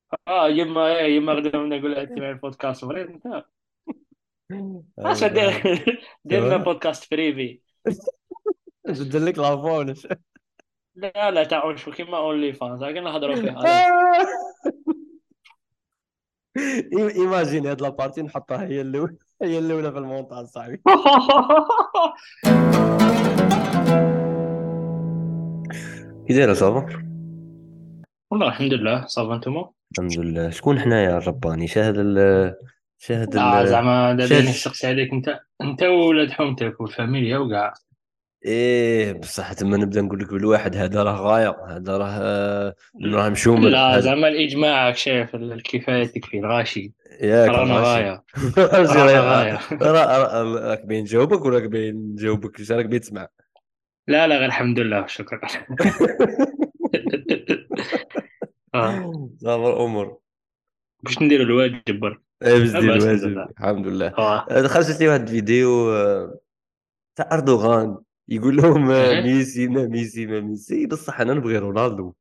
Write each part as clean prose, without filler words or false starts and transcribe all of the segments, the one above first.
يما غدا نقول لها تسمع البودكاست فريد انت. خلاص دير والله دير لنا شوف بودكاست فريبي. نبدل لك لافون. لا لا تعاون شو كيما اونلي فانز لكن نهضروا فيها لا. ايماجين هاد لابارتي نحطها هي الاولى، هي الاولى في المونتاج صاحبي. كي داير صافا؟ والله الحمد لله صافا انتوما. الحمد لله. شكون حنايا الرباني؟ شاهد زعما دابا شاهد نسقسي عليك انت وولاد حومتك والفاميليا وكاع. ايه بصح تما نبدا نقول لك بالواحد هذا راه غايه، هذا راه مشومل لا هذا. زعما الاجماع شايف الكفايه تكفي الغاشي. ياك رانا الغاشي. غايه. الغاشي رانا غايه. راك باين نجاوبك ولا راك باين نجاوبك؟ اش راك باين تسمع؟ لا لا غير الحمد لله شكرا. اه صافا الامور. باش نديروا الواجب برك. باش دير لاباس الحمد الواجب لله. الحمد لله. اه خرجت لي واحد الفيديو تاع اردوغان يقول لهم ايه ميسي ما ميسي ما ميسي، بصح انا نبغي رونالدو.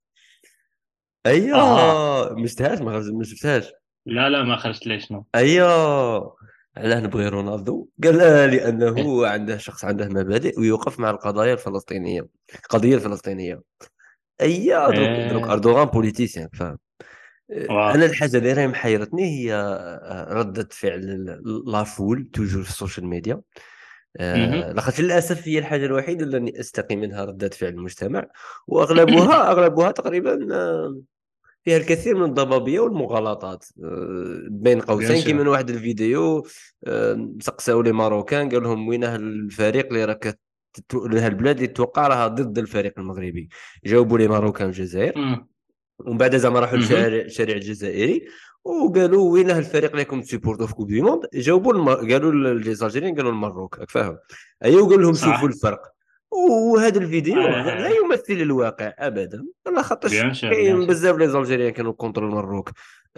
اه. ايوه ما شفتهاش، ما شفتهاش. لا لا ما خرجت ليش نو. ايوه علاه نبغي رونالدو؟ قال إيه. لانه عنده شخص عنده مبادئ ويوقف مع القضايا الفلسطينيه، القضيه الفلسطينيه. ايوه دروك ايه. اردوغان بوليتيسيان فاهم. انا واه. الحاجه اللي راهي محيرتني هي رده فعل لافول توجور في السوشيال ميديا. مهم. لاخاطش للاسف هي الحاجه الوحيده اللي استقي منها رده فعل المجتمع، واغلبها تقريبا فيها الكثير من الضبابيه والمغالطات. بين بيان قوسين كيما سور. واحد الفيديو سقساو لي ماروكان قال لهم وينه الفريق اللي راك لها البلاد اللي تتوقع راها ضد الفريق المغربي. جاوبوا لي ماروكان الجزائر، مم. ومن بعد زعما راحوا مهم. للشارع الجزائري وقالوا وينه الفريق اللي راكم تسيبورتو في كوب دي موند. جاوبوا قالوا الجزائريين قالوا المغرب راك فاهم. ايوه قال لهم شوفوا صح. الفرق. وهذا الفيديو لا آه. يمثل الواقع ابدا، على خاطرش بيان سور بيان كاين سور. بزاف لي زالجيريان كانوا كونتر المروك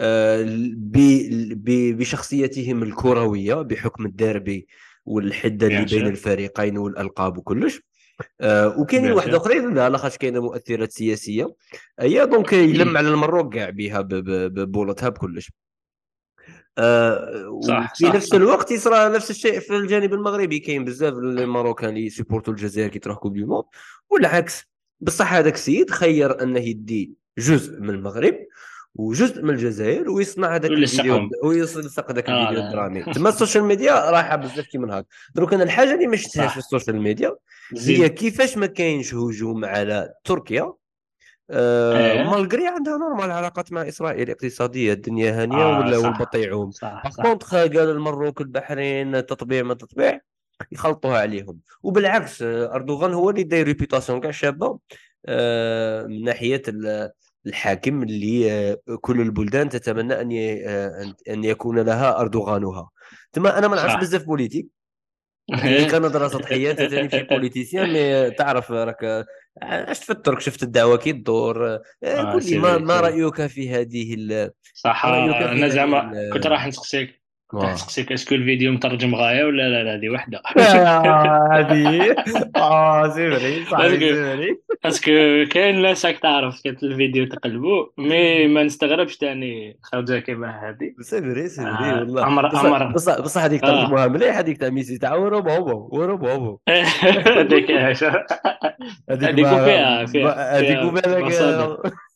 بشخصيتهم الكرويه بحكم الديربي والحده اللي بيان بين سور. الفريقين والالقاب وكلش. وكاينين بيان واحد سور. اخرين لا لاخاطش كاينه مؤثرات سياسيه. هي دونك يلم على المروك كاع بها ببولتها بكلش. صح وفي صح نفس صح. الوقت يصرى نفس الشيء في الجانب المغربي، كاين بزاف الماروكان اللي يسيبورتوا الجزائر كي تروح كوب دي موند والعكس. بصح هذاك السيد خير انه يدي جزء من المغرب وجزء من الجزائر ويصنع هذاك الفيديو ولصقهم. ويلصق هذاك اه الفيديو لا. الدرامي. تما السوشيال ميديا رايحه بزاف كيما هاك. دروك انا الحاجه اللي ما شفتهاش في صح. السوشيال ميديا هي زيد. كيفاش ما كاينش هجوم على تركيا. ايه. مالغري عندها نورمال علاقات مع اسرائيل اقتصاديه، الدنيا هانيه اه ولا صح والبطيعوم. صح باغ صح. كونتخ قال المروك البحرين تطبيع ما تطبيع يخلطوها عليهم. وبالعكس اردوغان هو اللي داير ريبيتاسيون كاع شابه من ناحيه الحاكم اللي كل البلدان تتمنى ان يكون لها اردوغانها. تما انا ما نعرفش صح. بزاف بوليتيك، هي كان نظرة سطحية تاني ماشي بوليتيسيان مي تعرف راك عشت في الترك، شفت الدعوة كي تدور. اه قل لي سي فري ما سي فري. رأيك في هذه صح. ما رأيك انا في هذه زعما كنت راح نسقسيك. كنت راح واه نسقسيك اسكو الفيديو مترجم غاية ولا لا لا هذه وحدة. هذه سي فري صاحبي باسكو سي فري. باسكو كاين ناس راك تعرف كانت الفيديو تقلبوا مي ما نستغربش تاني خرجة كيما هذه. سي فري والله. عمر عمر. بصح هذيك اه. ترجموها مليح، هذيك تاع ميسي تاع ورا بابا ورا بابا. هذيك ايش. هذيك هذيك وفيها هذيك فيها وبالك مصادر.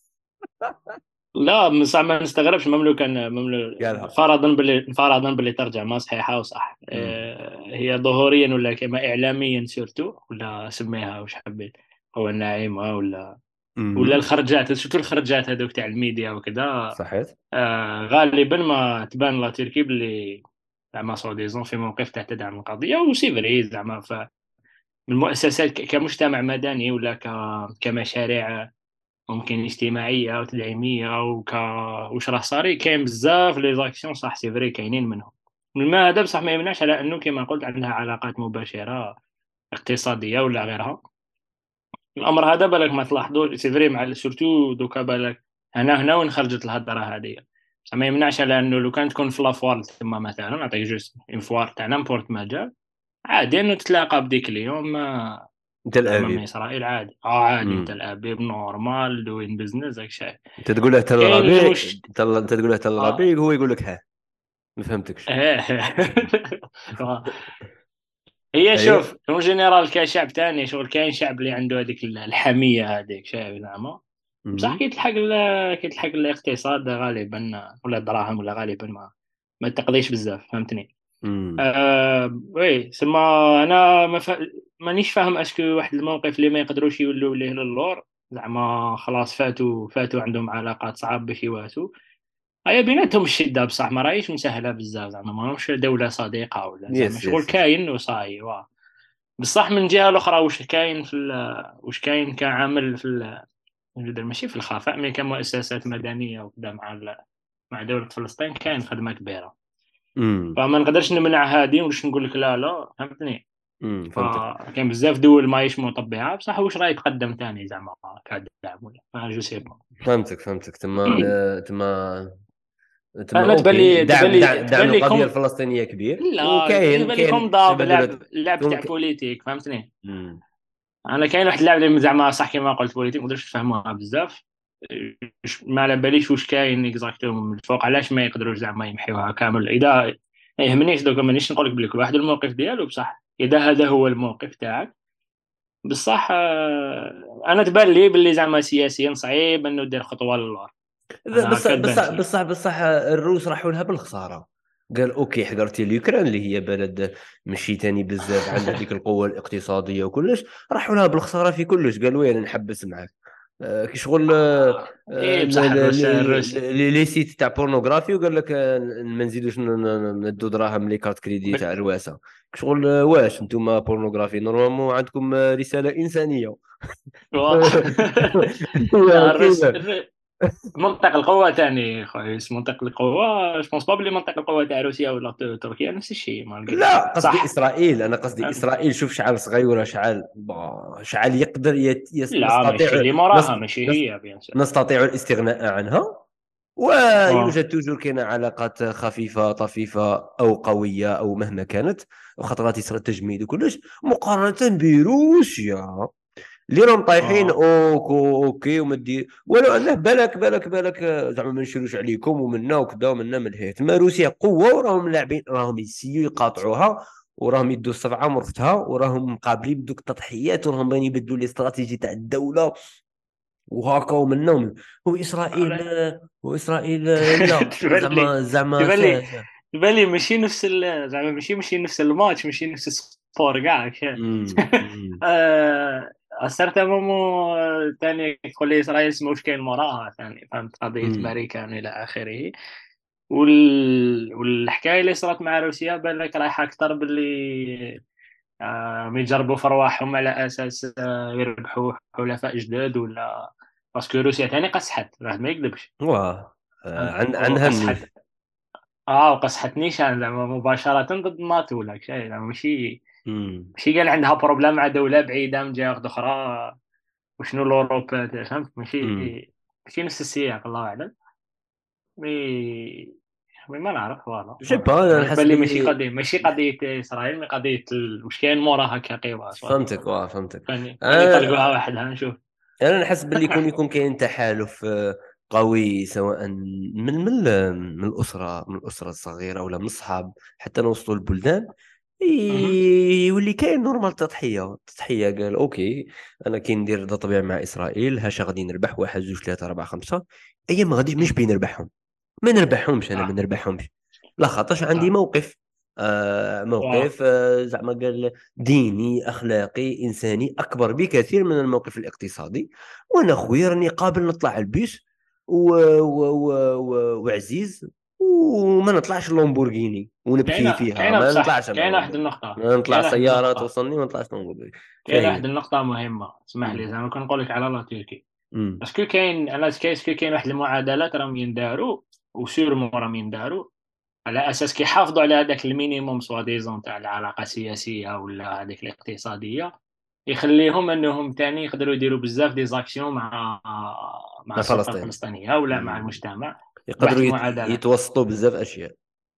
لا بصح ما نستغربش قالها. فرضا باللي ترجمة صحيحة وصح. مم. هي ظهوريا ولا كما إعلاميا سورتو ولا سميها وش حبيت. هو الناعمة ولا مم. الخرجات شفتوا الخرجات هذوك تاع الميديا وكذا. صحيت. غالبا ما تبان لا تركي باللي زعما سو ديزون في موقف تاع تدعم القضية وسي فري زعما من المؤسسات كمجتمع مدني ولا كمشاريع ممكن اجتماعيه او تدعيميه وش راه صاري كاين بزاف لي زاكسيون صح سي فري كاينين منهم. ما هذا بصح ما يمنعش على انه كما قلت عندها علاقات مباشره اقتصاديه ولا غيرها. الامر هذا بالك ما تلاحظوش سي فري مع سورتو دوكا بالك. هنا وين خرجت الهضره هذه. بصح ما يمنعش على انه لو كان تكون في لافوار تما مثلا نعطيك جوست اون فوار تاع نامبورت ماجال عادي انه تتلاقى بديك اليوم. تل زعما من ابيب. اسرائيل عادي، عادي امم تل ابيب نورمال دوين بزنس داك الشيء. انت تقول له تل كاين ربيع، المشت انت تقول له تل اه ربيع، هو يقول لك ها. ما فهمتكش. هي ايوه. شوف اون جينيرال كشعب تاني شغل كاين شعب اللي عنده هذيك الحميه هذيك شايف زعما. بصح امم كيتلحق الاقتصاد غالبا ولا الدراهم ولا غالبا ما تقضيش بزاف فهمتني. امم وي سما انا مانيش فاهم اسكو واحد الموقف اللي ما يقدروش يولوا ليه للور، زعما خلاص فاتوا عندهم علاقات صعاب باش يواسوا. هيا بيناتهم الشده بصح ما راهيش مسهله بزاف زعما ما همش دوله صديقه ولا زعما يس شغل يس يس. كاين وصاي بصح من الجهه الاخرى واش كاين كعامل ماشي في الخفاء مي كمؤسسات مدنيه وكذا مع دوله فلسطين كاين خدمه كبيره. امم فما نقدرش نمنع هادي ولاش نقول لك لا لا فهمتني. فهمتك. فكاين بزاف دول ماهيش مطبعه بصح واش راه يتقدم ثاني زعما كدعم ولا ما جو سي با. فهمتك تما انا اوكي، دعم تبان القضيه لكم الفلسطينيه كبير، لا وكاين تبان لكم ضاب كما قلت لعب تاع كون. بوليتيك فهمتني. مم. انا كاين واحد اللاعب اللي زعما صح كيما قلت بوليتيك ما نقدرش نفهموها بزاف. ما على باليش واش كاين اكزاكتومون من الفوق علاش ما يقدروش زعما يمحيوها كامل. اذا ما يهمنيش دوكا مانيش نقول لك بلي كل واحد الموقف ديالو بصح اذا هذا هو الموقف تاعك بصح انا تبان لي باللي زعما سياسيا صعيب انه دير خطوه للور. انا بصح هكا بصح تبانت لي. بصح بصح الروس راحوا لها بالخساره. قال اوكي، حضرتي اليوكران اللي هي بلد ماشي تاني بزاف عندها ديك القوه الاقتصاديه وكلش، راحوا لها بالخساره في كلش. قال وين نحبس معك؟ كي شغل ايه بصح الروس لي سيت تاع بورنوغرافي، وقال لك ما نزيدوش ندو دراهم لي كارت كريدي تاع الواسه. كي شغل واش انتم بورنوغرافي نورمالمون عندكم رساله انسانيه. لا كاين. منطق القوة تاني خويس منطق القوة جو بونس با بلي منطق القوة تاع روسيا ولا تركيا نفس الشيء ما لقيت لا، قصدي صح. اسرائيل، انا قصدي اسرائيل. شوف شعال صغيره، شعال يقدر لا ماشي نستطيع اللي موراها ماشي هي بيان سور. نستطيع الاستغناء عنها. اه ويوجد توجور كاين علاقات خفيفه طفيفه او قويه او مهما كانت، وخطرات يصير تجميد وكلش، مقارنه بروسيا اللي راهم طايحين اه اوكي ومدي ولو انه بالك زعما ما نشيروش عليكم ومنا وكذا ومنا من الهيت. ما روسيا قوه وراهم لاعبين، راهم يسيو يقاطعوها، وراهم يدوا الصفعه مرفتها، وراهم مقابلين بدوك التضحيات، وراهم باغيين يبدلوا الاستراتيجي تاع الدوله وهكا ومنا واسرائيل واسرائيل لا تبان لي زعما تبان لي تبان لي ماشي نفس زعما ماشي نفس الماتش ماشي نفس السبور كاع مم، مم، أثرت مومو تاني تقول لي إسرائيل اسمه واش كاين موراها ثاني فهمت قضية مم، باريكان إلى آخره. والحكاية اللي صارت مع روسيا بان لك رايحة أكثر باللي يجربوا في رواحهم على أساس يربحوا حلفاء جداد ولا باسكو روسيا ثاني قسحت الواحد ما يكذبش. واه عنها وقسحت النيف. وقسحت نيشان زعما مباشرة ضد الناتو ولا شيء زعما مم، ماشي قال عندها بروبليم مع دولة بعيدة من جهة أخرى وشنو الأوروب فهمت مم. ماشي نفس السياق الله أعلم. مي ما نعرف فوالا جو ما با، نعرف انا أنا نحس تبان لي باللي ماشي قضية إسرائيل مي قضية واش كاين موراها كقوى سوا فهمتك. واه فهمتك. كان يطلقوها انا وحدها نشوف. انا نحس باللي يكون كاين تحالف قوي، سواء من الاسره الصغيره ولا من الصحاب، حتى نوصلوا البلدان، مهم. يولي كاين نورمال تضحيه. قال اوكي، انا كي ندير ضد طبيعي مع اسرائيل، هاش غادي نربح واحد جوج ثلاثه اربعه خمسه. ايام ما غاديش مش مم. بين نربحهم، ما نربحهمش، انا ما آه نربحهمش. لا خاطرش عندي آه موقف، واه موقف زعما قال ديني اخلاقي انساني اكبر بكثير من الموقف الاقتصادي. وانا خويا راني قابل نطلع البيس وعزيز، وما نطلعش اللامبورغيني ونبكي فيها، كاينة ما بصح نطلعش انا كاينة واحد اللامبورغيني. النقطة ما نطلع كاينة واحد سيارة النقطة توصلني، ما نطلعش لامبورغيني. كاينة فهي. واحد النقطة مهمة اسمح لي مم. زعما كنقول لك على لا تركي. مم. باسكو كاين انا اسكو كاين واحد المعادلات راهم ينداروا وسيرمون راهم ينداروا على اساس كيحافظوا على هذاك المينيموم سوا ديزون تاع العلاقه السياسيه ولا هذيك الاقتصاديه يخليهم انهم تاني يقدروا يديروا بزاف دي زاكسيون مع مع السلطه فلسطين. الفلسطينيه ولا مع مم. المجتمع بواحد يقدروا المعادلات. يتوسطوا بزاف اشياء.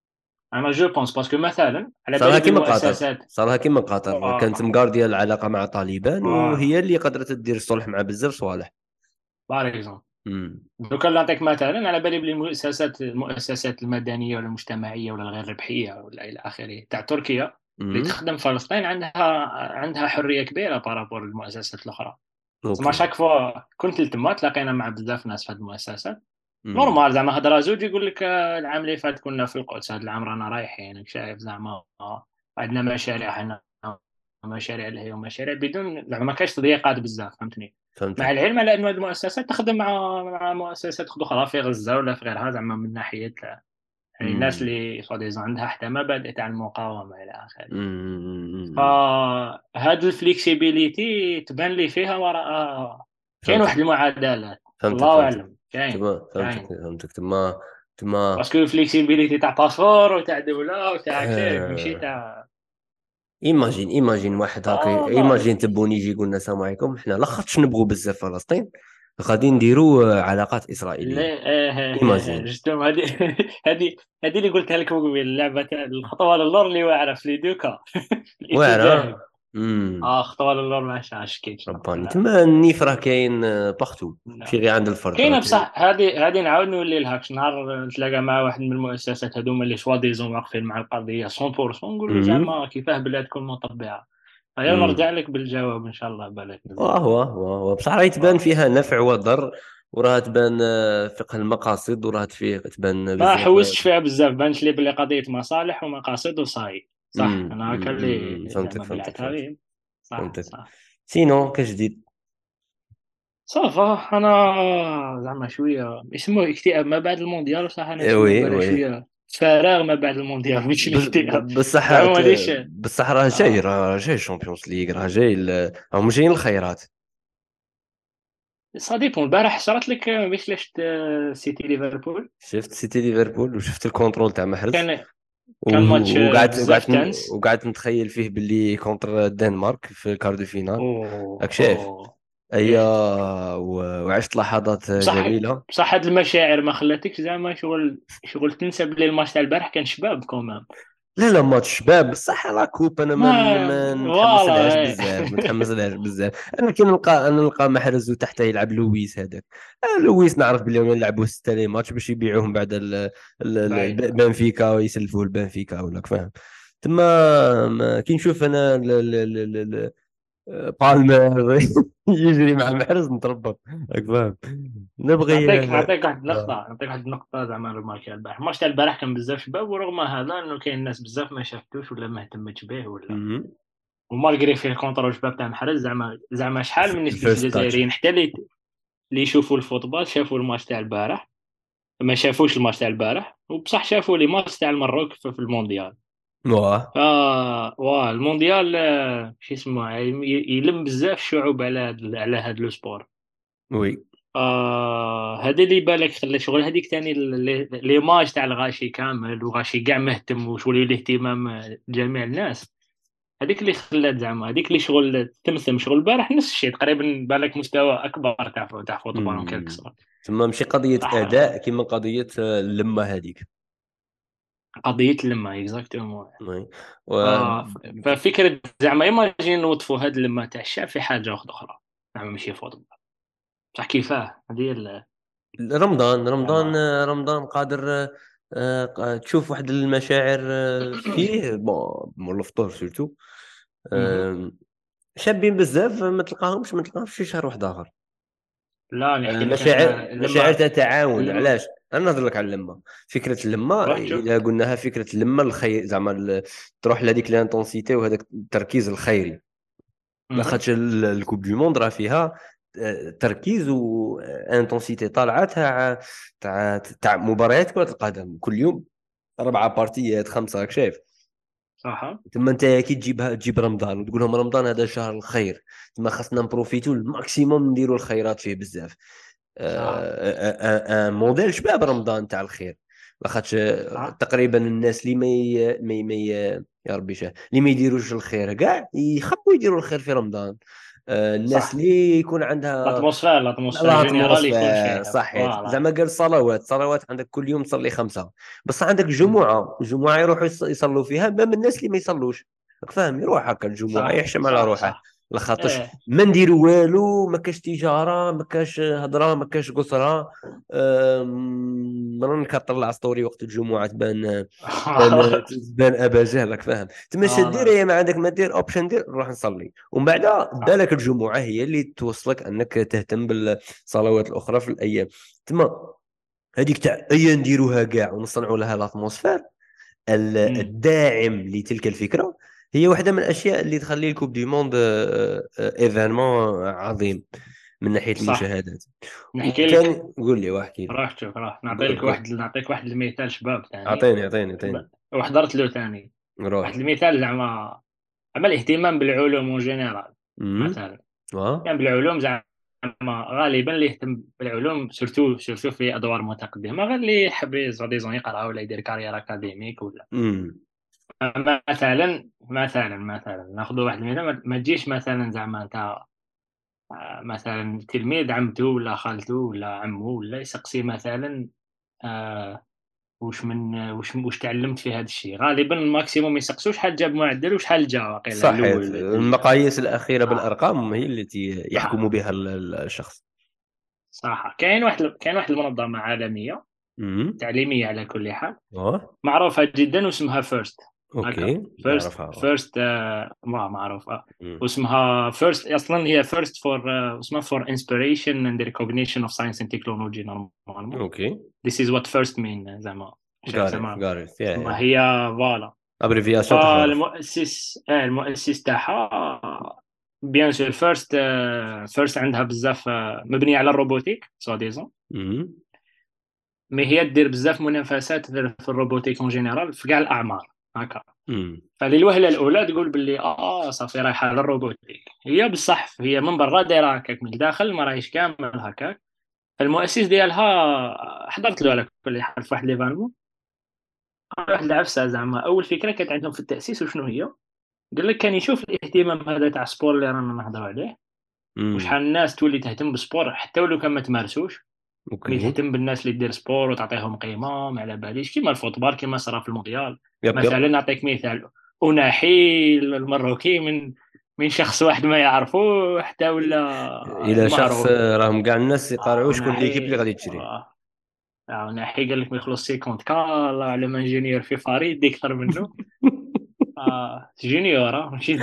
انا جو بونس باسكو مثلا على بالي صارها كيما قطر، بالمؤسسات. صارها كيما قطر، كانت فوالا مقارديه العلاقه مع طالبان فوالا وهي اللي قدرت تدير الصلح مع بزاف صوالح. بار اكزومبل. امم. دوكا نعطيك مثلا على بالي بلي المؤسسات المدنيه ولا المجتمعيه ولا الغير ربحيه ولا الى اخره تاع تركيا اللي امم. تخدم فلسطين عندها حريه كبيره بارابور للمؤسسات الاخرى. زعما اوكي. شاك فوا كنت تما تلاقينا مع بزاف ناس في هذه المؤسسات امم. نورمال. زعما هضره زوج يقول لك العام اللي فات كنا في القدس، هذا العام رانا رايحين شايف زعما عندنا مشاريع حنا، مشاريع اللي هي مشاريع بدون زعما ما كاينش تضييقات بزاف فهمتني. مع فهمتك. العلم على انه هذه المؤسسات تخدم مع مؤسسات اخرى في غزه ولا في غيرها زعما من ناحيه يعني الناس امم. اللي سوا عندها حتى مبادئ تاع المقاومه الى اخره. امم. فهاد الفليكسيبيليتي تبان لي فيها وراء كاين واحد فهمتك. المعادلات. فهمتك. الله فهمتك. اعلم كاين تما فهمتك. كاين فهمتك. تما باسكو الفليكسيبيليتي تاع باسبور وتاع دوله وتاع كشي ماشي آه. تاع. ايماجين واحد هكا، والله ايماجين تبوني يجي يقول لنا السلام عليكم، حنا لاخاطش نبغوا بزاف فلسطين غادي نديروا علاقات لا اسرائيليه. ايماجين. جبتهم هذه هذه هذه اللي قلتها لك من قبل اللعبه تاع الخطوه للور اللي واعره في لي دوكا الاتجاهي. واعره. امم. خطوه للور ما كاينش رباني لا. تما النيف راه كاين باغتو، ماشي لا غير عند الفرد راه كاينه كاين. بصح. هذه نعاود نولي لها كش نهار نتلاقى مع واحد من المؤسسات هذوما اللي سوا ديزون واقفين مع القضيه 100% نقول له امم. زعما كيفاه بلادكم مطبعه. هيا امم. نرجع لك بالجواب ان شاء الله بالك وهو بصح راهي تبان فيها نفع وضر، وراها تبان فقه المقاصد، وراها فيه تبان ما بزاف. حوستش فيها بزاف بانت لي بلي قضيه مصالح ومقاصد وصاي. صح انا هكا اللي فهمتك. زعما فهمتك. بلعتها فهمتك. غير. صح فهمتك. صح. سينو كجديد. صافا انا زعما شويه يسموه اكتئاب ما بعد المونديال. صح انا شويه وي ولا وي. شويه فراغ ما بعد المونديال مش الاكتئاب. بصح زعما مانيش. بصح راه جاي، آه. راه جاي الشامبيونز ليغ، راه جاي راهم جايين الخيرات. سا ديبون البارح صرات لك باش شفت سيتي ليفربول. شفت سيتي ليفربول وشفت الكونترول تاع محرز، كان كان ماتش بزاف تنس. وقعدت نتخيل فيه باللي كونتر الدنمارك في كاردو فينال. راك اوه شايف؟ اوه ايا ياه. وعشت لحظات بصح جميلة. بصح هاد المشاعر ما خلاتكش زعما شغل تنسى بلي الماتش تاع البارح كان شباب كومام. لا ماتش شباب بصح لا كوب، انا ما ما نتحمس لهاش فوالا بزاف، ما نتحمس لهاش بزاف. انا كي نلقى محرز وتحته يلعب لويس هذاك. لويس نعرف بلي هما يلعبوا 6 ماتش باش يبيعوهم بعد باين. بنفيكا ويسلفوه البنفيكا ولا فاهم. تما كي نشوف انا بالمر يجري مع محرز نتربط، راك فاهم. نبغي نعطيك واحد النقطة زعما الماتش تاع البارح. الماتش تاع البارح كان بزاف شباب ورغم هذا انه كاين ناس بزاف ما شافتوش ولا ما اهتمتش به ولا. مهم. ومالغري فيه كونتر شباب تاع محرز زعما شحال من نسبة الفيرست تاتش. الجزائريين حتى اللي يشوفوا الفوتبول شافوا الماتش تاع البارح. ما شافوش الماتش تاع البارح وبصح شافوا لي ماتش تاع المغرب في المونديال. واه. ف المونديال شو اسمه يلم بزاف الشعوب على هذا لو سبور. وي. هذا اللي بالك خلى شغل هذيك ثاني ليماج تاع الغاشي كامل وغاشي كاع مهتم وشغل الاهتمام جميع الناس. هذيك اللي خلات زعما هذيك اللي شغل تمثل شغل البارح نفس الشيء تقريبا بالك مستوى اكبر تاع فوتبول كيلك مم. صار. تما ماشي قضية صح أداء كما قضية اللمة هذيك. قضيه اللمه اكزاكتومون. وي. ف- ففكره زعما ايماجين نوظفوا هذه اللمه تاع الشعب في حاجه اخرى زعما ماشي فوتبول. بصح كيفاه هذه رمضان زعما. رمضان قادر تشوف واحد المشاعر فيه بون مول الفطور سورتو مهم. آه، شابين بزاف، ما تلقاهمش في شهر واحد اخر. لا نحكي لك مشاعر انا مشاعر لما تاع تعاون. لما علاش انا نهضر لك على اللمه؟ فكره اللمه روح شوف. اذا قلناها فكره اللمه الخير زعما تروح لهذيك الانتونسيتي وهذاك التركيز الخيري. مهم. لاخاطش الكوب دو موند راه فيها تركيز وانتونسيتي طالعه تاع مباريات كره القدم كل يوم، 4 بارتيات 5 راك شايف. صح. ثم انت كي تجيب رمضان وتقول لهم رمضان هذا شهر الخير، ثم خاصنا نبروفيتو الماكسيموم نديروا الخيرات فيه بزاف. صح موديل شباب رمضان تاع الخير. لاخاطش صح تقريبا الناس اللي يا ربي اللي ما يديروش الخير كاع يخافوا يديروا الخير في رمضان. الناس صح. اللي يكون عندها الاتموسفير جينيرال يكون الاتموسفير فيه صحيت. فوالا. زعما قال صلوات عندك كل يوم تصلي خمسه، بس عندك مم. جمعه يروحوا يصلوا فيها مام الناس اللي ما يصلوش. راك فاهم؟ يروح هكا الجمعه صح يحشم على صح روحه، صح. لخاطرش ايه. ما نديروا والو، ما كاش تجاره، ما كاش هضره، ما كاش قصره. مرة كطلع ستوري وقت الجمعه تبان ابا جهل. راك فاهم؟ تمشى دير والله. يا ما عندك ما دير اوبشن، دير نروح نصلي، ومن بعد بالك الجمعه هي اللي توصلك انك تهتم بالصلوات الاخرى في الايام. تما هذيك تاع ايا نديروها كاع ونصنعوا لها لاتموسفير، مم. الداعم لتلك الفكره هي واحده من الاشياء اللي تخلي الكوب دي موند ايفينمون عظيم من ناحيه صح. المشاهدات. نحكي لك. وثاني قول لي واحكي لي. راح شوف، راح نعطيك واحد، نعطيك واحد المثال شباب ثاني. اعطيني. وحضرت له ثاني. واحد روح. المثال زعما الاهتمام بالعلوم اون جينيرال. امم. مثلا اه. كان بالعلوم زعما غالبا اللي يهتم بالعلوم سورتو في ادوار متقدمه، غير اللي يحب ديزون يقرا ولا يدير كارير اكاديميك ولا. امم. مثلا ناخذ واحد المثال. ما تجيش مثلا زعما انت مثلا تلميذ عمته ولا خالته ولا عمه ولا يسقسي مثلا وش تعلمت في هذا الشيء. غالبا الماكسيموم ما يسقسوش شحال جاب معدل وشحال جا واقيلا صحيت. الاول المقاييس الأخيرة آه بالأرقام هي التي يحكم صح بها الشخص. صح. كاين واحد المنظمه عالميه امم. تعليميه على كل حال، اه. معروفه جدا واسمها فيرست. هكا اوكي فيرست نعرفها. اه. فيرست ما معروفه. مم. واسمها فيرست اصلا هي فيرست فور اسمها فور انسبيريشن اند ريكوجنيشن اوف ساينس اند تكنولوجي نورمالمون. اوكي. This is what first mean زعما. زعما got it زعما yeah. هي فوالا. ابريفياسيون تعرف. المؤسس تاعها بيان سور فيرست عندها بزاف مبنيه على الروبوتيك سوا ديزون. امم. مي هي دير بزاف منافسات في الروبوتيك اون جينيرال في كاع الاعمار هكا. امم. فللوهله الاولى تقول باللي صافي رايحه للروبوتيك، هي بصح هي من برا دايره هكاك، من الداخل ما راهيش كامل هكاك. فالمؤسس ديالها حضرت له على كل حال في واحد ليفانمون. واحد العفسه زعما اول فكره كانت عندهم في التاسيس وشنو هي. قال لك كان يشوف الاهتمام هذا تاع السبور اللي رانا نهضروا عليه، امم. وشحال الناس تولي تهتم بالسبور حتى ولو كان ما تمارسوش. مي اوكي. تهتم بالناس اللي دير سبور وتعطيهم قيمه ما على باليش كيما الفوتبال كيما صرا في المونديال. يب. مثلا نعطيك مثال. أناحي المروكي من شخص واحد ما يعرفوه حتى ولا الى شخص معروف. راهم كاع الناس يقارعوا شكون ليكيب اللي أناحي غادي تشري. أناحي قال لك ما يخلص 50 كا الله على ما انجينيور في فريد دي اكثر منه. جونيور ماشي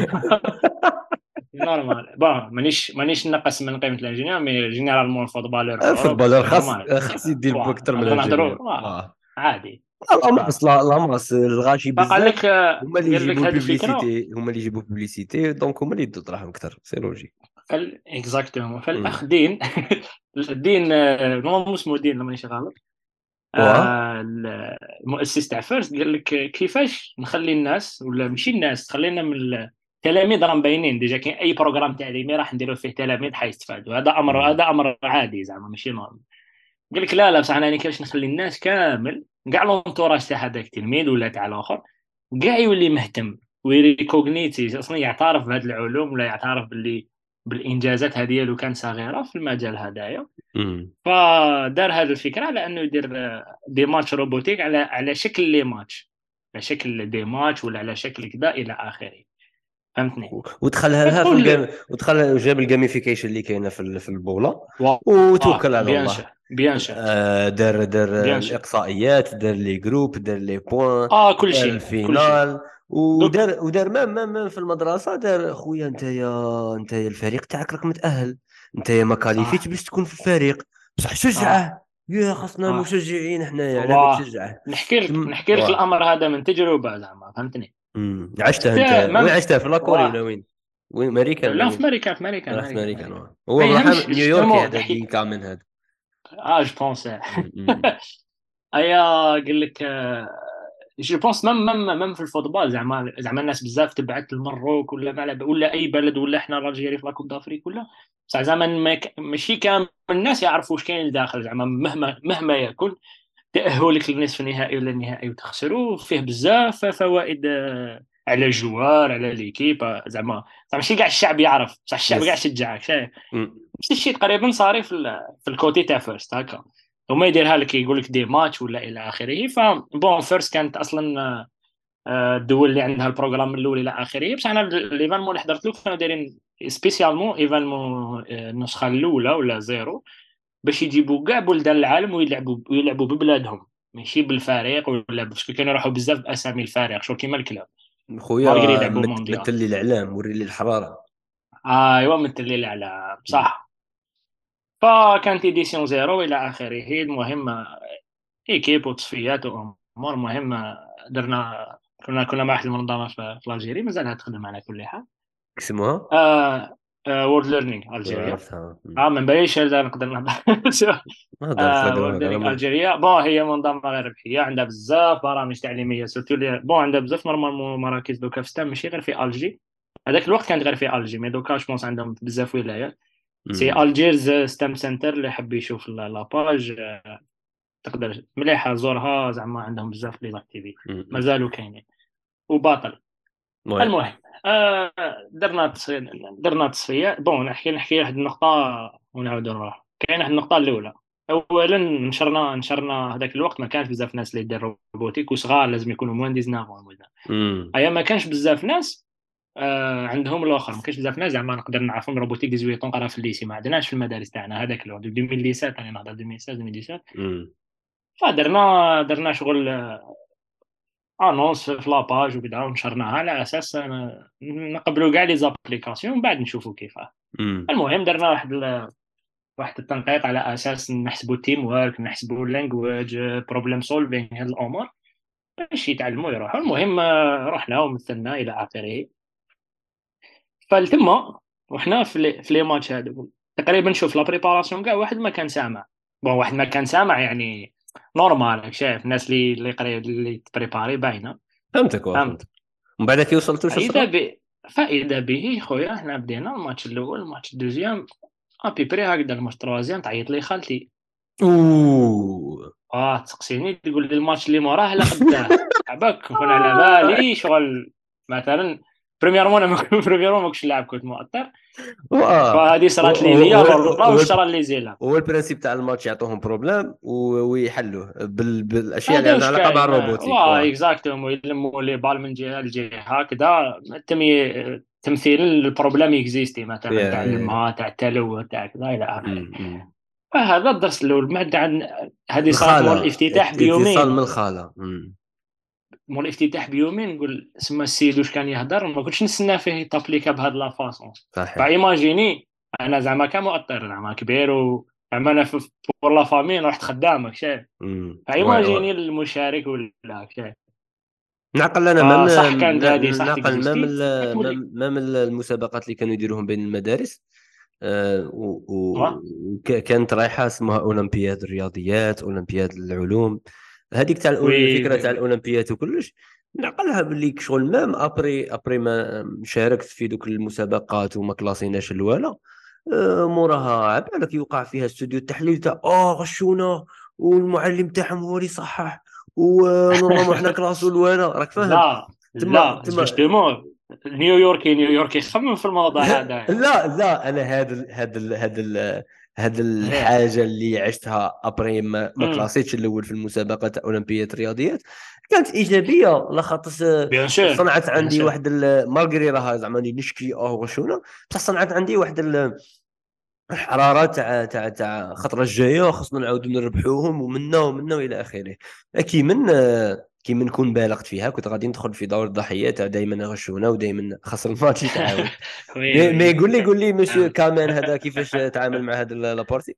نورمال. مانيش نقص من قيمه الانجينيور، مي جينيرالمون الفوتبالور في اوروب الفوتبالر سي خاص نورمال. خاص يدير اكثر من هذا الانجينيور. نهضروا عادي. الامراس الغاشي فقال بزاف لك هما اللي قال لك يجيبوا هذه الفكره. البوبليسيتي، دونك هما اللي يدوا دراهم اكثر، سي لوجيك. اكزاكتومون. امم. فالاخ دين الدين نو اسمه دين لما مانيش غلط. واه. المؤسس تاع فيرست قال لك كيفاش نخلي الناس ولا ماشي الناس، خلينا من التلاميذ راهم باينين ديجا. كاين اي بروغرام تعليمي راح نديرو فيه تلاميذ حيستفادوا. هذا امر عادي زعما ماشي نورمال. قال لك لا بصح انا كيفاش نخلي الناس كامل كاع لونتوراج تاع هذاك التلميذ ولا تاع الاخر كاع يولي مهتم ويريكوغنيتي اصلا يعترف بهذه العلوم ولا يعترف باللي بالانجازات هذه لو كان صغيره في المجال هذايا. امم. فدار هذه الفكره على انه يدير دي ماتش روبوتيك على شكل لي ماتش، على شكل دي ماتش ولا على شكل كذا الى اخره. فهمتني؟ ودخلها لها في فتقول لي ودخلها جاب الجيميفيكيشن اللي كاينه في البوله، وتوكل على بيان الله. سور بيان سور دار بيان سور. الاقصائيات، دار لي جروب، دار لي بوان، كل دار شيء كل شيء. الفينال، دوك ودار مام في المدرسه دار خويا انت يا الفريق تاعك راك متاهل، انت يا ما كاليفيتش صح باش تكون في الفريق، بصح صح شجعه. يا خاصنا صح. مشجعين حنايا، علاه ما واه تشجعه؟ نحكي لك واه. الامر هذا من تجربه زعما. فهمتني؟ عشتها انت؟ حتى وين مام عشتها، في لاكوري ولا واه. وين؟ وين امريكان ولا لا في وين؟ امريكا، في امريكا رحت امريكا امريكان امريكا. هو ما راح يهمش نيويورك جوستومون هذا دين كامل هذا. جو بونس. م- م- ايا قال لك جو بونس مام في الفوتبول زعما الناس بزاف تبعت المروك ولا ولا اي بلد ولا احنا الجزائر في لاكوب دافريك ولا بصح زعما ماشي كامل الناس يعرفوا واش كاين لداخل. زعما مهما يكن تأهلك للنصف النهائي ولا النهائي وتخسروا فيه بزاف فوائد على الجوار على ليكيب، زعما ماشي كاع الشعب يعرف، بصح الشعب كاع يس. شجعك شايف. نفس الشيء تقريبا صاري في الكوتي تاع فيرست هكا. وما يديرها لك يقول لك دي ماتش ولا الى اخره. فبون فيرست كانت اصلا الدول اللي عندها البروغرام الاول الى اخره. بصح انا ليفالمون اللي حضرت له كانوا دايرين سبيسيالمون ايفالمون النسخه الاولى ولا زيرو، باش يجيبوا كاع بلدان العالم ويلعبوا ببلادهم، ماشي بالفريق ولا باش كانوا يروحوا بزاف باسامي الفريق شو كيما الكلاب خويا مالغري راه يلعبوا مونديال. مثل لي الاعلام، وري لي الحراره. ايوا مثل الليل على صح. فكانت ايديسيون زيرو الى اخره. المهم ايكيب وتصفيات وامور مهمه درنا. كنا مع واحد المنظمه في الجيري مازالها تخدم على كل حال. اسمها. آه وورد ليرنينغ الجيريا. عرفتها. من باليش نقدر نهضر. ما هضرت لا وورد قال ليرنينغ ما. الجيريا بون هي منظمه غير ربحيه، عندها بزاف برامج تعليميه سورتو بون عندها بزاف نورمالمون مراكز دوكا في ستام ماشي غير في الجي. هذاك الوقت كانت غير في الجي، مي دوكا جوبونس عندهم بزاف ولايات. سي الجيرز ستام سنتر اللي يحب يشوف لاباج تقدر مليحه زورها، زعما عندهم بزاف لي زاكتيفيتي مازالوا كاينين وباطل. وي. المهم درنا تصفيه. بون نحكي واحد النقطه ونعاودوا نروح. كاين واحد النقطه الاولى، اولا نشرنا هذاك الوقت ما كانش بزاف ناس اللي يديروا روبوتيك وصغار، لازم يكونوا موان 19 ولا. ايا ما كانش بزاف ناس عندهم الاخر، ما كانش بزاف ناس زعما نقدر نعرفهم روبوتيك 18 قرا في الليسي، ما عندناش في المدارس تاعنا هذاك الوقت 2017 انا نهضر 2016 2017. درنا شغل انونس في لاباج وكذا ونشرناها على اساس نقبلوا كاع لي زابليكاسيون بعد نشوفوا كيفاه. المهم درنا واحد التنقيط على اساس نحسبوا التيم وورك، نحسبوا اللانجويج بروبليم سولفينغ، هاد الامور باش يتعلموا يروحوا. المهم رحنا ومثلنا الى اخره. فالتما وحنا في لي ماتش هادو تقريبا شوف لا بريباراسيون كاع واحد ما كان سامع. بون واحد ما كان سامع يعني نورمال، راك شايف الناس اللي قريب اللي تبريباري باينه. فهمتك فهمت. فهمتك. من بعد كي وصلتوا شو فإذا صرا؟ ب... فإذا به خويا احنا بدينا الماتش الأول الماتش الدوزيام ابي بري هكذا. الماتش التروازيام تعيط لي خالتي، اوه. تسقسيني تقول لي الماتش اللي موراه لا قداه. عباك كون على بالي شغل مثلا بريميرمون انا بريميرمون ما كنتش لاعب كنت مؤطر. واه. فهذه صرات لي ليا والله هو واش صرا لي زيلا. هو البرانسيب تاع الماتش يعطوهم بروبليم ويحلوه بالاشياء اللي هذا عندها واش علاقه مع كاين الروبوتيك. واه واه. اكزاكتومون يلموا لي بال من جهه لجهه كذا. تمثيل البروبليم اكزيستي مثلا تاع يا. الماء تاع التلوث تاع كذا الى اخره. أمم. فهذا الدرس الاول. بعد هذه صارت مور الخاله. الافتتاح اتصال من بيومين. الخاله. مور الافتتاح بيومين نقول سما السيد واش كان يهضر ما كنتش نستنى فيه تابليكا بهذا لا فاصون. صحيح. فايماجيني انا زعما كمؤطر زعما كبير زعما انا بور لا فامي رحت خدامك شايف. وي. فايماجيني المشارك ولا شايف. نعقل انا فصح كانت هذه صح نعقل تكزيستي تولي. ما من المسابقات اللي كانوا يديروهم بين المدارس. وكانت رايحه اسمها اولمبياد الرياضيات، اولمبياد العلوم. هذيك تاع وي الفكره وي تاع وي الاولمبياد وكلش. نعقلها باللي شغل مام ابري ما شاركت في دوك المسابقات وما كلاسيناش الوالا. موراها عبالك يوقع فيها استوديو التحليل تاع غشونا، والمعلم تاعهم هو اللي صحح، ونورمالمون حنا كلاس الوالا، راك فاهم. لا تما لا تما. جوستومون نيويوركي يخمم في الموضوع هذا. لا انا هاد الحاجه اللي عشتها ابري ما امم كلاسيتش الاول في المسابقه تاع اولمبياد الرياضيات. كانت ايجابيه لخاطر بيان سور صنعت بيان عندي سور. واحد مالغري راها زعما نشكي وشونا. بصح صنعت عندي واحد الحراره تاع الخطره الجايه خصنا نعاودوا نربحوهم ومنا والى اخره. كي من نكون بالغت فيها كنت غادي ندخل في دور الضحيه تاع دايما يغشونا ودايما خسر الماتش يتعاود. وي مي وي قول لي مسيو كامان هذا كيفاش تعامل مع هذا لابارتي.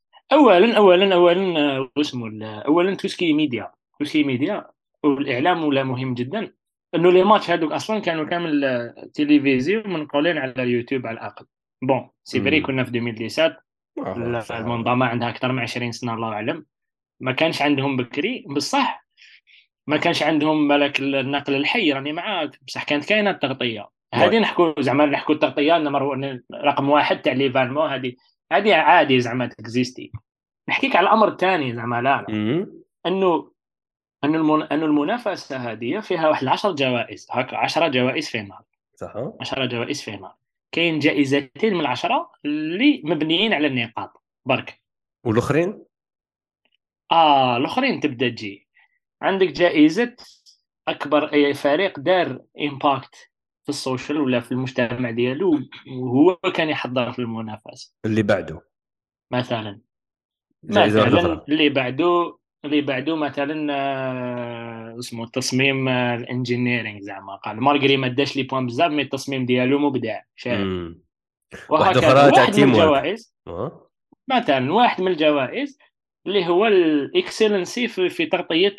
اولا واسمه اولا توسكي ميديا. توسكي ميديا والاعلام ولا مهم جدا انه لي ماتش هذوك اصلا كانوا كامل تيليفيزي ومنقولين على اليوتيوب على الاقل. بون سي فري كنا في 2017 صح. المنظمه عندها اكثر من 20 سنه الله اعلم. ما كانش عندهم بكري بصح، ما كانش عندهم ملك النقل الحي راني معاك. بصح كانت كاينه التغطيه وي. هذه. نحكوا التغطيه رقم واحد تاع ليفالمو هذه عادي زعما تكزيستي. نحكيك على الامر الثاني زعما لا مم. انه أن المنافسة هذه فيها واحد 10 جوائز، هكا 10 جوائز في النهار. صح. 10 جوائز في النهار. كاين جائزتين من العشرة اللي مبنيين على النقاط برك. والاخرين؟ الآخرين تبدأ تجي. عندك جائزة أكبر أي فريق دار إمباكت في السوشيال ولا في المجتمع ديالو، وهو كان يحضر في المنافسة. اللي بعده مثلا جائزه واحده اخرى. اللي بعده مثلا اسمه التصميم الانجينيرينغ، زعما قال مارغري ما داش لي بوان بزاف، مي التصميم ديالو مبدع شاعر. امم واحده وهكذا اخرى تاع واحد من تيم ورك. الجوائز. اه. مثلا واحد من الجوائز اللي هو الاكسلنسي في تغطية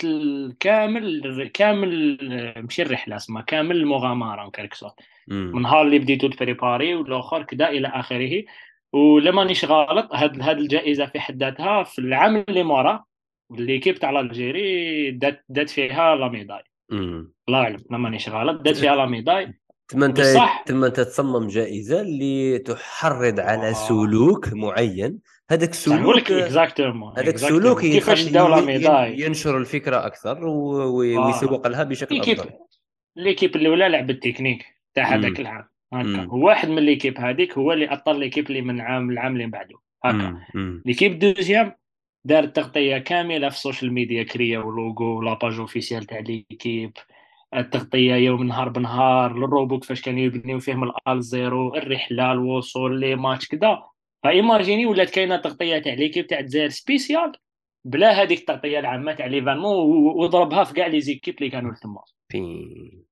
كامل ماشي الرحلة، اسمها كامل المغامرة كالكسوت، من امم نهار اللي بديتو تبريباري والاخر كذا الى اخره. ولما نيش غلط، هاد الجائزة في حد ذاتها في العام اللي مورا ليكيب تاع الجيري دات فيها لا ميداي. امم الله اعلم لما نيش غلط دات فيها لا ميداي. تما انت بصح تما انت تصمم جائزه اللي تحرض على آه، سلوك معين. هذاك بصح نقول السلوك لك اكزاكتومون هذاك السلوك اكزاكتومون كيفاش يخلي داو لا ميداي. ينشر الفكره اكثر فوالا ويسوق لها بشكل ليكيب افضل. ليكيب الاولى لعبت تكنيك تاع امم هذاك العام. هكا امم واحد من ليكيب هذيك هو اللي اطر ليكيب اللي من العام اللي بعده. هكا امم ليكيب دوزيام دار تغطية كاملة في السوشيال ميديا، كريا ولوغو لاباج اوفيسيال تاع ليكيب، التغطية يوم نهار بنهار للروبو كيفاش كانوا يبنيو فيه من الال زيرو، الرحلة الوصول لي ماتش كذا. فايماجيني ولات كاينة تغطية تاع ليكيب تاع الجزائر سبيسيال بلا هذيك التغطية العامة تاع ليفانمون، وضربها في كاع لي زيكيب اللي كانوا تما. بين.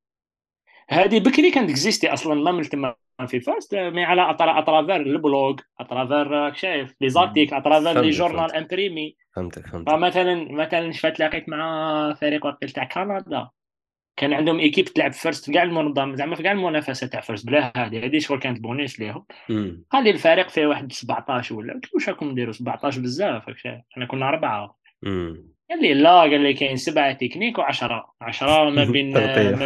هذه بكري كانت اكزيستي اصلا ما من تما في فاست، مي على اترافير البلوغ، اترافير شايف لي زارتيك، اترافير لي فهمتك جورنال فهمتك امبريمي. فهمتك. فمثلا شفت لقيت مع فريق وقيل تاع كندا، كان عندهم ايكيب تلعب فيرست في كاع المنظمه، زعما في كاع المنافسه تاع فيرست بلا هذه شغل كانت بونيس ليهم. امم قال لي الفريق فيه واحد 17 ولا قلت له واش راكم نديروا 17 بزاف هكذا، احنا كنا اربعه. امم قال لي لا، قال لي كاين سبعه تكنيك و10 10 ما بين تغطيه.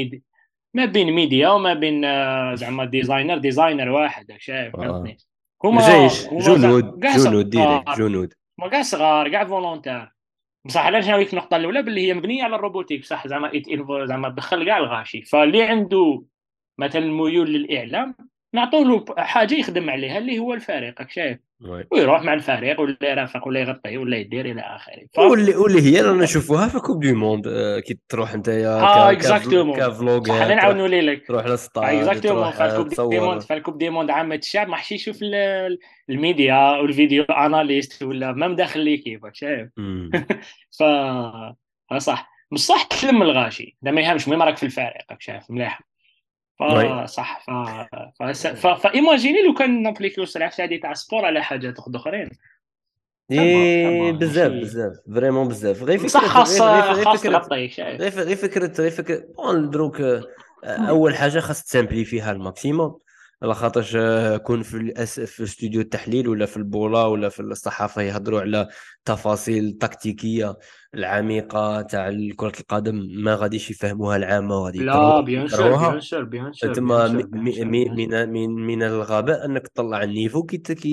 ما بين ميديا وما بين زعما ديزاينر واحد شايف اه. فهمتني. هما جيش هما جنود كاع جنود ديريكت صغار، جنود. هما كاع صغار كاع فولونتير. بصح علاش نعاودك النقطه الاولى باللي هي مبنيه على الروبوتيك، صح زعما زعما دخل كاع الغاشي، فاللي عنده مثلا ميول للاعلام نعطوا له حاجه يخدم عليها اللي هو الفريق راك شايف، وي. ويروح مع الفريق ولا يرافق ولا يغطي ولا يدير الى اخره. واللي هي رانا نشوفوها في كوب دي موند. كي تروح انت اكزاكتومون. صح انا كفلوغر، نعاود نولي لك. تروح للصطاد، اكزاكتومون تروح فالكوب دي موند، تصور. فالكوب دي موند عامه الشعب ما حش يشوف الميديا والفيديو اناليست ولا ما مداخل ليكيب شايف. امم ف صح بصح تلم الغاشي ده ما يهمش، المهم راك في الفريق راك شايف مليح. وي. فصح فايماجيني لو كان نابليكيو السرعه هذه تاع السبور على حاجات اخرين. إيه، سافا بزاف ماشي. بزاف فريمون بزاف. غير بصح فكره غير خاص فكره تغطي شايف. غير فكره بون دروك. اول حاجه خاص تسامبلي فيها الماكسيموم. على خاطرش كون في استوديو التحليل ولا في البولا ولا في الصحافه يهضروا على تفاصيل التكتيكيه العميقه تاع كره القدم، ما غاديش يفهموها العامه وغادي لا بيان سور بيان يكرهوها. سور بيان سور بيان تما سور بيان سور بيان سور. من الغباء انك تطلع النيفو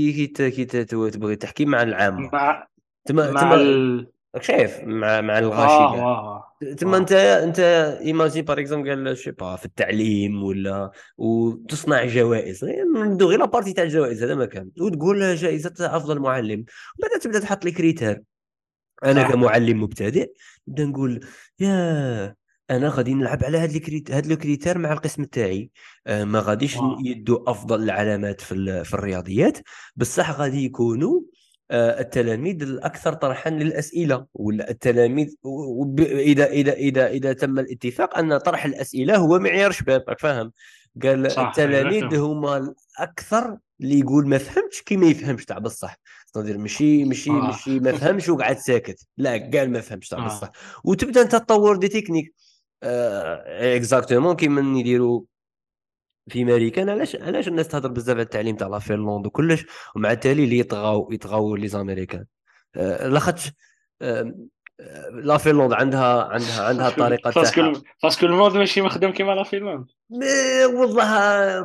تبغي تحكي مع العامه. مع مع تما راك شايف مع الغاشي واه كاع. واه تما واه انت ايماجين باغ اكزومبل قال شي با في التعليم ولا وتصنع جوائز. ندو غير لابارتي تاع الجوائز هذا ما كان، وتقول جائزه افضل معلم. بعد تبدا تحط لي كريتير. انا صح كمعلم مبتدئ نبدا نقول يا انا غادي نلعب على هاد لو كريتير مع القسم تاعي. ما غاديش واه يدوا افضل العلامات في الرياضيات، بصح غادي يكونوا التلاميذ الاكثر طرحا للاسئله، ولا التلاميذ اذا تم الاتفاق ان طرح الاسئله هو معيار شباب، راك فاهم. قال صح التلاميذ اكزاكتومون. هما الاكثر اللي يقول ما فهمتش كي ما يفهمش تاع بصح. صدر اه ماشي ما فهمش وقعد ساكت، لا قال ما فهمش تاع بصح. اه وتبدا انت تطور دي تكنيك. اكزاكتومون كيما يديروا في امريكان. علاش الناس تهضر بزاف على التعليم تاع لا فنلند وكلش، ومع التالي اللي يطغاو لي زاميريكان. لاخاطش لا فنلندا عندها الطريقه تاعها. باسكو المود ماشي مخدوم كيما لا فنلندا. والله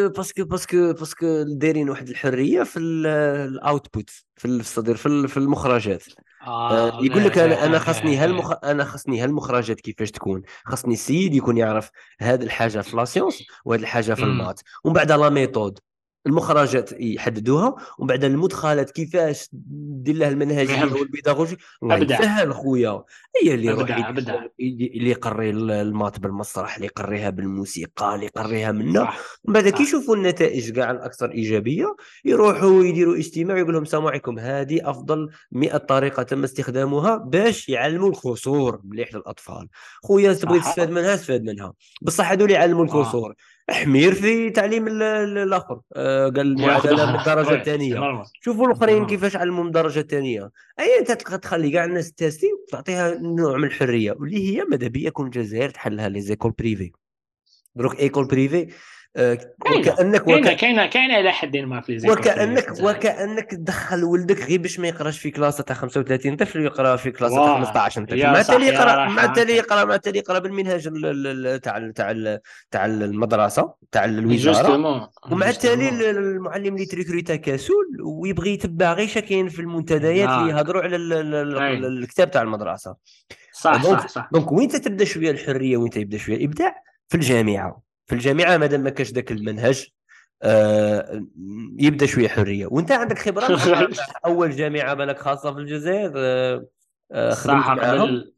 باسكو دايرين واحد الحريه في الاوتبوت، في الصدر، في المخرجات. يقول لك انا خصني هالمخرجات كيفاش تكون، خصني السيد يكون يعرف هذه الحاجه في لاسيونس وهذه الحاجه في امم المات، ومن بعد لا ميثود، المخرجات يحددوها، ومن بعد المدخلات كيفاش دير له المنهجيه والبيداغوجي. الله ابدع يسهل خويا. هي اللي يروح ابدع يدير، ابدع. اللي يقري المات بالمسرح، اللي يقريها بالموسيقى، اللي يقريها منا. صح ومن بعد كي صح يشوفوا النتائج كاع الاكثر ايجابيه، يروحوا يديروا اجتماع يقول لهم السلام عليكم، هذه افضل 100 طريقه تم استخدامها باش يعلموا الكسور مليح للاطفال. خويا تبغي صح. تستفاد منها، استفاد منها. بصح هذول يعلموا اه الكسور، حمير في تعليم الاخر. قال ياخذ المعادله من الدرجه وي سي الثانيه. نورمال شوفوا سي الاخرين نورمال. كيفاش علموا من الدرجه الثانيه. اي انت تخلي كاع الناس تاستي وتعطيها نوع من الحريه، واللي هي ماذا بيا يكون الجزائر تحلها لي زيكول بريفي. دروك ايكول بريفي، كاينه وكانك كاينه الى حد ما في لي زيكول بريفي في الجزائر. وكانك تدخل ولدك غير باش ما يقراش في كلاس تاع 35 طفل، ويقرا في كلاس تاع واه 15 طفل، يا صح يا راح. مع التالي يقرا بالمنهج تاع المدرسه تاع الوزاره. جوستومون ومع التالي جوستومون. المعلم اللي تريكريتا كسول ويبغي يتبع غير شاكين في المنتديات اللي هاك يهضروا على اي الكتاب تاع المدرسه. صح دونك صح صح. دونك وين تبدا شويه الحريه، وين يبدا شويه الابداع؟ في الجامعه. في الجامعه مادام ما كاش ذاك المنهج، آه يبدا شويه حريه. وانت عندك خبره مع اول جامعه بالك خاصه في الجزائر، خدمت صح معاهم. قبل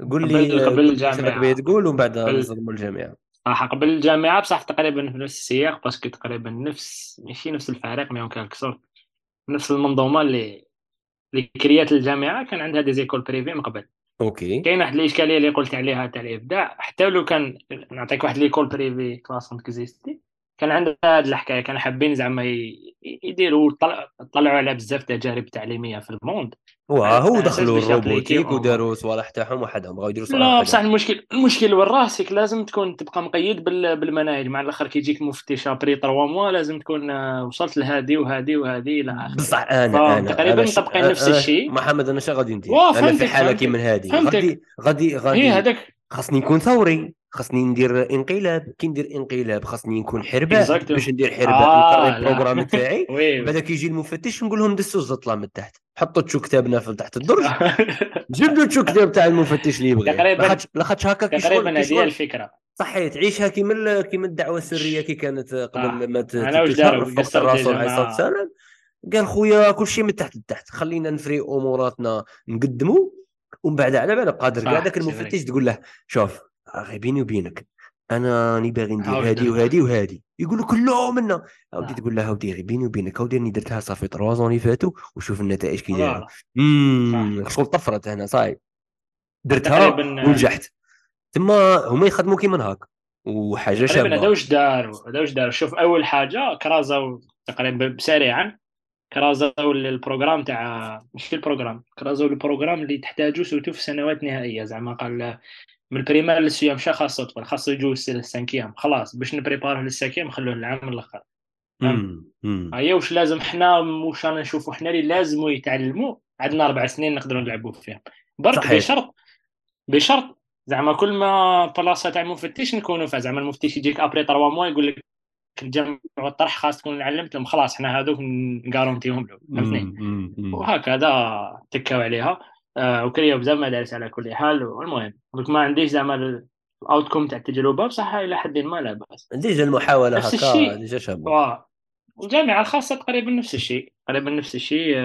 قبل قول لي واش راك باغي الجامعه. تقول، ومن بعد قبل نصدموا الجامعه. صح قبل الجامعه بصح تقريبا في نفس السياق، باسكو تقريبا نفس ماشي نفس الفريق مي اون كالك سورت نفس المنظومه اللي كريات الجامعه كان عندها دي زيكول بريفي من قبل. اوكي. كاين واحد الاشكاليه اللي قلت عليها تاع الابداع، حتى لو كان نعطيك واحد ليكول بريفي كلاسون كزيستي كان عندها هاد الحكايه، كانوا حابين زعما يديروا طلعوا على بزاف تجارب تعليميه في الموند على وهو اساس دخلوا باش الروبوتيك يابليكيو. وداروا صوالح تاعهم وحدهم، بغاو يديروا صوالح لا بصح وحدهم. المشكل وين راسك لازم تكون تبقى مقيد بالمناهج، مع الاخر كي يجيك مفتش ابري 3 موا لازم تكون وصلت لهذه وهذه وهذه الى بصح اخره. انا فتقريبا مطبقين نفس الشيء. محمد، انا غادي ندير واه انا في فهمتك حاله كي من فهمتك هذه؟ فهمتك. هي غادي هذاك خاصني نكون ثوري، خاصني ندير انقلاب. كي ندير انقلاب خاصني نكون حرباء. باش اكزاكتو. ندير حرباء نقري لا البروغرام تاعي. من وي بعد كي يجي المفتش نقول لهم دسوا الزطله من تحت، حطوا تشو كتابنا في تحت الدرج، جبدوا تشو كتاب تاع المفتش اللي يبغيه. تقريبا لاخاطش هكا تقريبا هذه هي كي الفكره. صحيح تعيشها كيما الدعوه السريه كي كانت قبل صح. ما انا واش تشهر داروا في وقت قصروا الرسول ديجا عليه الصلاه مع. والسلام. قال خويا كل شيء من تحت لتحت، خلينا نفري اموراتنا نقدموا. ومن بعد على بالك قادر كاع صح ذاك سي فري. المفتش تقول له شوف، غير بيني وبينك، انا راني باغي ها ندير واش هذه درنا. وهذه وهذه. يقول لك لا منا. اودي صح تقول له اودي غير بيني وبينك، اودي راني درتها صافي 3 اللي فاتوا، وشوف النتائج كي دايره. فوالا صح. شغل طفرت هنا صايب، درتها تقريبا ونجحت. ثم هما يخدموا كيما هاك، وحاجه تقريبا هذا شابه. واش دار هذا واش دار. شوف اول حاجه كرازاو تقريبا سريعا. كرازاو البروغرام تاع ماشي البروغرام، كرازاو البروغرام اللي تحتاجو سورتو في السنوات النهائيه. زعما قال من البريمير للسيام مشى خاصو يدخل خاصو يجوز السانكيام خلاص باش نبريباره للسانكيام خلوه العام الاخر. فهمت. امم هيا واش لازم حنا واش رانا نشوفوا حنا اللي لازموا يتعلموا عندنا 4 سنين نقدروا نلعبوا فيهم برك صحيح. بشرط زعما كل ما بلاصه تاع المفتش نكونوا فيها. زعما المفتش يجيك ابري 3 موا يقول لك الجمع والطرح خاص تكون علمت لهم خلاص حنا هذوك نقارونتيهم له فهمتني. امم وهكذا تكاو عليها. وكريو بزاف مدارس على كل حال. والمهم دوك ما عنديش زعما الاوتكم تاع التجربه بصح الى حد ما لا باس. ديجا المحاوله نفس هكا الشيء. ديجا شابه. الجامعة الخاصة تقريبا نفس الشيء تقريبا نفس الشيء.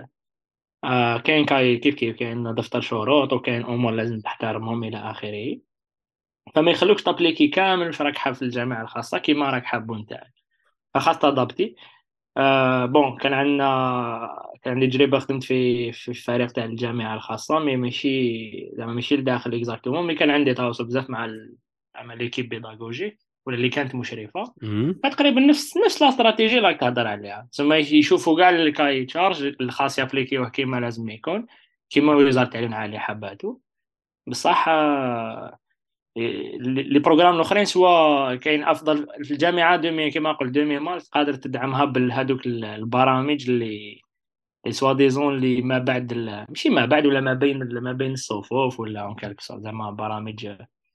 كاين كيف كاين دفتر شروط وكاين أمور لازم تحترمهم إلى آخره. فما يخلوكش تابليكي كامل واش راك حاب في الجامعة الخاصة كيما راك حاب نتا. فخاص تضبطي. بون كان عندي تجربة خدمت في الفريق تاع الجامعة الخاصة مي ماشي زعما ماشي لداخل اكزاكتومون. مي كان عندي تواصل بزاف مع ليكيب بيداغوجي ولا اللي كانت مشرفة. تقريبا نفس لا استراتيجي اللي تهضر عليها. ثم يشوفوا كاع الكاي تشارج الخاص يابليكيوه كيما لازم يكون كيما وزارة التعليم العالي حباتو. بصح لي بروغرام الاخرين سوا كاين افضل في الجامعه كيما قلت 2000 مال قادر تدعمها بهذوك البرامج اللي لي سوا ديزون اللي ما بعد ماشي ما بعد، ولا ما بين الصفوف، ولا اون كالك سورت زعما برامج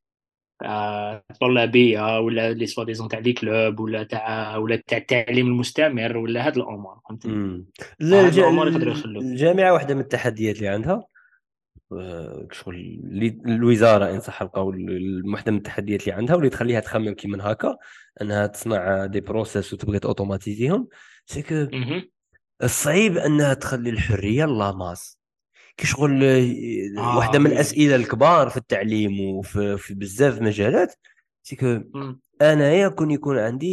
طلابيه، ولا لي سوا ديزون تاع لي كلوب، ولا تاع التعليم المستمر، ولا هاد الامور فهمتني. مم. لا، هاد الامور يقدروا يخلوك. الجامعه واحده من التحديات اللي عندها، شغل الوزاره ان صح القول، واحده من التحديات اللي عندها واللي تخليها تخمم كيما هكا، انها تصنع دي بروسيس وتبغي اوتوماتيزيهم، سكو مهم. الصعيب انها تخلي الحريه لاماس. كي شغل واحده من وي وي. الاسئله الكبار في التعليم وفي بزاف مجالات، سكو مم. انايا يكون عندي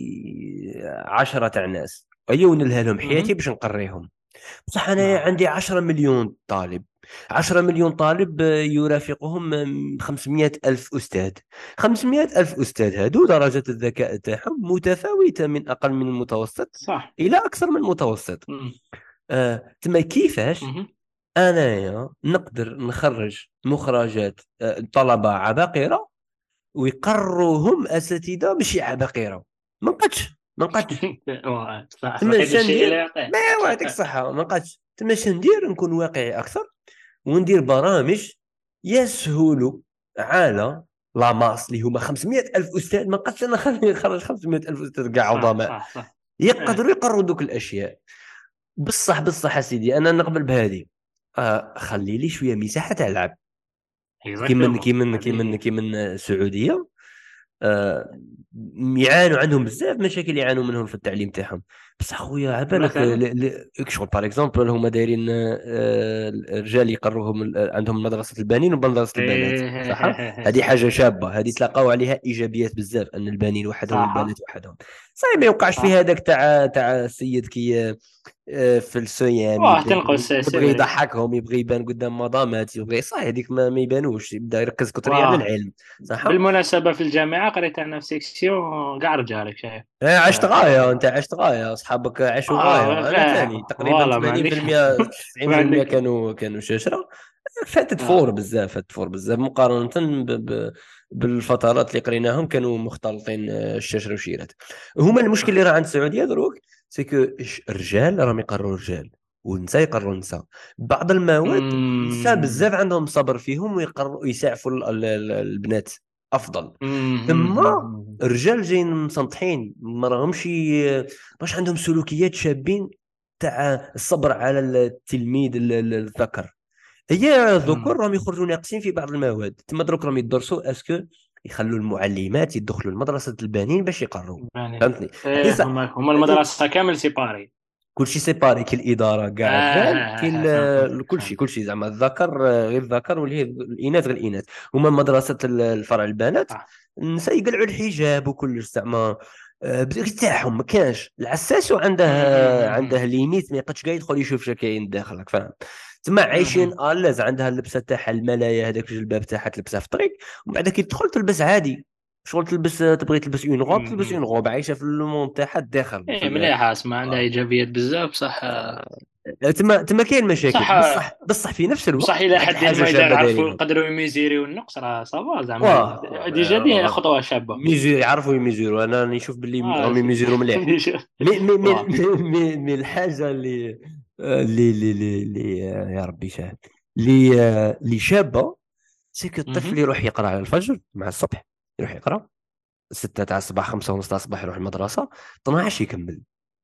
10 تاع ناس اي ونلها لهم حياتي مهم. باش نقريهم. بصح أنا آه. عندي 10 مليون طالب، 10 مليون طالب يرافقهم 500 ألف أستاذ. 500 ألف أستاذ هادو درجة الذكاء تاعهم متفاوتة من أقل من المتوسط صح. إلى أكثر من المتوسط. مم. تما كيفاش مهم. أنايا نقدر نخرج مخرجات طلبة عباقرة ويقرروهم أساتذة ماشي عباقرة؟ ما نقدش. صح، تما فقيد الشيء لا شندير؟ يعطيه. ما يعطيك الصحة، ما نقدش. تما شندير؟ نكون واقعي أكثر وندير برامج يسهل على لاماس اللي هما 500 ألف أستاذ. ما نقدش أنا نخرج 500 ألف أستاذ كاع صح عظماء صح صح. يقدروا يقروا دوك الأشياء. بصح يا سيدي أنا نقبل بهذه. خلي لي شوية مساحة تاع اللعب. اكزاكتومون هذه. كيمن السعودية. آه، يعانوا، عندهم بزاف مشاكل يعانوا منهم في التعليم تاعهم. بس اخويا عبالك مثلا. شغل باغ اكزومبل هما دايرين الرجال يقروهم عندهم مدرسه البنين ومدرسه البنات، صح؟ هذه حاجه شابه، هذه تلاقاو عليها ايجابيات بزاف، ان البنين وحدهم والبنات صح وحدهم. صحيح ما يوقعش في صح. هذاك تاع السيد كي في الصيام واه يبغي تنقص سي يبغي فري. يضحكهم، يبغي يبان قدام مدامات، يبغي صح هذيك ما يبانوش، يبدا يركز كثريا على واه العلم، صح؟ بالمناسبة في الجامعة قريت أنا في سيكسيون كاع رجالك شايف. عشت غاية، انت عشت غاية، اصحابك عاشوا غاية، انا ثاني تقريبا فوالا ما عندكش. 80% ما 90% عندك. كانوا شاشرة. آه. فاتت فور بزاف مقارنة بالفترات اللي قريناهم كانوا مختلطين الشاشرة وشيرات. هما المشكل اللي راه عند السعودية دروك سيكو الرجال راهم يقروا رجال والنساء يقروا النساء. بعض المواد النساء أمم. بزاف عندهم صبر فيهم ويقروا يسعفوا البنات افضل. ثم أمم. الرجال جايين مسنطحين، ما راهمش باش عندهم سلوكيات شابين تاع الصبر على التلميذ الذكر. هي الذكور أمم. راهم يخرجوا ناقصين في بعض المواد، تما دروك راهم يدرسوا اسكو يخلوا المعلمات يدخلوا لمدرسة البنين باش يقروا. يعني فهمتني؟ هذه إيه، هما هذه المدرسة كامل سيباري. كل شيء سيباري، كاين الاداره كاع الرجال، كاين فهمتك كل فهمتك. شيء زعما الذكر غير الذكر، واللي هي الاناث غير الاناث. هما مدرسه الفرع البنات آه. النساء يقلعوا الحجاب وكلش زعما بزاف تاعهم ما كانش العساس عنده أمم. ليميت، ما يقدش كاع يدخل يشوف شكاين داخلك، فاهم؟ تما أمم. عايشين الاز، عندها اللبسه تاعها الملايه هذاك الجلباب تاعها تلبسها في الطريق، ومن بعد كي تدخل تلبس عادي. شغل تلبس تبغي تلبس اون غوب تلبس أمم. اون غوب، عايشه في المون تاعها الداخل إيه مليحة، أسمع عندها إيجابيات بزاف صح. تما كاين مشاكل، صح. بصح في نفس بصح الوقت الى واحد حد الحاجه ما اذا شابه نعرفوا دايرينها. نقدروا يميزيريو النقص راه صافا زعما. واه ديجا دي خطوه شابه. يعرفوا يميزوروا، انا نشوف باللي اه راهم يميزوروا مليح. ديجا. واه. مي الحاجه اللي يا ربي شاهد، اللي شابه، سيك الطفل مهم. يروح يقرا على الفجر مع الصبح، يروح يقرا 6 تاع الصباح، 5 ونص تاع الصباح يروح المدرسه، 12 يكمل.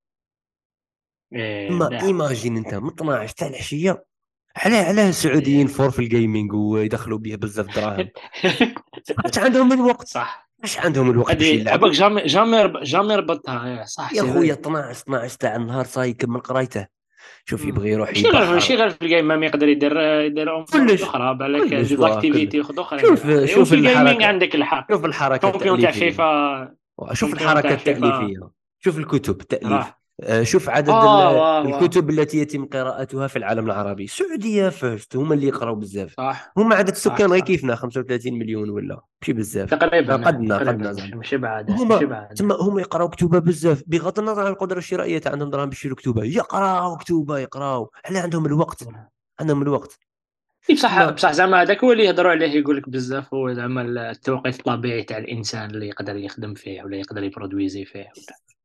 إيه اما مليح. ايماجين انت من 12 تاع العشيه، علاه السعوديين إيه. فور في الجيمنج ويدخلوا به بزاف دراهم؟ واش عندهم الوقت؟ صح. واش عندهم الوقت باش هذه عباك يلعبوا؟ جامي ربطتها. صح يا سي خويا فري. 12 تاع النهار صاي يكمل قرايته، شوف يبغي يروح ماشي يبحر. غير في الجيم، ما يقدر يدير امور كلش اخرى بالك كلش دي واه كلش. زاكتيفيتي اخرى شوف يديرها. شوف وفي الجيمنج الحركه، عندك الحق. شوف الحركه شامبيون تاع التأليفيه، فيفا. شوف شامبيون الحركة تاع فيفا. التأليفية، شوف الكتب التأليف، راه. شوف عدد واه واه. الكتب التي يتم قراءتها في العالم العربي. السعودية فاست هما اللي يقراوا بزاف. صح هما عدد صح السكان غير صح. كيفنا 35 مليون ولا ماشي بزاف. تقريبا قدنا مش زعما. مش بعد مش هما بعد. تما هما يقراوا كتب بزاف بغض النظر عن القدرة الشرائية تاع عندهم، دراهم بيشروا كتب، يقراوا كتب يقراوا على عندهم الوقت، عندهم الوقت. إيه بصح تما بصح زعما هذاك هو اللي يهضروا عليه يقول لك بزاف، هو زعما التوقيت الطبيعي تاع الانسان اللي يقدر يخدم فيه ولا يقدر يبرودويزي فيه.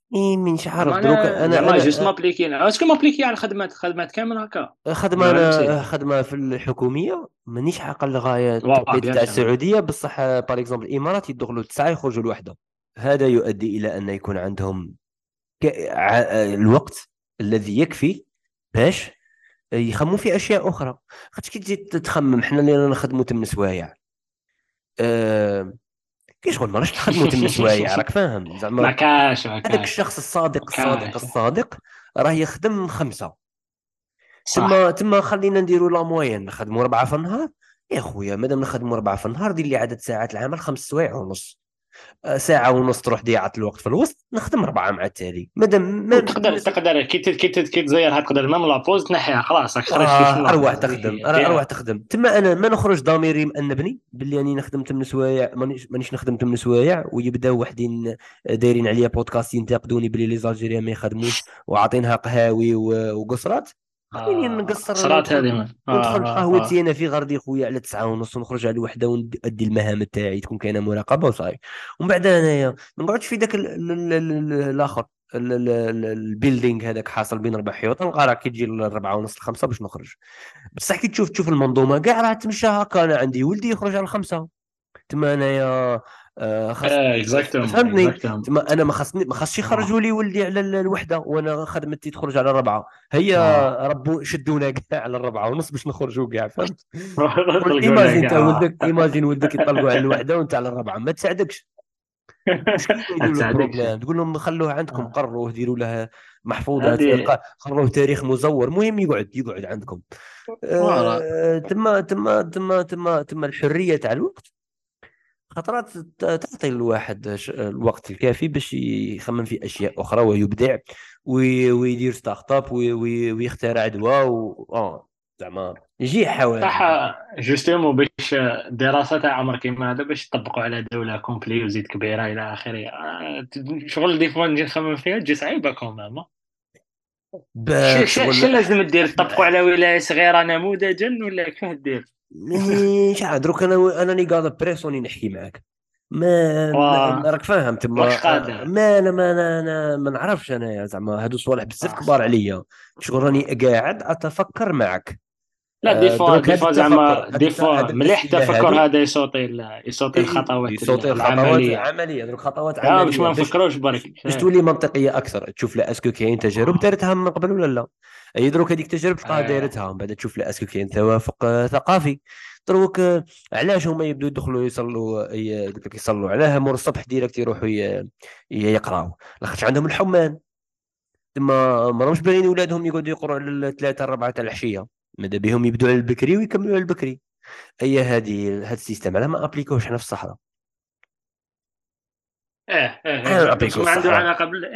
مش عارف زعما دروك. انا زعما جوست انا مابليكي، اسكو مابليكي على خدمات كامل هكا خدمة، ولا غير المسيح؟ خدمة في الحكومية، مانيش عاقل لغاية واه التقنية بيان تاع سور. السعودية. بصح بار اكزومبل الإمارات يدخلوا 9 يخرجوا الوحدة. هذا يؤدي إلى أن يكون عندهم الوقت الذي يكفي باش يخمموا في أشياء أخرى. خاطر كي تجي تخمم، حنا اللي رانا نخدموا 8 سوايع، أه... كي شغل ما راش نخدموا 8 سوايع، راك فاهم ما زعما. كاش ما هذاك كاش الشخص الصادق ما الصادق كاش. الصادق راه يخدم 5. صح. تما خلينا نديروا لا موين نخدموا 4 في النهار. يا خويا مادام نخدموا 4 في النهار، دير لي عدد ساعات العمل 5 سوايع ونص. ساعة ونص تروح ضيعة الوقت في الوسط، نخدم 4 مع التالي مادام ما وتقدر بالنسبة. تقدر كي تزيرها تقدر مام لابوز تنحيها، خلاص راك خرجتي من اروح لابوز تخدم، هذيك اروح فيها. تخدم تما. انا ما نخرج ضميري مأنبني باللي راني نخدم 8 سوايع، مانيش نخدم 8 سوايع، ويبداو وحدين دايرين عليا بودكاست ينتقدوني بلي لي زالجيريان ما يخدموش وعاطينها قهاوي وقصرات. خليني نقصر، صرات ندخل هذه من قهوتي انا في غردي خويا على 9 ونص، ونخرج على الوحده وندي المهام تاعي، تكون كاينه مراقبه وصاي. ومن بعد انايا ما نقعدش في ذاك الاخر، البيلدينغ هذاك حاصل بين 4 حيوط، نلقى راه كي تجي ل4 ونص ل5 باش نخرج. بصح كي تشوف المنظومه كاع راه تمشى هكا. انا عندي ولدي يخرج على 5، تما انايا خاصني. اكزاكتومون فهمتني. اكزاكتومون. تما انا ما خاصش يخرجوا لي ولدي على الوحده وانا خدمتي تخرج على 4. هيا ربو شدونا كاع على 4 ونص باش نخرجوا كاع، فهمت. قول طلقونا ايماجين انت كاع. ولدك، ايماجين ولدك يطلقوا على الوحده وانت على 4، ما تساعدكش. مش كي ما يديروا لك تساعدكش. بروبليم تقول لهم خلوه عندكم، قروه ديروا له محفوظه، هذه خلوه تاريخ مزور، المهم يقعد عندكم. فوالا. تم الحريه تاع الوقت. خطرات تعطي الواحد الوقت الكافي باش يخمم في اشياء اخرى ويبدع، ويدير ستارت اب، ويخترع دواء زعما يجي يحاول. صح. جوستومون باش الدراسة تاع عمر كيما هذا باش تطبقوا على دولة كومبلي وزيد كبيرة إلى آخره، شغل دي فوا نجي نخمم فيها تجي صعيبة كومام. باك شو شغل. لازم دير؟ تطبقوا على ولاية صغيرة نموذجا ولا كيف دير؟ مانيش عاد دروك انا راني قاعد بريسوني نحكي معاك. راك فاهم تما. ماكش قادر. انا ما نعرفش انا زعما هادو صوالح بزاف كبار عليا. شغل راني قاعد اتفكر معك. لا دروك دي هذا فوا زعما التفكر، دي فوا هذه مليح الاسئله التفكر هذه. هذا يصوتي يصوتي اي الخطوات صوتي الخطوات العملية. عمليه، دروك خطوات لا باش عمليه ما باش نفكروش برك. تولي منطقيه اكثر. تشوف لا اسكو كاين تجارب دارتها من قبل ولا لا. اي دروك هذيك التجارب تلقاها دايرتها، من بعد تشوف لا اسكو كاين توافق ثقافي. دروك علاش هما يبدو يدخلوا يصلوا قلت لك يصلوا علاه مور الصبح ديريكت يروحوا يقراوا، لاخاطش عندهم الحمان. ما راهمش باغيين ولادهم يقعدوا يقروا على 3 4 تاع العشيه. ماذا بهم يبدوا على البكري ويكملوا على البكري. هي هذا السيستم علاه ما ابليكوش حنا في الصحراء. انا اكزاكتو ابليكو بس ما عنده الصحراء. علاقة بال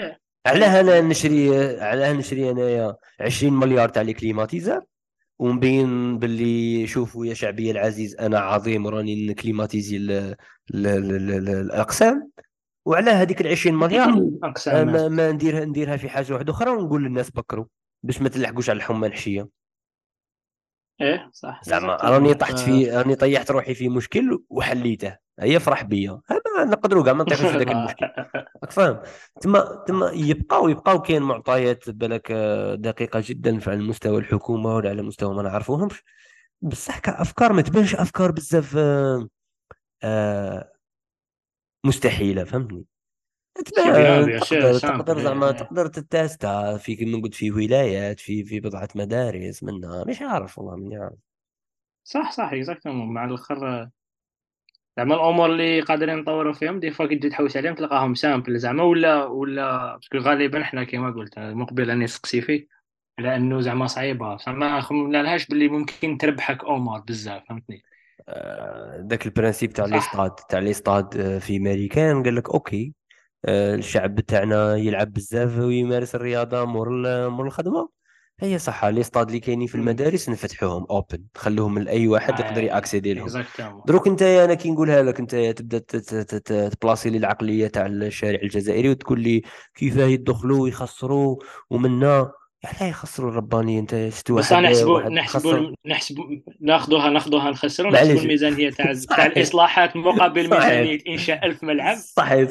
علاه نشري انايا 20 مليار تاع لي كليماتيزر، ونبين باللي شوفوا يا شعبي العزيز انا عظيم وراني نكليماتيزي الاقسام. وعلى هذيك ال 20 مليار اقسام. ما نديرها في حاجه واحده اخرى، ونقول للناس بكروا باش ما تلحقوش على الحمى نحشيه. ايه صح زعما اكزاكتومون راني طيحت روحي في مشكل وحليته، هي فرح بيا. هذا نقدروا كاع ما نطيحوش في ذاك المشكل. راك فاهم. تما يبقاو كاين معطيات بالك دقيقه جدا على مستوى الحكومه ولا على مستوى ما نعرفوهمش. بصح كافكار ما تبانش افكار بزاف آه، مستحيله، فهمتني. سي بيان تبان بيان سور تقدر سامبل. زعما تقدر تتاستا في كيما قلت في ولايات، في بضعه مدارس منها، مش عارف والله من يعرف. صح اكزاكتومون مع الاخر. زعما الامور اللي قادرين نطوروا فيهم دي فوا كي تجي تحوس عليهم تلقاهم سامبل زعما ولا باسكو غالبا حنا كيما قلت مقبل راني نسقسي فيه على انه زعما صعيبه زعما خممنا لهاش باللي ممكن تربحك امور بزاف فهمتني. ذاك البرانسيب تاع لي صح. ستاد في ماريكان قال لك اوكي. الشعب تاعنا يلعب بزاف ويمارس الرياضه مور الخدمه. هي صح، لي ستاد اللي كاينين في المدارس نفتحوهم اوبن، نخلوهم من اي واحد يقدر ياكسيدي لهم. اكزاكتومون. دروك انت انا كي نقولها لك انت تبدا تبلاصي لي العقليه تاع الشارع الجزائري وتقول لي كيفاه يدخلوا ويخسروا ومنا. يعني يخسروا الرباني، انت شفت بس واحد خسر. نحسبوا ناخذوها نخسروا نحسبوا معليش. الميزانيه تاع صحيح الاصلاحات مقابل صحيح ميزانيه انشاء 1000 ملعب. صحيح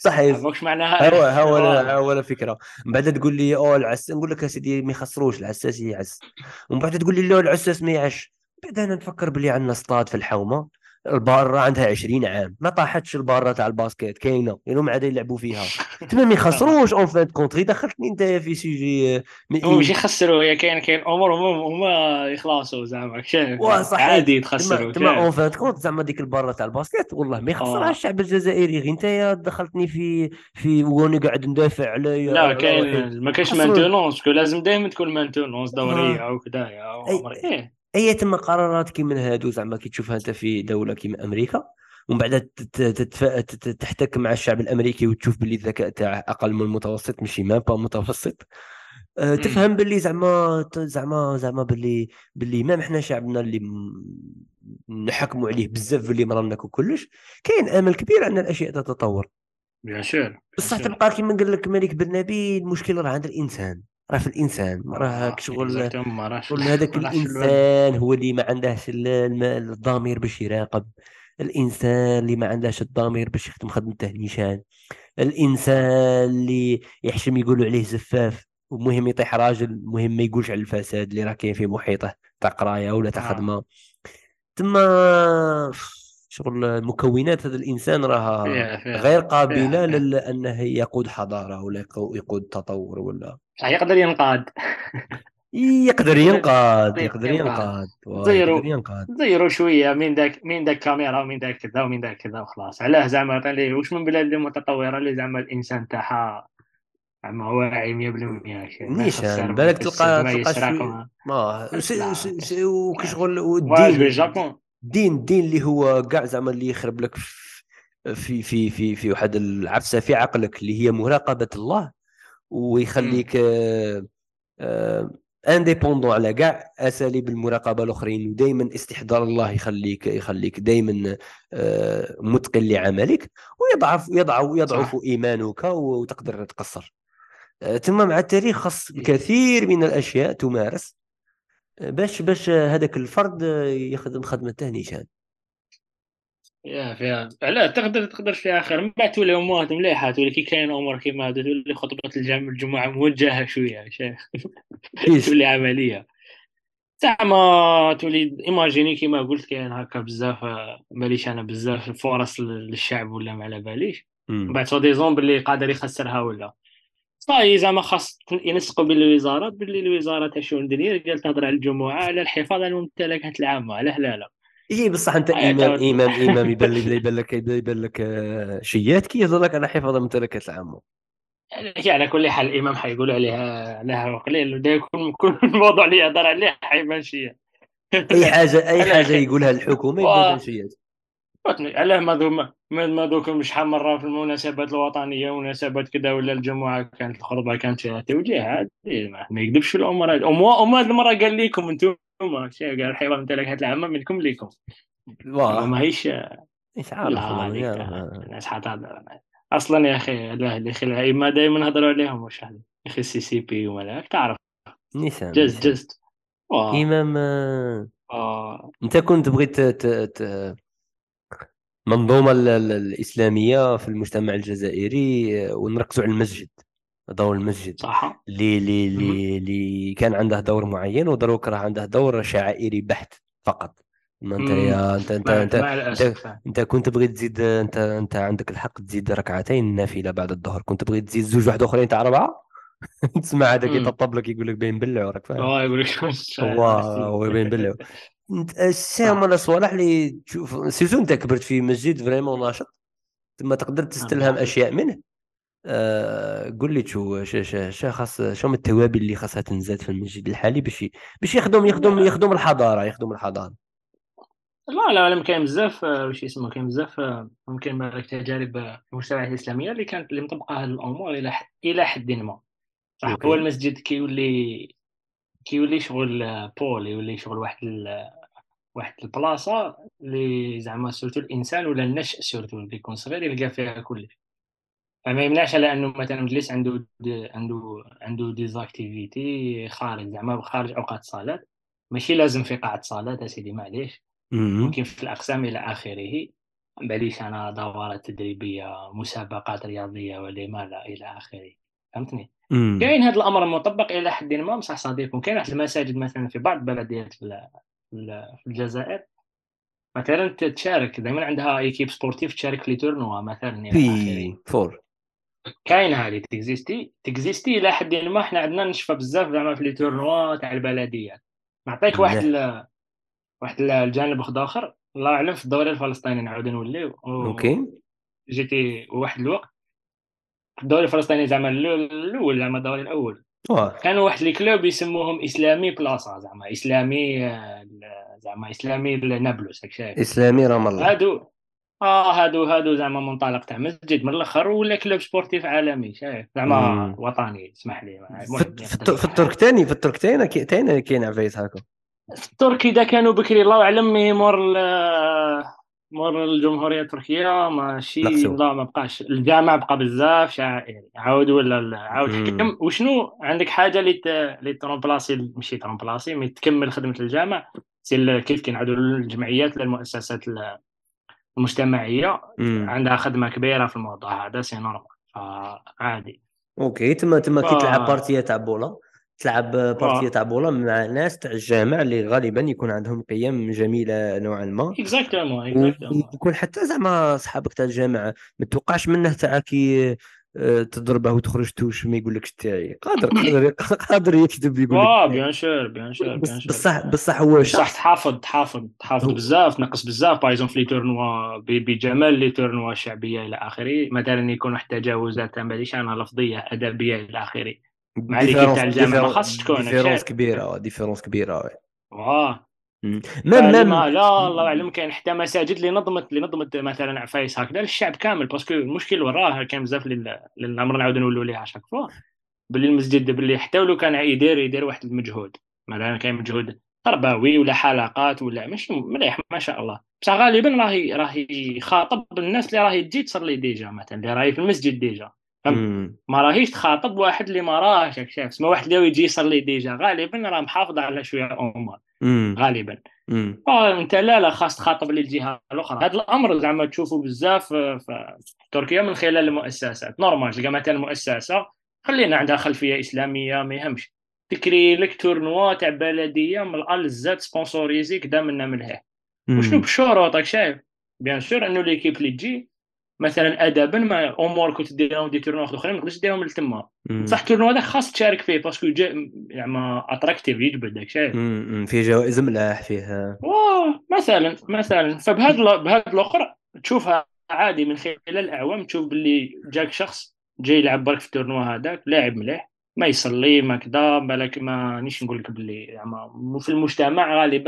صحيح. واش هو معناها هو فوالا. هو الفكره. من بعد تقول لي او العس، نقول لك يا سيدي ما يخسروش العساس يعس. ومن بعد تقول لي لا العساس ما يعش. بعد انا نفكر بلي عندنا اصطاد في الحومه، البارة عندها 20 عام ما طاحتش، البارة تاع الباسكيت كاينه ما عاد يلعبوا فيها. تما ما يخسروش اون فان كونت. غير دخلتني انت في سيجي هما مش يخسروا، هي كاين امور هما يخلصوا زعما شايف. واه صحيت. عادي تما يتخسروا تما شايف. اون فات كونت زعما ديك البارة تاع الباسكيت والله ما يخسرها اه الشعب الجزائري. غير انت يا دخلتني في واني قاعد ندافع لا على روحي. كاين ما كاينش خسروا. مانتونونس، لازم دائما تكون مانتونونس دوريه اه او كذايا او اي امر ايه. اي تم قرارات كيما هادو زعما كي تشوفها انت في دوله كيما امريكا، ومن بعد تحتك مع الشعب الامريكي وتشوف باللي الذكاء تاعه اقل من المتوسط، ماشي ما با متوسط. امم تفهم باللي زعما باللي ما احنا شعبنا اللي نحكموا عليه بزاف باللي مرنك وكلش. كاين امل كبير ان الاشياء تتطور. بيان سور بيان بصح سور. تبقى كيما قال لك ملك برنابي، المشكل راه عند الانسان. راه في الانسان راه شغل. اكزاكتومون ما راش شغل هذاك ما راش الواد. الانسان هو اللي ما عندهش الضمير باش يراقب. الانسان اللي ما عندهش الضمير باش يخدم خدمته نيشان. الانسان اللي يحشم يقولوا عليه زفاف، ومهم يطيح راجل، المهم ما يقولش على الفساد اللي راه كاين في محيطه تاع قرايه ولا تاع اه خدمه. تما شغل مكونات هذا الانسان راها فيها غير فيها قابله فيها. لانه يقود حضاره ولا يقود تطور ولا. صح يقدر ينقاد. يقدر يقدر ينقاد، يقدر ينقاد. ينقاد، يقدر تزيرو ينقاد. تزيرو شويه، مين داك كاميرا ومين داك كذا ومين داك كذا وخلاص. علاه زعما ليه واش من بلاد اللي متطوره اللي زعما الانسان تاعها زعما واعي 100%، شيء ما يخسر نيشان ما بالك يفسد تلقى ما يسرق شوي ما. ما لا ما كاش ما وكشغل واش والدين. بالجابون. الدين اللي هو كاع زعما اللي يخرب لك في واحد العفسه في عقلك اللي هي مراقبه الله، ويخليك انديبوندون على كاع اساليب المراقبه الاخرين، ودائما استحضار الله يخليك دائما متقن لعملك، يضعف صح. ايمانك وتقدر تقصر. ثم مع التاريخ خص الكثير من الاشياء تمارس باش هذاك الفرد يخدم خدمته نيشان. يا فيها لا تقدر فيها خير، من بعد تولي امورات مليحه، تولي كي كاين امور كيما هذا تولي خطبه الجمعه موجهه شويه يا شيخ. كيش. تولي عمليه. زعما تولي ايماجيني كيما قلت كاين هكا بزاف ماليش انا بزاف فرص للشعب ولا ما على باليش. من مم. بعد سو ديزون باللي قادر يخسرها ولا صاي زعما خاص ينسقوا بين الوزارات باللي الوزاره تاع الشؤون الدينيه قال تهضر على الجمعه على الحفاظ على الممتلكات العامه، علاه لا. ايه بصح انت هاي امام يبان لك شيات كي يهضر لك على حفظ الممتلكات العامه. هي على كل حال الامام حيقول عليها لها قليل، ودا يكون كل الموضوع اللي يهضر عليه حيبان شيء. اي على حاجه اخي يقولها الحكومه و يبان شيات. علاه ما دوك شحال مره في المناسبات الوطنيه ومناسبات كذا ولا الجمعه كانت الخطبه كانت فيها توجيه عادي، ما يكذبش في الامور هذه. هذه المره قال لكم انتم شيء قال الحوار الممتلكات العامه منكم ليكم. زعما واه ماهيش. ايش عارف لا والله ما هذيك يعرف الناس حتهضر اصلا يا اخي. لا يا اخي الائمه دائما نهضروا عليهم واش هذا يا اخي السي سي بي وملاك تعرف. نيسان جست واه امام اه انت كنت بغيت المنظومه الاسلاميه في المجتمع الجزائري، ونركزوا على المسجد، دور المسجد صح. مهم. اللي كان عنده دور معين، ودروك راه عنده دور شعائري بحت فقط. ما انت يا مع الاسف. انت كنت بغيت تزيد، انت عندك الحق تزيد ركعتين نافله بعد الظهر، كنت بغيت تزيد زوج واحد اخرين تاع اربعه. تسمع هذاك امم يطبطب لك يقول لك باين بلع وراك فاهم. اه يقول لك هو باين بلع. انت الشيء هما صح. الصوالح اللي تشوف سيرتو انت كبرت في مسجد فريمون ناشط، ثم تقدر الله تستلهم يحفظك. اشياء منه. قول لي شو من التوابل اللي خاصها تنزاد في المسجد الحالي باش يخدم الحضاره، يخدم الحضاره. لا كاين بزاف واش اسمه كاين بزاف ممكن بالك تجارب في المجتمعات الاسلاميه اللي مطبقه هذه الامور الى حد ما. صح هو اوكي. المسجد كيولي شغل بول، يولي شغل واحد البلاصه اللي زعما سورتو الانسان ولا النشء سورتو اللي يكون صغير يلقى فيها كلش. فما يمنعش على انه مثلا مجلس عنده ديزاكتيفيتي خارج زعما خارج اوقات الصلاه. ماشي لازم في قاعه صلاه سيدي معليش. امم ممكن في الاقسام الى اخره. باليش انا دورات تدريبيه، مسابقات رياضيه، ولا ما لا الى اخره. فهمتني؟ امم كاين هذا الامر مطبق الى حد ما، بصح صديق. كاين واحد المساجد مثلا في بعض البلديات في الجزائر، مثلا تشارك دائما عندها ايكيب سبورتيف، تشارك في لي تورنوا مثلا الى اخره. في فور. كاين هذه تكزيستي الى حد ما. احنا عندنا نشفى بزاف زعما في لي تورنوا تاع البلديات. نعطيك مليح. واحد الجانب اخر. الله اعلم في الدوري الفلسطيني نعاود نوليو اوكي. جيتي واحد الوقت في الدوري الفلسطيني زعما الاول، زعما الدوري الاول. واه. كانوا واحد لي كلوب يسموهم اسلامي بلاصه، زعما اسلامي زعما اسلامي نابلس، هاك شايف. اسلامي رام الله. هادو هادو زعما منطلق تاع مسجد من الاخر، ولا كلوب سبورتيف عالمي، شايف، زعما امم وطني، اسمح لي. المهم يقدر في يكون حاجه. التركتاني، تاني كاين عفايس هكا. التركي دا كانوا بكري الله اعلم، مور الجمهوريه التركيه ماشي، نقصو. لا ما بقاش. الجامع بقى بزاف شاعر عاود، ولا عاود امم حكم. وشنو عندك حاجه اللي ترومبلاسي، ماشي ترومبلاسي مي تكمل خدمه الجامع. سي كيف كينعادوا للجمعيات للمؤسسات المجتمعيه، امم عندها خدمه كبيره في الموضوع هذا، سي نورمال، فعادي. اوكي. تما ف كي تلعب بارتيه تاع بولا، تلعب بارتيه تاع بولا مع ناس تاع الجامع اللي غالبا يكون عندهم قيم جميله نوعا ما. اكزاكتومون اكزاكتومون. ويكون حتى زعما صحابك تاع الجامعه ما توقعش منه تاع كي تضربه وتخرج توش ما يقول لكش تاعي. قادر يكذب يقول لك واه تاعي. بيان سور بيان سور بيان سور. بصح هو بصح شخص. تحافظ هو بزاف، تنقص بزاف. باغ اكزومبل لي تورنوا بجمال لي تورنوا الشعبيه الى اخره، مثلا يكون واحد التجاوزات ما ليش انا لفظيه ادبيه الى اخره مع ليكيب تاع الجامع، ما خاصش تكون هاك ديفيرونس شايف. كبيره، ديفيرونس كبيره. واه. ميم. فلما لا الله اعلم كاين حتى مساجد اللي نظمت مثلا عفايس هكذا للشعب كامل، باسكو المشكل وراه كان بزاف للامر نعاود نولوا ليه عشاك فوا. باللي المسجد باللي حتى ولو كان يدير واحد المجهود، مثلا كاين مجهود تربوي ولا حلقات ولا ماشي مليح ما شاء الله، بصح غالبا راهي يخاطب الناس اللي راهي تجي تصلي ديجا، مثلا اللي راهي في المسجد ديجا. فهمت؟ مم. ما راهيش تخاطب واحد اللي ما راهش، راك شايف، اسمه واحد اللي يجي يصلي ديجا غالبا راه محافظ على شويه امور مم. غالبا. مم. انت لا خاص تخاطب للجهه الاخرى. هذا الامر زعما تشوفه بزاف في تركيا من خلال المؤسسات. نورمال تلقى مثلا مؤسسه خلينا عندها خلفيه اسلاميه ما يهمش، تكري لك تورنوا تاع بلديه من الال زاد سبونسوريزي كدا منا ملهيه. وشنو مم. بشروط، راك شايف. بيان سور انه ليكيب اللي تجي مثلا ادبا ما امور كنت ديرهم دي تورنوا اخرين ما تقدرش ديرهم لتما. مم. بصح التورنوا هذا خاص تشارك فيه باسكو زعما اتراكتيف، يجبد داك شايف. في جوائز ملاح فيه. واه مثلا بهذا الاخر تشوفها عادي من خلال الاعوام، تشوف باللي جاك شخص جاي يلعب برك في التورنوا هذاك، لاعب مليح، ما يصلي ما كذا بالك، ما نيش نقول لك باللي يعني في المجتمع غالبا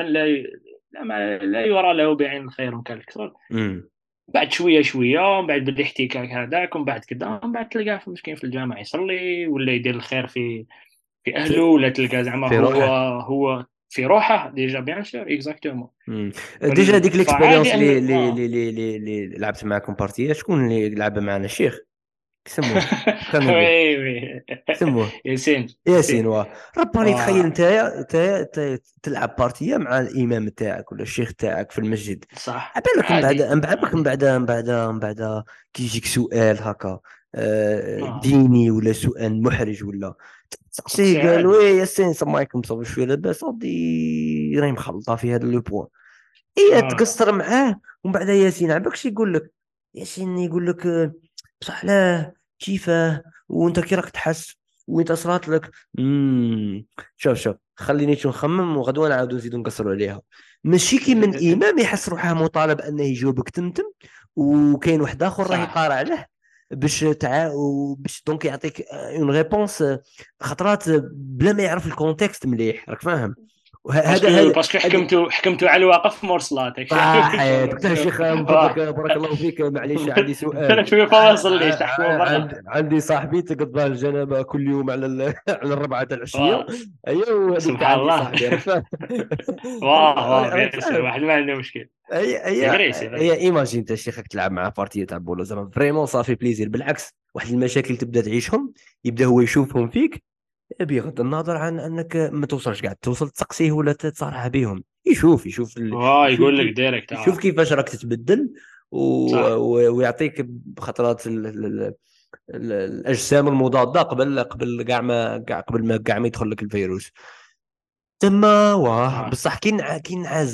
لا يرى له بعين الخير وكالك. مم. بعد شويه شويه ومن بعد بالاحتكاك هذاك ومن بعد كذا، ومن بعد تلقاه في مسكين في الجامع يصلي ولا يدير الخير في اهله، في ولا تلقى زعما في روحه. هو في روحه ديجا. بيان سور اكزاكتومون. مم. ديجا ديك فعادي ليكسبيريونس انه اللي لعبت معكم بارتيه، شكون اللي لعب معنا؟ الشيخ كسموه، كانوا به وي وي. كسموه ياسين ياسين. ياسين. واه. رباني تخيل واه انت تلعب بارتيه مع الامام تاعك ولا الشيخ تاعك في المسجد. صح عبالك من بعد، عادي عبالك عادي. من بعد كي يجيك سؤال هكا اه ديني ولا سؤال محرج ولا سي تسقسيه، قال وي عادي. ياسين السلام عليكم صافي شويه لاباس ودي راهي مخلطه في هذا لو بوان. هي اه تقصر معاه ومن بعد ياسين عباك شي يقول لك. ياسين يقول لك بصح لا كيفاه وانت كي راك تحس وانت صرات لك. شوف خليني شو نخمم وغدوه نعاودو نزيدو نقصروا عليها. ماشي كي من امام يحس روحه مطالب انه يجاوبك تمتم، وكاين واحد اخر راه صح. يقارع له باش دونك يعطيك اون ريبونس خطرات بلا ما يعرف الكونتكست مليح، راك فاهم. باسكو هذا باسكو هذه حكمتوا على الواقف مور صلاتك شايف. صح. دكتور الشيخ من فضلك بارك الله فيك، معليش عندي سؤال. انا شويه فواصل ليش تحكموا برا. عندي صاحبي تقضى الجنابه كل يوم على على الربعه تاع العشيه. واه ايوه وهذيك تاع سبحان عندي الله. صاحبي، راك فاهم. واه راك بيان سور فاهم. واحد ما عنده مشكل. هي سي هي فري سي فري. هي ايماجين انت شيخك تلعب مع بارتي تاع بولو زعما فريمون صافي بليزير. بالعكس واحد المشاكل تبدا تعيشهم يبدا هو يشوفهم فيك، بغض النظر عن انك ما توصلش قاعد توصل تسقسيه ولا تتصارح بهم. يشوف واه يشوف يقول لك ديريكت يشوف كيفاش راك تتبدل صح. ويعطيك بخطرات الاجسام المضاده قبل ما كاع ما يدخل لك الفيروس. تما واه آه. بصح كي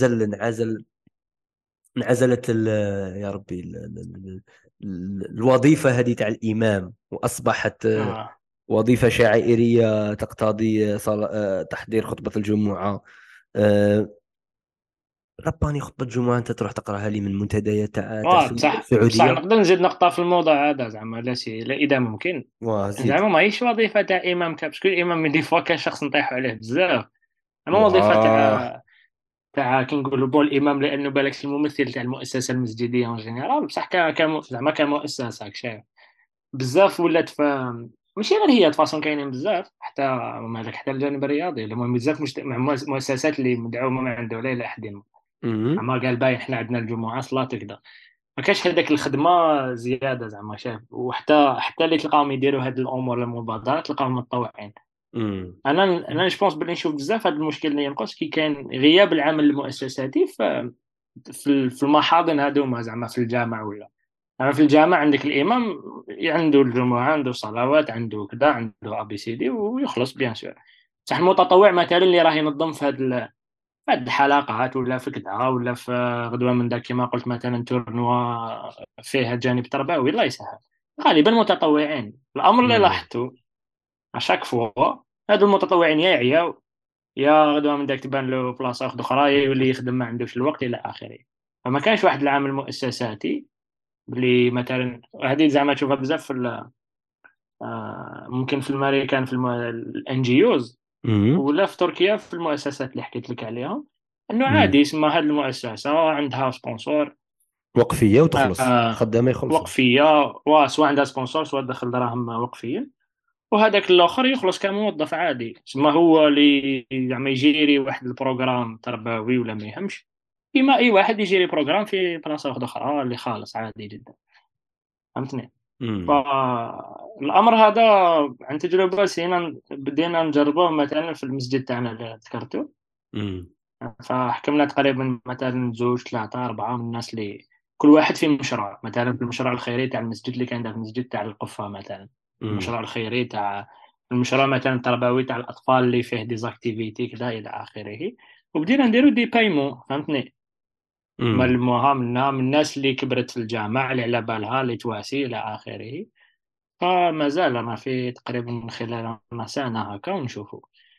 انعزلت يا ربي الوظيفه هذه تاع الامام، واصبحت آه. وظيفه شعائريه تقتضي تحضير خطبه الجمعه. آه، رباني خطبه الجمعه انت تروح تقراها لي من منتديات تاع بصح السعوديه. نقدر نزيد نقطة في الموضوع هذا زعما، لا إذا ممكن. واه زيد. زعما ماهيش وظيفة تاع إمام باسكو الإمام من دي فوا كان شخص نطيحو عليه بزاف. أما وظيفة واه. تاع كي نقولوا بول الإمام، لأنه بالك الممثل تاع المؤسسة المسجدية اون جينيرال، بصح زعما كمؤسسة راك شايف بزاف ولات ماشي غير هي فاصون، كاينين بزاف حتى مالك حتى الجانب الرياضي. المهم بزاف مؤسسات اللي مدعومة ما عنده لا إلى حد ما. مم. اما قال باين احنا عندنا الجمعة صلاة تقدر، ما كاش هذاك الخدمه زياده زعما شاف. وحتى اللي تلقاهم يديروا هاد الامور المبادرات تلقاهم متطوعين. مم. انا جوبونس بلي نشوف بزاف هذا المشكل اللي ينقص كي كان غياب العمل المؤسساتي في المحاضن هذوما زعما في الجامع ولا. في الجامع عندك الامام عنده الجمعه، عنده صلوات، عنده كذا، عنده ابي سي دي ويخلص بيان سور. صح المتطوع مثلا اللي راه ينظم في هاد الحلقات ولا في كذا ولا في غدوه من ذاك كما قلت مثلا تورنوا فيها جانب تربوي، الله يسهل. غالبا متطوعين. الامر اللي مم. لاحظته اشاك فوا هادو المتطوعين يا يعياو يا غدوه من ذاك تبان له بلاصه واحده اخرى يولي يخدم ما عندوش الوقت الى اخره. فما كانش واحد العامل مؤسساتي اللي مثلا هذه زعما تشوفها بزاف ممكن في الامريكان في الان جي اوز مم. ولا في تركيا في المؤسسات اللي حكيت لك عليهم، انه مم. عادي اسمها هذه المؤسسه عندها سبونسور. وقفيه وتخلص آه خدامه يخلصوا. وقفيه، سواء عندها سبونسور سواء دخل دراهم وقفيه. وهذاك الاخر يخلص كموظف عادي، ما هو اللي زعما يجيري واحد البروغرام تربوي ولا ما يهمش كيما اي واحد يجيري بروغرام في بلاصه واحده اخرى اللي خالص عادي جدا. فهمتني؟ مم. فالامر هذا عن تجربه سينا بدينا نجربوه مثلا في المسجد تاعنا اللي ذكرته. مم. فحكمنا تقريبا مثلا زوج ثلاثة أربعة من الناس اللي كل واحد في مشروع، مثلا في المشروع الخيري تاع المسجد اللي كان في المسجد تاع القفة مثلا، مم. المشروع الخيري تاع المشروع مثلا التربوي تاع الأطفال اللي فيه ديزاكتيفيتي كذا إلى آخره. وبدينا نديرو دي بايمون. فهمتني؟ مم. ملموها من الناس اللي كبرت في الجامعة اللي على بالها اللي تواسي إلى آخره. فما زال أنا في تقريبا من خلال سنة هكا ونشوفه.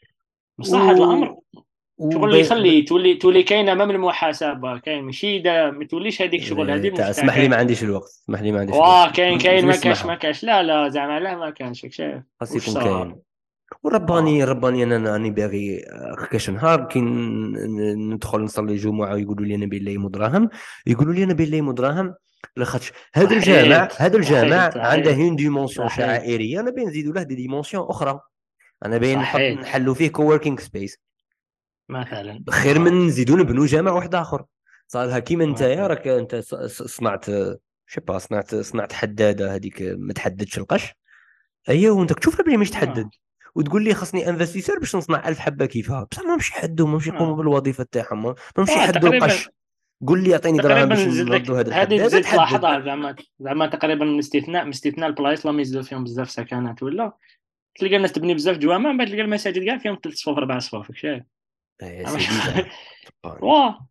بصح هذا الأمر و شغل اللي وب... يخلي تولي كاينه امام المحاسبه كاين ماشي اذا ما توليش هذيك شغل هذه تاع مش تاع اسمح لي ما كاين. عنديش الوقت، اسمح لي ما عنديش الوقت. واه كاين مش ما نسمعها. كاش لا لا زعما لا ما كانش شايف خاص وش يكون صار. كاين. ورباني اه رباني انا راني باغي كاش نهار كي ندخل نصلي الجمعه ويقولوا لي انا بين لي مدراهم، يقولوا لي انا بين لي مدراهم. لاخاطش صحيت هذا صحيت الجامع عنده صحيت هين ديمونسيون صحيت شعائريه، انا بين نزيدوا له دي ديمونسيون اخرى. انا بين صحيت نحلوا فيه كووركينج سبيس مثلا. خير من نزيدوا نبنوا جامع واحد اخر. صالها كيما انت يا مثلا راك انت صنعت شبا صنعت حداده هذيك ما تحددش القش. ايوه وانت تشوف بلي مش تحدد، اه وتقول لي خصني انفستيسور باش نصنع 1000 حبه كيفها، بصح ما مش يحدوا، ما مش يقوموا اه بالوظيفه تاعهم، ما مش يحدوا تقريبا القش. قول لي اعطيني دراهم تقريبا باش نزيد نردوا لك هذه هذه الحداده تزيد تحدد. تلاحظها زعما تقريبا من استثناء البلايص اللي يزيدوا فيهم بزاف سكنات ولا تلقى الناس تبني بزاف جوامع من بعد تلقى المساجد كاع فيهم ثلاث صفوف اربع صفوف شايف. يا سيدي زعما رباني. واه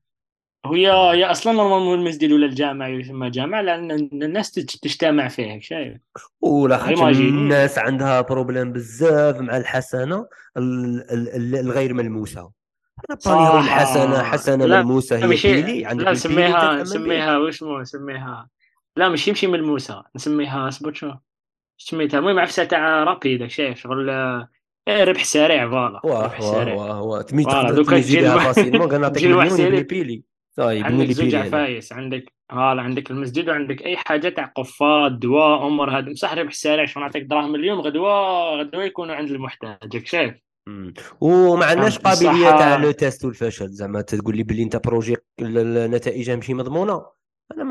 هي اصلا نورمالمون المسجد ولا الجامع يسمى جامع لان الناس تجتمع فيه شايف. ولا خاطر ايماجيني. الناس عندها بروبليم بزاف مع الحسنه الغير ملموسه. رباني هو صح الحسنه حسنه لا ملموسه هي ماشي بيلي، لا عندك البيلي انت نسميها تامن به. نسميها واسمو نسميها. لا ماشي ملموسه نسميها اصبر شو سميتها. المهم عفسه تاع رابي داك شايف شغل ربح سريع فوالا واه ربح واه سريع. واه واه تمي فوالا تقدر دوكا تميزي بها فاسيلمون قال نعطيك تجي مليون يبني الوحسيري بيلي. يبني عندك لي زوج بيلي هنا. عفايس عندك فوالا عندك المسجد وعندك اي حاجه تاع قفات دواء امور هذا بصح ربح سريع شو نعطيك دراهم اليوم غدوه يكونوا عند المحتاج داك شايف. مم. وما عندناش فهمت بصح قابليه تاع لو تيست والفشل، زعما تقول لي بلي انت بروجي نتائجها ماشي مضمونه. انا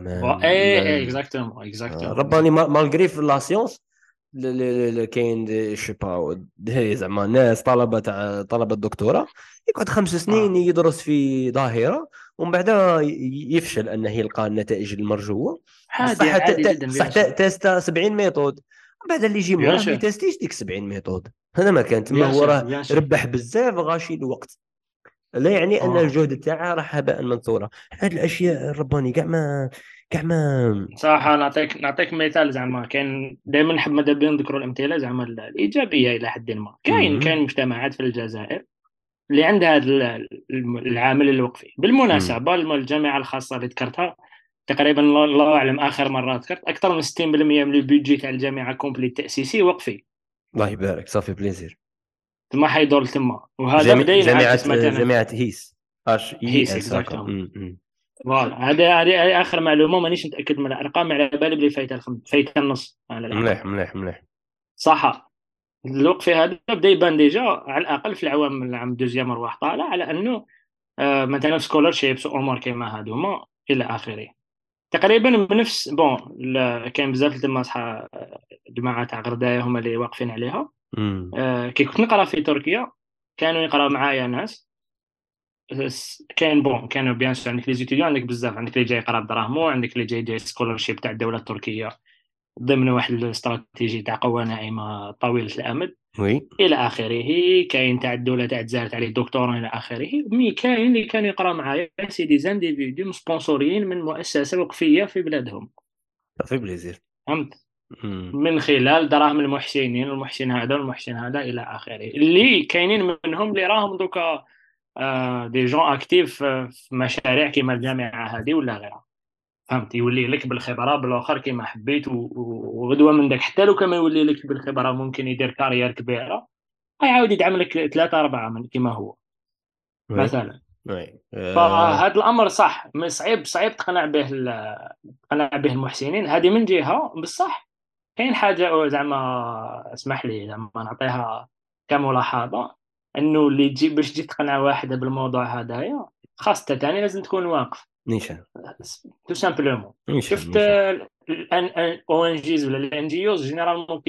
اي اكزاكتومون اكزاكتومون رباني اكزاكتومون. مالغري في لا سيونس كاين شي با زعما ناس طلبه الدكتوراه يقعد 5 سنين اه يدرس في ظاهره، ومن بعد يفشل انه يلقى النتائج المرجوه. عادي بصح عادي جدا بيان سور. تيستا 70 ميثود، من بعد اللي يجي بيان موراه ما سور يتيستيش ديك 70 ميثود. هذا ما كان تما، بيان هو سور راه بيان سور. ربح بزاف غاشي الوقت. لا يعني ان اه الجهد تاعه راح هباء منثورا. هاد الاشياء الرباني كاع ما صراحة نعطيك مثال زعما. كان دائما نحب ماذا بيا نذكروا الأمثلة زعما الإيجابية إلى حد ما. كاين مم. مجتمعات في الجزائر اللي عندها هذا العامل الوقفي. مم. بالمناسبة الجامعة الخاصة اللي ذكرتها تقريبا، الله أعلم آخر مرة ذكرت، أكثر من 60% من البيدجي تاع الجامعة كومبلي التأسيسي وقفي. الله يبارك، صافي بليزير. تما حيدور تما، وهذا بدا ينعكس مثلا. جامعة هيس، اش هيس اي اس هكا. اكزاكتوم. فوالا هذه اخر معلومه، مانيش متاكد من الارقام، على بالي بلي فايته النص على الاقل. مليح مليح مليح. صح. الوقف في هذا بدا يبان ديجا على الاقل في العوام من العام دوزيام رواح طالع على انه مثلا سكولرشيبس امور كيما هذوما الى اخره. تقريبا بنفس بون. كاين بزاف تما صحا جماعه تاع غردايه هما اللي واقفين عليها. مم. كي كنت نقرا في تركيا كانوا يقراو معايا ناس. كاين بون كانوا بيان سور عندك لي زيتيديون، عندك بزاف، عندك اللي جاي يقرا بدراهمو، عندك اللي جاي سكولرشيب تاع الدوله التركيه ضمن واحد الاستراتيجي تاع قوة ناعمة طويلة الأمد وي. إلى آخره. كاين تاع الدولة تاع الجزائر تاع لي دكتور إلى آخره. مي كاين اللي كانوا يقرا معايا سي دي زانديفيدو مسبونسورين من مؤسسة وقفية في بلادهم. صافي بليزير. فهمت؟ مم. من خلال دراهم المحسنين، المحسن هذا والمحسن هذا إلى آخره، اللي كاينين منهم اللي راهم دوكا دي جون اكتيف في مشاريع كيما الجامعة هذه ولا غيرها. فهمت؟ يولي لك بالخبره بالاخر كيما حبيت وغدوه من داك حتى لو كان ما يولي لك بالخبره ممكن يدير كارير كبيره، يعاود يدعم لك ثلاثه اربعه من كيما هو وي. مثلا. وي. فهذا الامر صح صعيب تقنع به تقنع به المحسنين هذه من جهه. بصح كاين حاجه زعما اسمح لي زعما نعطيها كملاحظه، انه اللي تجي باش تجي تقنع واحد بالموضوع هذايا خاصه ثاني لازم تكون واقف. نيشان. تو سامبلومون. نيشان شفت نيشان. الان او ان جيز ولا الان جي اوز جينيرالمون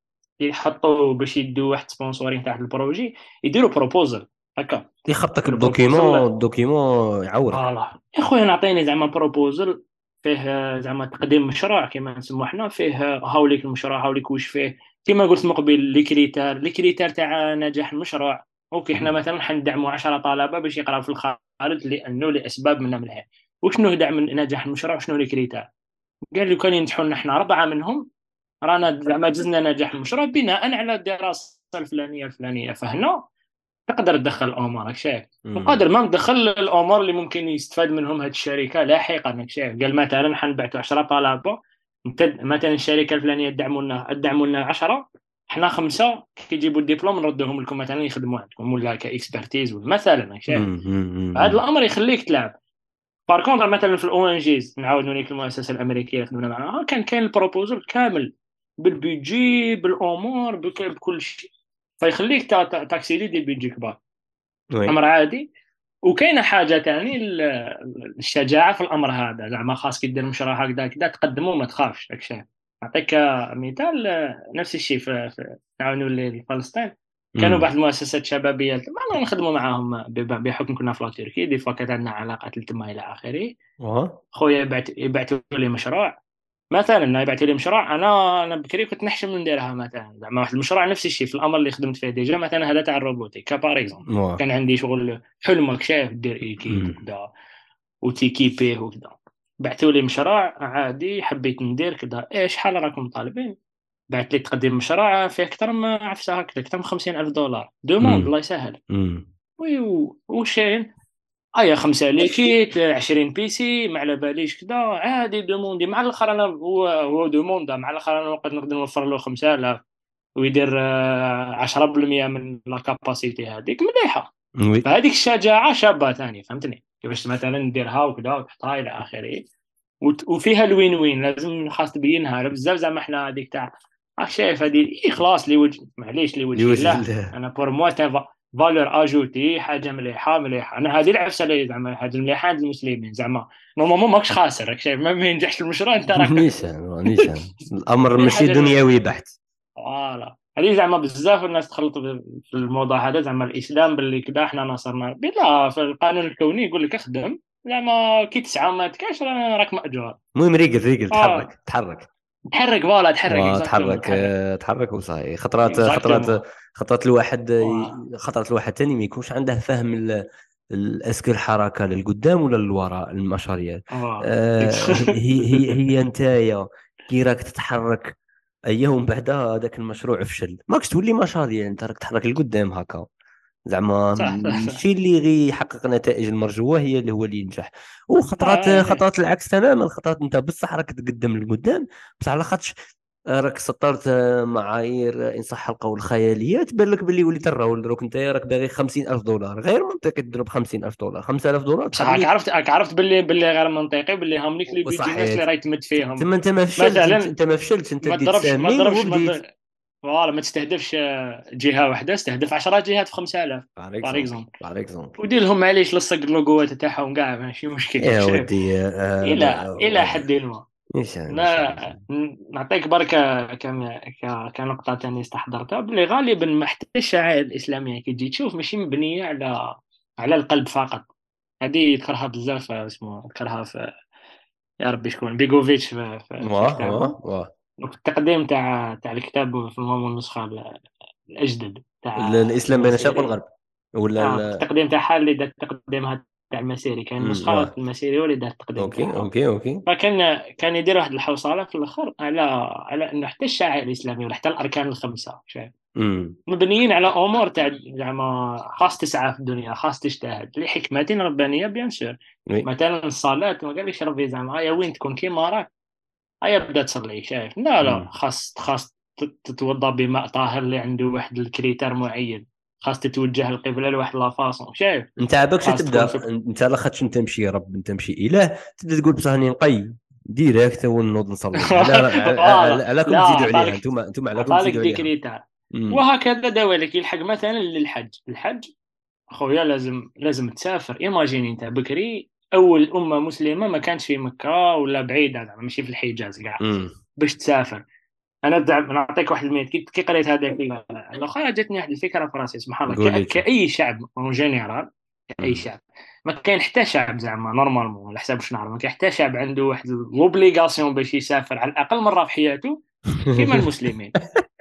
يحطوا باش يدوا واحد سبونسورين تاع البروجي، يديروا بروبوزل هكا. يخبطك البروبوزل الدوكيمون يعورك. فوالا يا خويا نعطيني زعما بروبوزل فيه زعما تقديم مشروع كما نسموه حنا، فيه هاوليك المشروع، هاوليك واش فيه كما قلت مقبل لي كريتير تاع نجاح المشروع. اوكي احنا مم. مثلا حندعموا 10 طلبه باش يقراوا في الخارج لانه لاسباب من هي. وشنو دعم نجاح المشروع؟ شنو لي كريتير؟ قال لي كان ينجحوا لنا احنا اربعه منهم رانا زعما جزنا نجاح المشروع بناء على الدراسه الفلانيه. فهنا تقدر تدخل الامور راك شايف، مم. وقادر ما تدخل الامور اللي ممكن يستفاد منهم هذه الشركه لاحقا راك شايف. قال مثلا حنبعثوا 10 طلبه، مثلا الشركه الفلانيه تدعموا لنا 10، احنا خمسه كي يجيبوا الدبلوم نردوهم لكم مثلا يخدموا عندكم ولا كاكسبرتيز ولا مثلا راك شايف. مم. هذا مم. الامر يخليك تلعب. بار كونتر مثلا في الاو ان جيز نعاود نوريك المؤسسه الامريكيه اللي خدمنا معاها، كان كاين البروبوزل كامل بالبيجي بالامور بكل شيء، فيخليك تاكسيدي دي بيجي كبار. وي. امر عادي. وكاينه حاجه ثاني الشجاعه في الامر هذا، زعما خاص كي دير مشروع هكذا كذا تقدمه وما تخافش داك الشيء. نعطيك مثال. نفس الشيء نعاودوا لفلسطين. كانوا مم. واحد المؤسسات شبابيه ما نخدموا معاهم بحكم كنا في لا تركي، دي فوا كانت عندنا علاقات تما الى اخره. وها. خويا يبعثوا لي مشروع مثلا، يبعثوا لي مشروع، انا بكري كنت نحشم نديرها مثلا زعما واحد المشروع نفس الشيء في الامر اللي خدمت فيه ديجا، مثلا هذا تاع الروبوتيك كبار اكزومبل. وها. كان عندي شغل حلمك شايف دير ايكيب مم. وكذا وتيكيبيه وكذا. بعثوا لي مشروع عادي حبيت ندير كذا، شحال راكم طالبين؟ بعث لي تقديم مشروع فيه اكثر ما عفسه هكذا، اكثر من 50,000 دولار دوموند مم. الله يسهل. مم. وي وشين خمسة ليكيت 20 بي سي ما على باليش كذا عادي دوموندي مع الاخر. انا هو دوموندا مع الاخر انا وقت نقدر نوفر له 5000 ويدير 10% من لا كاباسيتي هذيك مليحه. وي. فهذيك الشجاعه شابه ثاني فهمتني كيفاش مثلا نديرها وكذا وتحطها الى اخره. وفيها الوين وين لازم خاص تبينها بزاف زعما احنا هذيك تاع شايف هذه خلاص لوجه معليش لوجه لوجه الله. الله. انا بور موا فالور اجوتي حاجه مليحه. انا هذه العفسه اللي زعما حاجه مليحه عند المسلمين زعما نورمالمون ماكش خاسر راك شايف. ما ينجحش المشروع انت راك نيشان الامر هذه ماشي الحاجه دنيوي بحت. فوالا. هذه زعما بزاف الناس تخلط في الموضوع هذا زعما الاسلام باللي كذا احنا نصرنا بلا في القانون الكوني يقول لك اخدم لا ما كي تسعى ما تكاش راك مأجور. المهم ريقل اه تحرك. تحرك فوالا تحرك اكزاكتومون وتحرك تحرك تحرك وصاي. خطرات اكزاكتومون. خطرات الواحد واه خطرات الواحد تاني ما يكونش عنده فهم اسك الحركه للقدام ولا للوراء المشاريع. واه هي نتايا كي راك تتحرك ايام بعدها هذاك المشروع فشل ماكش تولي مشاريع، انت راك تحرك لقدام هكا زعما. صح صح صح. الشيء اللي غي يحقق النتائج المرجوه هي اللي هو اللي ينجح. وخطرات إيه. خطرات العكس تماما، خطرات انت بصح راك تقدم لقدام بصح على خاطش راك سطرت معايير ان صح القول خياليه، تبان لك باللي وليت الراول دروك انت راك باغي 50,000 دولار، غير منطقي تضرب 50,000 دولار. 5,000 دولار بصح تقدر. راك عرفت باللي غير منطقي باللي هامليك لي بيجي الناس وصحيت. اللي راهي تمد فيهم. تما انت ما فشلتش، مثلا انت ما فشلتش، انت ما ديت تضربش ما سامي تضربش ما وبديت. تضرب. فوالا ما تستهدفش جهة واحدة، استهدف 10 جهات في 5000 بار بار اكزومبل اكزومبل. بار اكزومبل. ودير لهم معليش لصق اللوجوات تاعهم كاع ماشي مشكل يا شايف. ودي الى حد ما. نيشان لا نيشان. نعطيك بركة كنقطة ثانية استحضرتها باللي غالبا ما حتى الشعائر الإسلامية كي تجي تشوف ماشي مبنية على القلب فقط. هذه يذكرها بزاف اسمه يذكرها في يا ربي شكون بيغوفيتش في واه كتابه. واه واه. وفي التقديم تاع الكتاب في المهم النسخة الأجدد تاع الاسلام بين الشرق المسيري. والغرب ولا في التقديم تاعها اللي دار تقديمها تاع المسيري، كاين نسخة واه. المسيري هو اللي دار التقديم اوكي تاعها. اوكي اوكي. كان يدير واحد الحوصله في الاخر على انه حتى الشعائر الاسلاميه ولا حتى الاركان الخمسه شايف امم. مبنيين على امور تاع زعما خاص تسعى في الدنيا، خاص تجتهد لحكمه ربانيه بيان سور. وي. مثلا الصلاه ما قالش ربي زعما يا وين تكون كيما راك هيا بدا تصلي شايف، لا لا امم. خاص تتوضا بماء طاهر اللي عنده واحد الكريتير معين، خاص تتوجه القبله لواحد لافاصون شايف. انت عباكش خاص تكون تبدا، في انت لاخاطش انت مشي رب انت مشي اله، تبدا تقول بصح راني نقي ديريكت ونوض نصلي. فوالا علاكم لا تزيدوا عليها، انتم علاكم عطالك تزيدوا دي عليها. كريتار. امم. وهكذا دوالك يلحق مثلا للحج. الحج خويا لازم تسافر. ايماجيني انت بكري اول امه مسلمه ما كانش في مكه ولا بعيده زعما ماشي في الحجاز كاع امم. باش تسافر. نعطيك واحد الميت كي قريت هذا الاخر جاتني واحد الفكره في راسي سبحان الله. قول لي شو. كاي شعب اون جينيرال، كاي امم. شعب ما كاين حتى شعب زعما نورمالمون على حساب واش نعرف ما كاين حتى شعب عنده واحد لوبليغاسيون باش يسافر على الاقل مره في حياته كيما المسلمين.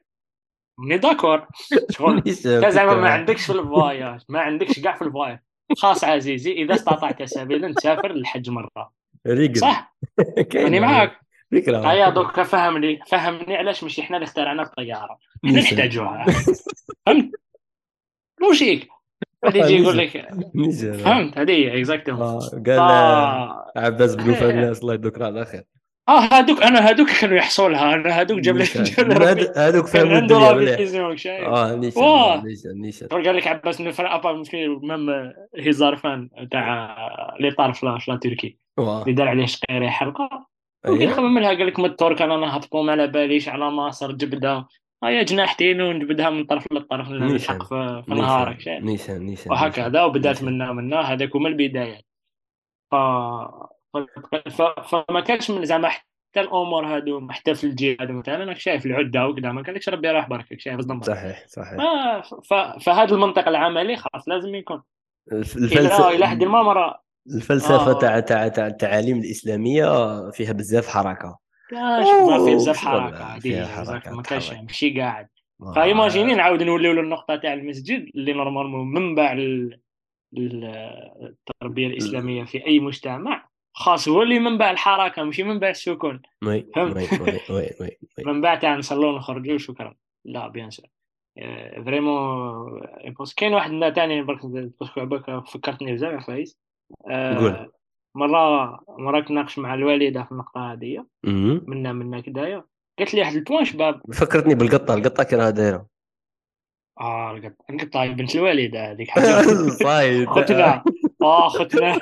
مي داكور شغل. نيش انت زعما ما فكره. عندكش في الفواياج، ما عندكش كاع في الفواياج. خاص عزيزي اذا استطعت سبيلا تسافر للحج مره. ريقل. صح راني كاينه معاك. فكره هيا فكره. دوك فهمني علاش مش احنا اللي اخترعنا الطياره، احنا نيشان. نحتاجوها. فهمت لوجيك. غادي يجي يقول نيشان لك نيشان. فهمت هذه هي اكزاكتومون. ف قال عباس بن فلاس الله يذكره على خير. هذوك كانوا يحصوا لها، انا هذوك جاب لي نيشان جاب لي ربي. هذوك كان فهموا عنده الدنيا لا مليح. فيزيون شايف. اه نيشان واه نيشان. قال لك عباس بن فرع ابا مسكين ميم هزار فان تاع لي طار في لا تركي واه. اللي دار عليه شقيري حلقه. وكي اييه. خمم لها قال لك من الترك انا نهبطوا ما على باليش على مصر جبده هيا جناحتين ونجبدها من طرف للطرف نلحق نيشان في نهارك نيشان شايف. نيشان نيشان نيشان وهكذا وبدات نيشان. منا هذاك هما البدايات. ف... فما كانش من زعما حتى الامور هادو حتى في الجهاد مثلا راك شايف العده وكذا ما قالكش ربي راح بركك شايف الضمر. صحيح صحيح. ما فهذا المنطق العملي خلاص لازم يكون الفلسفه الى حد ما مره. الفلسفه اه تاع التعاليم الاسلاميه فيها بزاف حركه. كاش ما فيه اوه بزاف حركه شغل هذه فيها هي اكزاكت حركه ما كاش تحرك. ماشي قاعد. فايماجيني آه. نعاود نوليو للنقطه تاع المسجد اللي نورمالمون منبع ال- التربيه الاسلاميه في اي مجتمع خاص هو اللي منبع الحركه ماشي منبع السكون. وي فهمت وي وي وي وي وي. منبع تاع نصلوا ونخرجوا شكرا. لا بيان سور فريمون. بس كاين واحد ثاني برك بك فكرتني بزاف فايز. قول. آه، مره كنت ناقش مع الوالده في النقطه هذه مم. منا كدايا. قالت لي واحد البوان شباب. فكرتني بالقطه، القطه كي راها دايره. القطه بنت الوالده هذيك حاجه صايد. ختنا. ختنا.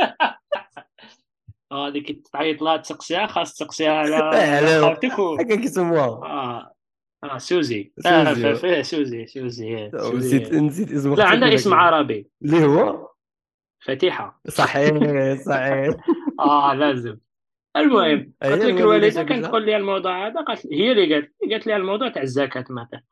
هذيك تعيط لها تسقسيها خاص تسقسيها على على خالتك هكا كيسموها. اه سوزي سوزيو. فيها سوزي نسيت سوزي. نسيت اسم لا اختك عندها اسم ولكن. عربي اللي هو. فتيحة. صحيح صحيح. لازم. المهم هي قلت لك الوالده الوالدة شاكوش كانت لها. تقول لي الموضوع هذا هي اللي قالت لي الموضوع تاع الزكاة مثلا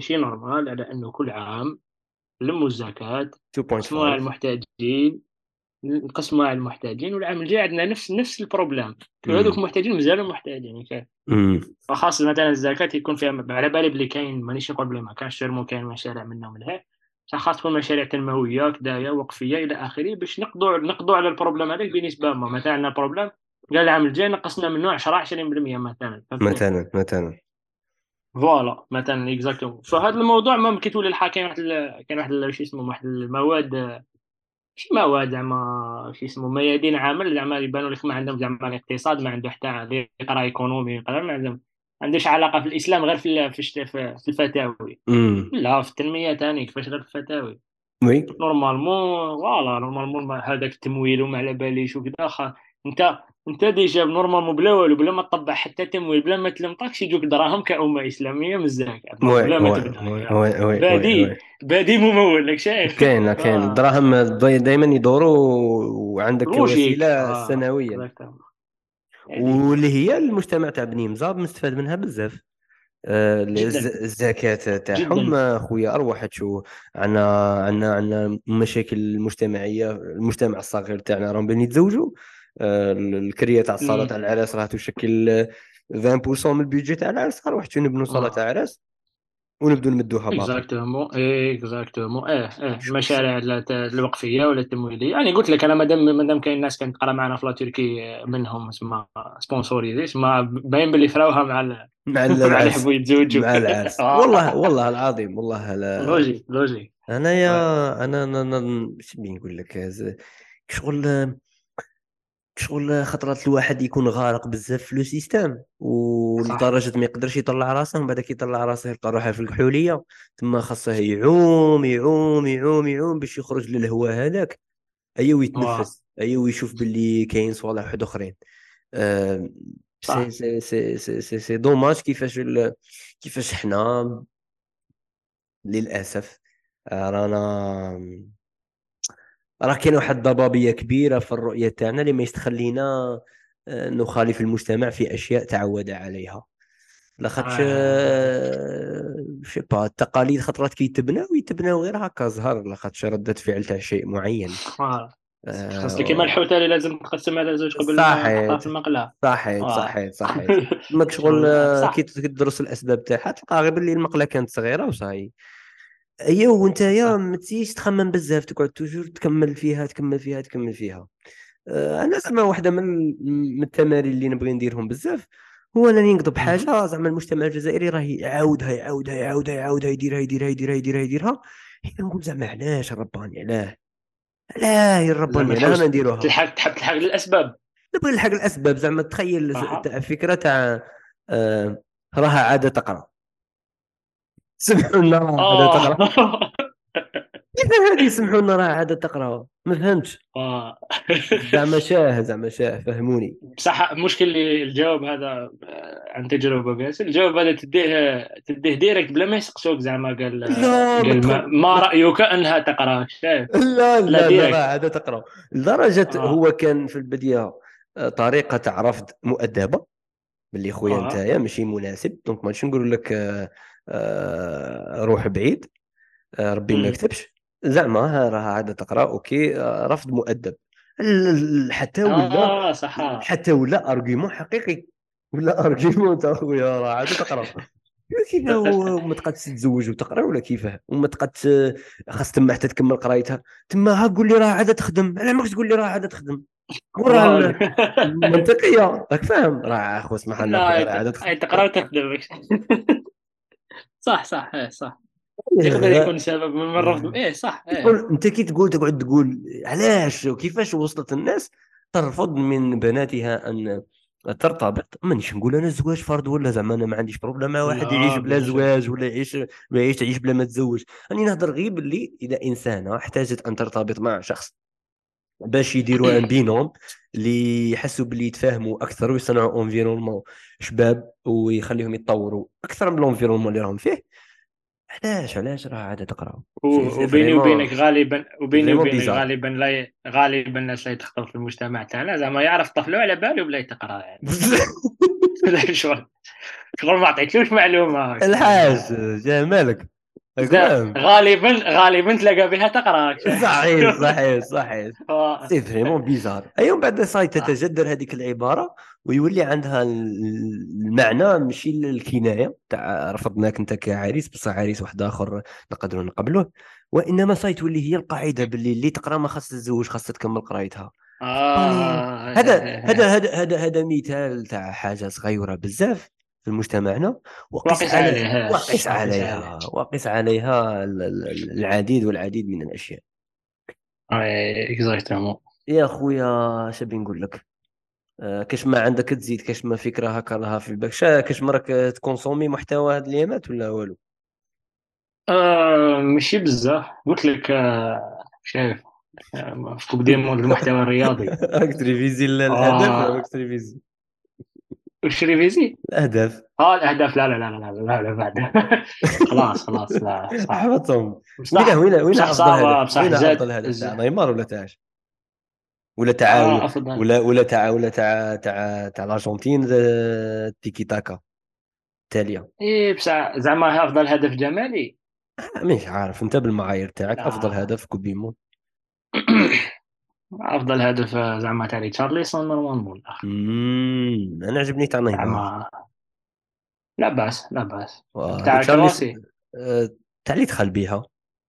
ماشي نورمال على انه كل عام لموا الزكاة قسموها على 2.5. المحتاجين نقسموها على المحتاجين، والعام الجاي عندنا نفس البروبليم. وهذوك امم المحتاجين مازالوا محتاجين يعني. امم فخاصة مثلا الزكاة يكون فيها، على بالي بلي كاين، مانيش نقول بلي ما كانش شرمو، كاين مشاريع منهم لها، خاص تكون مشاريع تنموية كدايا وقفية إلى آخره، باش نقضوا على البروبليم هذاك بنسبة ما. مثلا عندنا بروبليم، قال العام الجاي نقصنا منه 10 20% مثلا، فهمتني. مثلا. فوالا مثلا اكزاكتومون. فهذا الموضوع ما كيتولي الحال، كاين واحد شو اسمه، واحد المواد، شي مواد زعما شو اسمه ميادين عمل، زعما يبانوا لك ما عندهم زعما الاقتصاد، ما عنده حتى اللي يقرا ايكونومي يقرا، ما عندوش علاقه في الاسلام، غير في الفتاوي. امم لا في التنميه تاني كيفاش غير في الفتاوي. وي. نورمالمون فوالا، نورمالمون هذاك التمويل وما على باليش وكذا انت انت ديجا نورمالمون بلا والو، بلا ما تطبع حتى تمويل، بلا ما تلمطكش يجوك دراهم كأمة إسلامية من الزكاة، دونك وي بلا ما وي تبدا وي يا وي وي وي وي. بادي ممول لك شايف. كاين الدراهم دائما يدوروا، وعندك لوجيك وسيله سنويا، اكزاكتومون. هذيك هي واللي هي المجتمع تاع بني مزاب مستفاد منها بزاف. جدا الزكاة تاعهم، جدا. خويا أروح تشوف. عنا مشاكل مجتمعية، المجتمع الصغير تاعنا راهم بين يتزوجوا. الكرية تاع الصلاة امم تاع العراس راح تشكل 20% من البيدجي تاع العراس. اروح نبنوا صلاة تاع اه العراس ونبدو نمدوها باطل. اكزاكتومون اكزاكتومون المشاريع الوقفيه ولا التمويليه. يعني قلت لك انا، مادام كاين ناس كانت تقرا معنا في لا تركي، منهم اسمها سبونسوريزي، اسمها باين باللي فراوها مع مع مع اللي العرس، يحبوا يتزوجوا. مع العرس، آه. والله والله العظيم، والله لا. لوجيك لوجيك. انا يا انا اش بين نقول لك، شغل خطرات الواحد يكون غارق بزاف في لو سيستام، صح ولدرجة ما يقدرش يطلع راسه، ومن بعد كي يطلع راسه يلقى روحه في الكحولية. تما خاصه يعوم يعوم يعوم يعوم باش يخرج للهواء هذاك، ايوا واه ويتنفس، ايوا ويشوف باللي كاين صوالح واحد اخرين. آه، صح. سي دوماج كيفاش حنا للاسف، رانا، راه كاين واحد الضبابيه كبيره في الرؤيه تاعنا اللي ما يستخلينا نخالف المجتمع في اشياء تعود عليها. لاخاطش شي با التقاليد خطرات كيتبناو غير هكا زهر، لاخاطش ردة فعل تاع شيء معين. آه. خاصة كيما آه، الحوت اللي لازم تقسم على زوج قبل ما تحطها صحيت في المقلاة. صحيت آه. صحيت صحيت. ماك شغل، شغل كي صح تدرس الاسباب تاعها تلقى غير باللي المقله كانت صغيره وصاي. ايوا وانت يا صح. ما تجيش تخمم بزاف، تقعد توجور تكمل فيها تكمل فيها تكمل فيها. انا زعما واحده من التمارين اللي نبغي نديرهم بزاف، هو انني نكتب مهم. حاجه زعما المجتمع الجزائري راه يعاودها يديرها. هي نقول زعما علاش الرباني، علاه يا زعما الرباني، انا تحوس، نديروها. تحب تلحق للأسباب. نبغي نلحق الاسباب. زعما تخيل صح. فكره تاع راها عاده تقرا. سمحوا لنا راها عاده آه. تقرا. كيف هذه سمحوا لنا راها عاده تقرا؟ ما فهمتش. آه. زعما شاه فهموني. بصح المشكل اللي الجواب هذا، عن تجربة بياسر، الجواب هذا تديه ديريكت بلا ما يسقسوك، زعما لا قال ما رأيك أنها تقرأ، شايف. لا لا لا لا راه ديريكت. عادة تقرا. لدرجة اه هو كان في البداية طريقة تاع رفض مؤدبة، باللي خويا اه نتايا ماشي مناسب، دونك ماشي نقول لك روح بعيد، ربي ما أمم. يكتبش. زعما راه عادة تقرا اوكي، رفض مؤدب. حتى ولا، صح. ارجيومون حقيقي، ولا ارجيومون تاع خويا راه عادة تقرا. كيفاه وما تقدش تتزوج وتقرا ولا كيفاه، وما تقدش خاص تما حتى تكمل قرايتها. تما ها قول لي راه عاده تخدم، على ماكش تقول لي راه عاده تخدم. قول راه ما منطقيه، راك فاهم، راه اخو اسمح لنا لا خويا راه عاده تخدم. أي تقرأ وتخدم. صح صح صح. يقدر إيه، يكون سبب من الرفض، ايه صح ايه. تقول انت كي تقول تقعد تقول علاش وكيفاش وصلت الناس ترفض من بناتها ان ترتبط. مانيش نقول انا الزواج فرض، ولا زعما انا ما عنديش بروبليم مع واحد يعيش لا بلا بيان سور. زواج، ولا تعيش بلا ما تزوج. راني نهضر غير باللي اذا انسانه احتاجت ان ترتبط مع شخص باش يديروا ان بينوم اللي يحسوا باللي يتفاهموا اكثر ويصنعوا انفيرونمون شباب ويخليهم يتطوروا اكثر من الانفيرونمون اللي راهم فيه. علاش راه عاد تقراو. سي وبيني فريمون، وبينك غالبا، سي وبيني فريمون وبينك بيزار. غالبا لا غالبا الناس اللي تخطب في المجتمع تاعنا زعما يعرف طفلو على باله بلا يتقرا يعني. لا شغل ما عطيتلوش معلومه الحاج جا مالك، راك فاهم. غالبا تلقى بها تقرا. صحيح صحيح صحيح. آه. سي فريمون بيزار. ايوا من بعد صاي تتجذر هذيك العباره ويولي عندها المعنى ماشي الكنايه تاع رفضناك انت كعريس بصح عريس واحد اخر نقدروا نقبلوه، وانما صاي تولي هي القاعده باللي اللي تقرا ما خاص تتزوج، خاص تكمل قرايتها. بالي هذا مثال تاع حاجه صغيره بزاف في مجتمعنا، وقس وقس على عليه. وقس عليه. وقس عليها العديد والعديد من الاشياء. اكزاكتومون. يا خويا، اش بنقول لك؟ كاش ما عندك تزيد، كاش ما فكره هكا لها في بالك، كاش ما راك تكونسومي محتوى هاد الايامات ولا والو؟ ماشي بزاف قلت لك. شايف. في كوب دي مود المحتوى الرياضي. راك تريفيزي الاهداف ولا راك آه تريفيزي وش ريفيزي؟ الاهداف؟ الاهداف، لا لا لا لا لا لا بعد. خلاص خلاص، لا صح. احبطهم. بصح وين بصح افضل هدف؟ صعبة، بصح وين افضل زاد هدف تاع نيمار ولا تاعش؟ ولا افضل. تاع الارجنتين تيكي تاكا تالية؟ ايه بصح زعما افضل هدف جمالي. مش عارف انت بالمعايير تاعك افضل لا. هدف كوبيمون. افضل هدف زعما تاع ريتشارليسون نورمالمون الاخ. انا عجبني تاع نيمار. زعما لا باس لا باس. تاع ريتشارليس كرواسي. تاع اللي دخل بيها.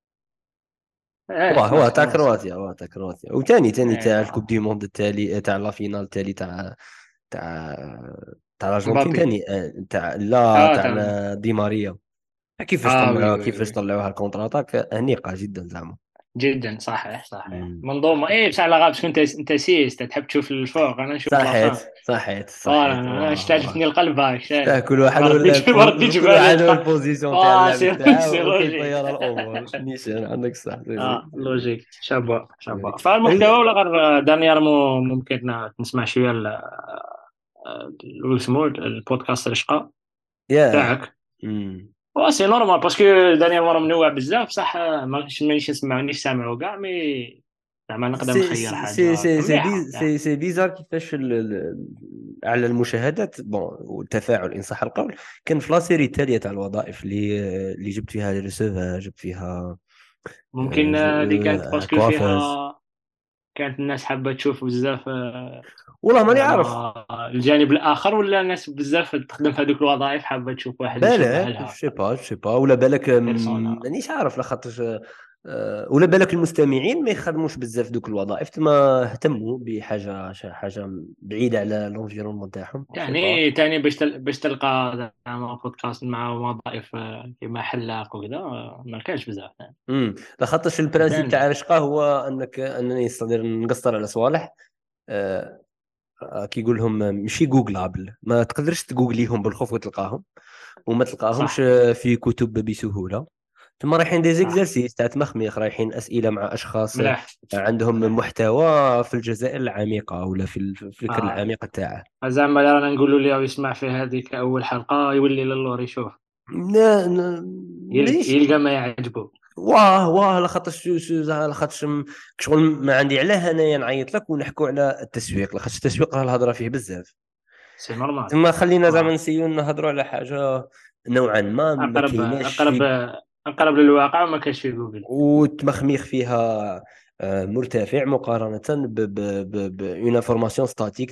هو خلاص تاع خلاص. كرواتيا، هو تاع كرواتيا، وثاني تاع الكوب ايه. دي موند التالي، تاع لا فينال التالي تاع تاع الارجنتين مبابي. ثاني، تاع لا تاع تمام. دي ماريا. وي وي كيفاش وي. طلعوها الكونتر اتاك انيقه جدا زعما. جدا صحيح صحيح مم. منظومة. ايه بصح لا غابش، انت سيست تحب تشوف الفوق، انا نشوف لافان. صحيت انا واه تعجبني القلب هاي شتاه شايف. كل واحد ما رديتش ما رديتش كل بالي واحد والبوزيسيون تاع اه اللعب سي سي تاعه وكيف لوجيك. يرى الامور. نيشان عندك صح لوجيك. شابة سي. شابة. فالمحتوى ولا غير دانييرمون ممكن نسمع شوية اسمه البودكاست الاشقاء ياه. تاعك. مم. سي نورمال باسكو دانييرمون منوع بزاف صح. مانيش نسمع، مانيش سامعه كاع مي. زعما نقدر نخير حاجة مليحة. سي بيزار كيفاش على المشاهدات بون والتفاعل ان صح القول كان في لا سيري التاليه تاع الوظائف اللي جبت فيها ريسيفر، جبت فيها ممكن اللي كانت باسكو كوافيز. فيها كانت الناس حابة تشوف بزاف والله ماني عارف. زعما الجانب الآخر، ولا الناس بزاف تخدم في هذوك الوظائف حابة تشوف واحد يشوفها بالك لها سي با ولا بالك بيرسونا. مانيش عارف لاخاطرش ولا بالك المستمعين ما يخدموش بزاف دوك الوظائف تما اهتموا بحاجه حاجه بعيده على لونفيرونمون تاعهم سي با. تاني باش تلقى زعما بودكاست مع وظائف كيما حلاق وكذا ما كانش بزاف يعني. لاخاطرش البرانسيب تاع ثاني. الرشقه هو انني نستطيع نقصر على صوالح. آه، كي يقول لهم ماشي جوجلابل، ما تقدرش تجوجليهم بالخوف وتلقاهم، وما تلقاهمش صح في كتب بسهوله. ثم رايحين دي صح. زيكزارسيس تاع تمخميخ، رايحين اسئله مع اشخاص ملاح عندهم ملاح. محتوى في الجزائر العميقه ولا في الفكر آه. العميق تاعه. زعما رانا نقولوا ليه يسمع في هذيك أول حلقة يولي للور يشوف لا مانيش. يلقى ما يعجبه. واه لاخاطرش لاخاطرش شغل ما عندي علاه انايا نعيط لك ونحكوا على التسويق، لاخاطش التسويق راه الهضره فيه بزاف. سي نورمال. ثم خلينا زعما نسيو نهضروا على حاجه نوعا ما كايناش اقرب في اقرب للواقع وما كانش في جوجل. وتمخميخ فيها مرتفع مقارنه بأون انفورماسيون ستاتيك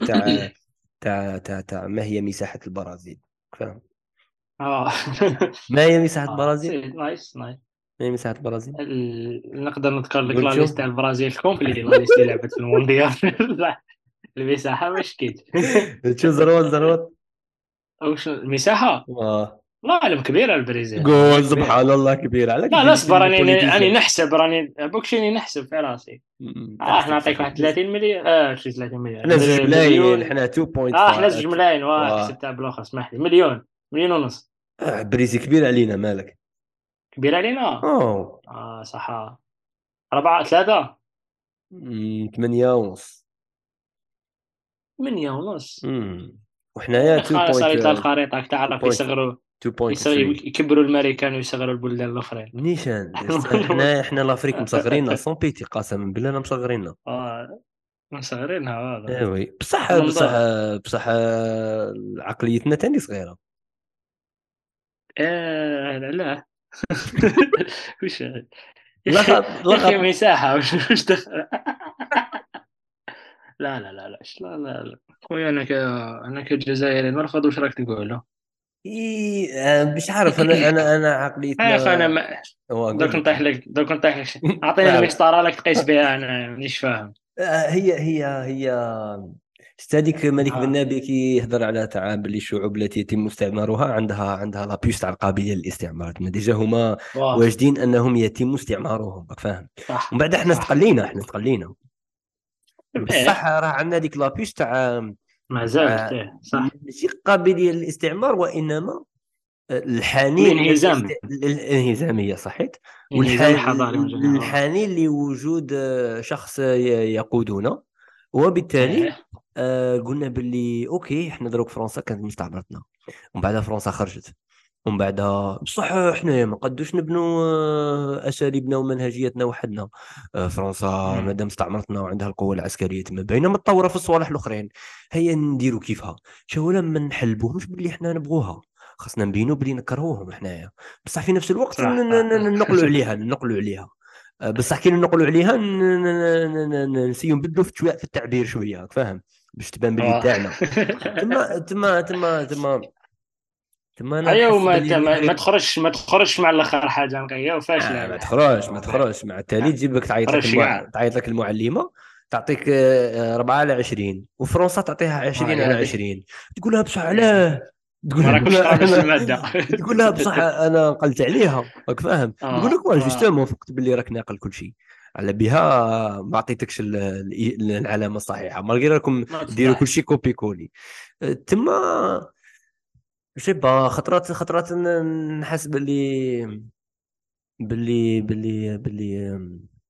تاع ما هي مساحه البرازيل. فاهم؟ اه. ما هي مساحه البرازيل؟ سي نايس نايس. ما هي مساحه البرازيل؟ نقدر نذكر لك لا قلت شو؟ ليست تاع البرازيل كومبلي، لا ليست اللي لعبت في المونديال. لا، المساحة مش كيت. شو زروت. وش المساحة؟ آه. لا علم كبيرة البرازيل، والله قول كبيرة. سبحان الله كبير على لا لا كدير اصبر، راني البوليتيسيان. نحسب، راني بوكشيني نحسب في راسي. احنا احسب نعطيك صاحبي. واحد 30 مليون، شي 30 مليون احنا زوج ملايين، مليون. احنا 2.5. احنا زوج ملايين، حسبتها بالاخر اسمح لي، مليون، مليون ونص. بريزي كبير علينا مالك. كبير علينا. اوه. صح. أربعة ثلاثة. 8 ونص. 8 ونص. وحنايا صارت لا الخريطة تعرف 2.3. يكبروا الأمريكان ويصغروا البلدان الأخرين. نيشان احنا لافريك مصغريننا سون بيتي قسما بالله لا مصغريننا. مصغرينها هذا. ايه وي المنظور. بصح عقليتنا تاني صغيره. لا وش يا أخي لقط. مساحة، وش دخل؟ لا لا لا لا لا لا لا خويا، أنا كجزائري نرفض. وش راك تقول له؟ مش عارف، انا يا أخي عقليتنا. أنا هو اقول لك دوك نطيح لك أعطيني لا لا. المسطرة لك تقيس بها، أنا مانيش فاهم. هي استاذك ملك بن آه نبي كي يهضر على تعامل الشعوب التي يتم استعمارها، عندها لابيوس تاع القابليه للاستعمار. تما ديجا هما واه. واجدين انهم يتم استعمارهم، راك فاهم. ومن صح بعد صح. احنا استقلينا. بصح إيه راه عندنا ديك لابيوس ما زالت، تاع إيه صح. ماشي قابليه للاستعمار، وانما الحنين الانهزام. الانهزاميه، صحيت. الانهزام الحضاري من جهة. والحنين لوجود شخص يقودنا. وبالتالي إيه قلنا باللي اوكي، احنا دروك فرنسا كانت مستعمرتنا، ومن بعد فرنسا خرجت، ومن بعد بصح حنايا ما قدوش نبنوا اساليبنا ومنهجيتنا وحدنا. فرنسا مم. مادام استعمرتنا وعندها القوه العسكريه تما باينه متطوره في الصوالح الاخرين، هيا نديروا كيفها. شو لما نحلبوهمش باللي احنا نبغوها، خاصنا نبينوا بلي نكرهوهم حنايا، بصح في نفس الوقت صح صح نقلوا عليها. بصح كي نقلوا عليها نسيو نبدلوا في التعبير شويه، راك فاهم، باش تبان بلي آه. تاعنا. تما انا ايوه، نحس ما بلي ت- ما ما المغرب. تخرجش ما تخرجش مع الاخر حاجه نقيه وفاشله ما هي تخرجش ما واضح. تخرجش مع التالي، تجيب لك خرجش كاع. تعيط لك المعلمه، تعطيك 4 على 20، وفرنسا تعطيها 20 على هذه 20. تقول لها بصح هي. علاه؟ تقول ما راكمش تقرا نفس انا الماده. تقول لها بصح انا قلت عليها، راك فاهم. تقول لك واه آه. جوستومون فقت باللي راك ناقل كل شيء على بها، ما عطيتكش العلامه الصحيحه، مالغي راكم ما ديروا كل تصلحش. شيء كوبي كولي. تما شي با خطرات نحس باللي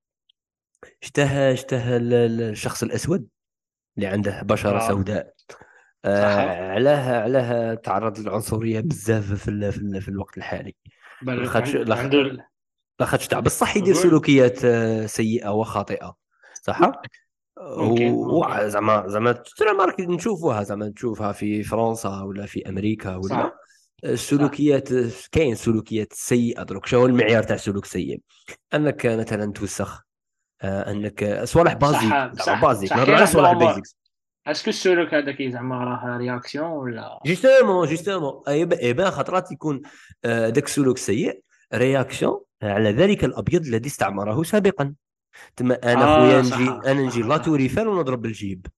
الشخص الاسود اللي عنده بشره اه سوداء، صح. علاه تعرض للعنصريه بزاف في الوقت الحالي. بل لاخاطش عنده لاخاطش تاع بصح يدير قول. سلوكيات سيئه وخاطئه، صح. ممكن. زعما ترى مارك نشوفوها، زعما تشوفها في فرنسا ولا في امريكا ولا صح صح السلوكيات. كاين سلوكيات سيئه، دروك شو هو المعيار تاع سلوك سيء؟ انك مثلا توسخ، انك صوالح بازيك، صح زعما صح بازيك، صح. نهضروا كاين على واحد صوالح الامور. بيزكس. اسكو السلوك هذاك زعما راه رياكسيون ولا؟ جوستومون اي خطرات يكون ذاك السلوك سيء رياكشن على ذلك الابيض الذي استعمره سابقا. تما انا خويا صح نجي صح لا صح. توريفال ونضرب بالجيب.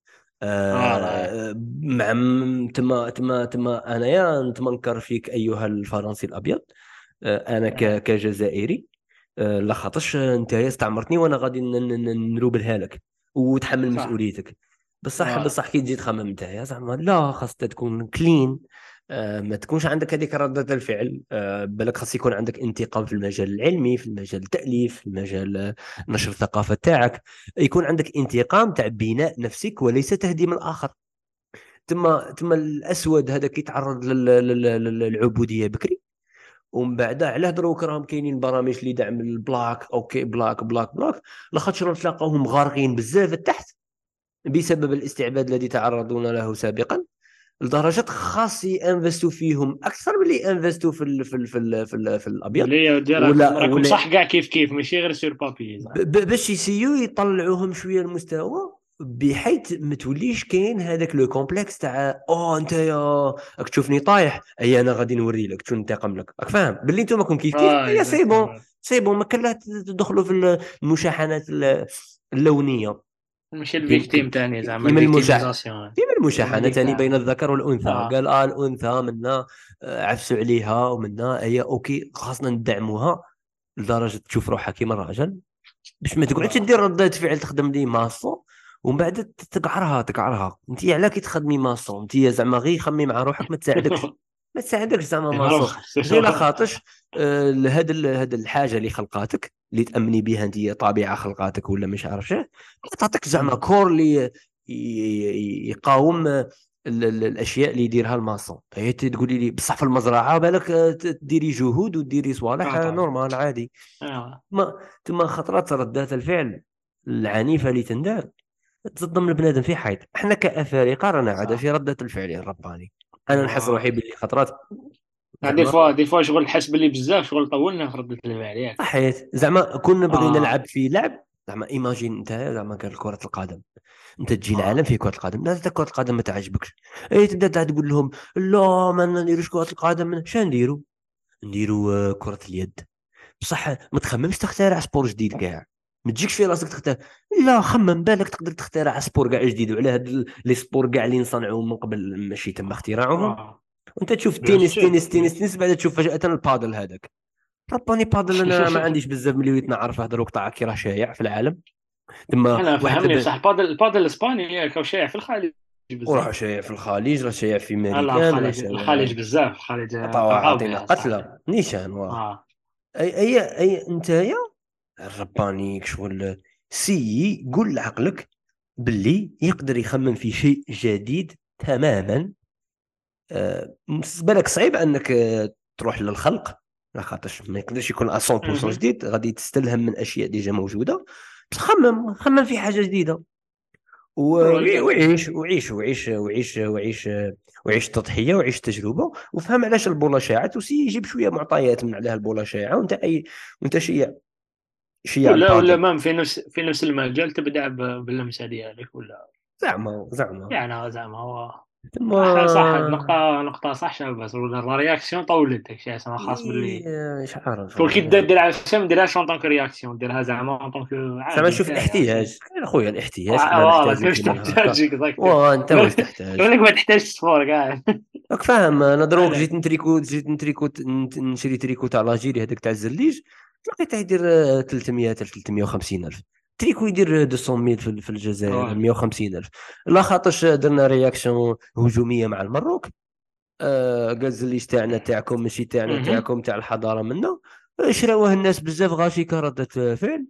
لا. مع تما انايا نتمنكر فيك ايها الفرنسي الابيض. انا كجزائري، لا خاطرش انت استعمرتني وانا غادي نروبلها لك وتحمل صح. مسؤوليتك. بصح كي تجي تخمم نتايا زعما لا، خاصك تكون كلين. ما تكونش عندك هذيك ردة الفعل. بالك خاص يكون عندك انتقام في المجال العلمي، في المجال التأليف، في المجال نشر الثقافة تاعك. يكون عندك انتقام تاع بناء نفسك وليس تهديم الآخر. تما الأسود هذا كيتعرض للعبودية بكري، ومن بعد علاه دروك راهم كاينين برامج لدعم البلاك، اوكي بلاك بلاك بلاك، لاخاطش راهم تلاقاوهم غارقين بزاف التحت بسبب الاستعباد الذي تعرضون له سابقا، لدرجه خاص ينفستوا فيهم اكثر من اللي انفستوا في الابيض. بلي ودي راكم ولا صح كاع كيف كيف، ماشي غير سير بابي زعما. باش يسيو يطلعوهم شويه المستوى، بحيث ما توليش كاين هذاك لو كومبلكس تاع انت يا راك تشوفني طايح، اي انا غادي نوري لك شنو ننتقم لك، راك فاهم باللي انتم راكم كيف كيف، هي سي بون. اكزاكتومون. ما كان لا تدخلوا في المشاحنات اللونيه. ماشي الفيكتيم تاني زعما كيما المشاح الفيكتيميزاسيون. كيما كاين المشاحنه هذيك تاني تاع. بين الذكر والانثى، اه قال الانثى منا عفسوا عليها، ومنا هي اوكي خاصنا ندعموها لدرجه تشوف روحها كيما الراجل، باش ما تقعدش اه. دير ردات فعل تخدم لي ماسو ومن بعد تقعرها انت على كي تخدمي ماسو انت زعما غير خمي مع روحك، ما تساعدكش زعما ماسو. غير لا خاطش هاد الحاجه اللي خلقاتك اللي تامني بها انت، طبيعه خلقاتك ولا مش عارف شنو، ما تعطيك زعما كور اللي يقاوم الاشياء اللي يديرها الماسون. هي تقولي لي بصح في المزرعه بالك تديري جهود وتديري صوالح طبعا. نورمال عادي. اه ما تما خطرات ردات الفعل العنيفه اللي تندار تصدم البنادم في حيط. احنا كافارقه رانا عاده في صح. رده الفعل الرباني. انا نحس روحي آه. باللي خطرات زعما دي فوا شغل نحس باللي بزاف شغل طولنا في ردة الفعل ياك. صحيت، زعما كنا بغينا اه نلعب في لعب. زعما ايماجين انت، زعما قال كرة القدم، انت تجي العالم اه فيه كرة القدم، لا كرة القدم ما تعجبكش، اي تبدا تقول لهم لا ما نديروش كرة القدم، شنو نديروا؟ نديروا كرة اليد. بصح ما تخممش تخترع سبور جديد كاع، ما تجيكش في راسك تختار، لا خمم بالك تقدر تخترع سبور كاع جديد، وعلى هاد لي سبور كاع اللي نصنعوهم من قبل ماشي تم اختراعهم. اه وانت تشوف بيان التنس سور تنس تنس تنس، بعد تشوف فجأة البادل هذاك. رباني بادل انا ما عنديش بزاف مليويت نعرفه دروك طاع كي راه شايع في العالم. تما انا واحد فهمني تبع، بصح البادل الاسباني ياك او شائع في الخليج وراه بزاف. شايع في الخليج، راه شايع في لا ماريكان، راه الخليج شايع. بزاف، الخليج طاو غرقاو عاطينا بها صح. قتله نيشان واه. اه اي انت يا الربانيك شغل، سي قول لعقلك باللي يقدر يخمم في شيء جديد تماما. بالنسبه لك صعيب انك تروح للخلق، لا خاطرش ما يقدرش يكون 100% مهم. جديد، غادي تستلهم من اشياء ديجا موجوده. بس خمم في حاجه جديده، اكزاكتومون. وعيش تضحيه، وعيش تجربه، وفهم علاش البوله شاعت، وسي يجيب شويه معطيات من عليها البوله شاعه، وانت شيع ولا البادل. ما في نفس المجال تبدأ باللمسة ديالك ولا. زعما يعني زعما هو ثم صح هاد نقطة صح شابة، ولا لا رياكسيون طولت داكشي انا خاص باللي مش عارف شغل كي انا دير عشان ما ديرهاش اون طونك رياكسيون، ديرها زعما اون طونك زعما عادي نشوف نتايا فهمتي. الاحتياج يا خويا، الاحتياج حنا فوالا محتاجين تمش كيما تحتاج هكا. اكزاكتو. وانت واش تحتاج؟ يقول لك ما تحتاجش سبور كاع. راك فاهم، انا دروك لا جيت نتريكو نشري تريكو تاع لاجيري هذاك تاع الزليج، لقيته يدير 300 حتى 350 الف. تريكو يدير 200 ميل في الجزائر، لا 150 الف. لا خاطرش درنا رياكسيون هجوميه مع المروك، قال الزليج تاعنا تاعكم ماشي تاعنا مهم. تاعكم، تاع الحضاره منا. شراوه الناس بزاف غاشي كردة فعل،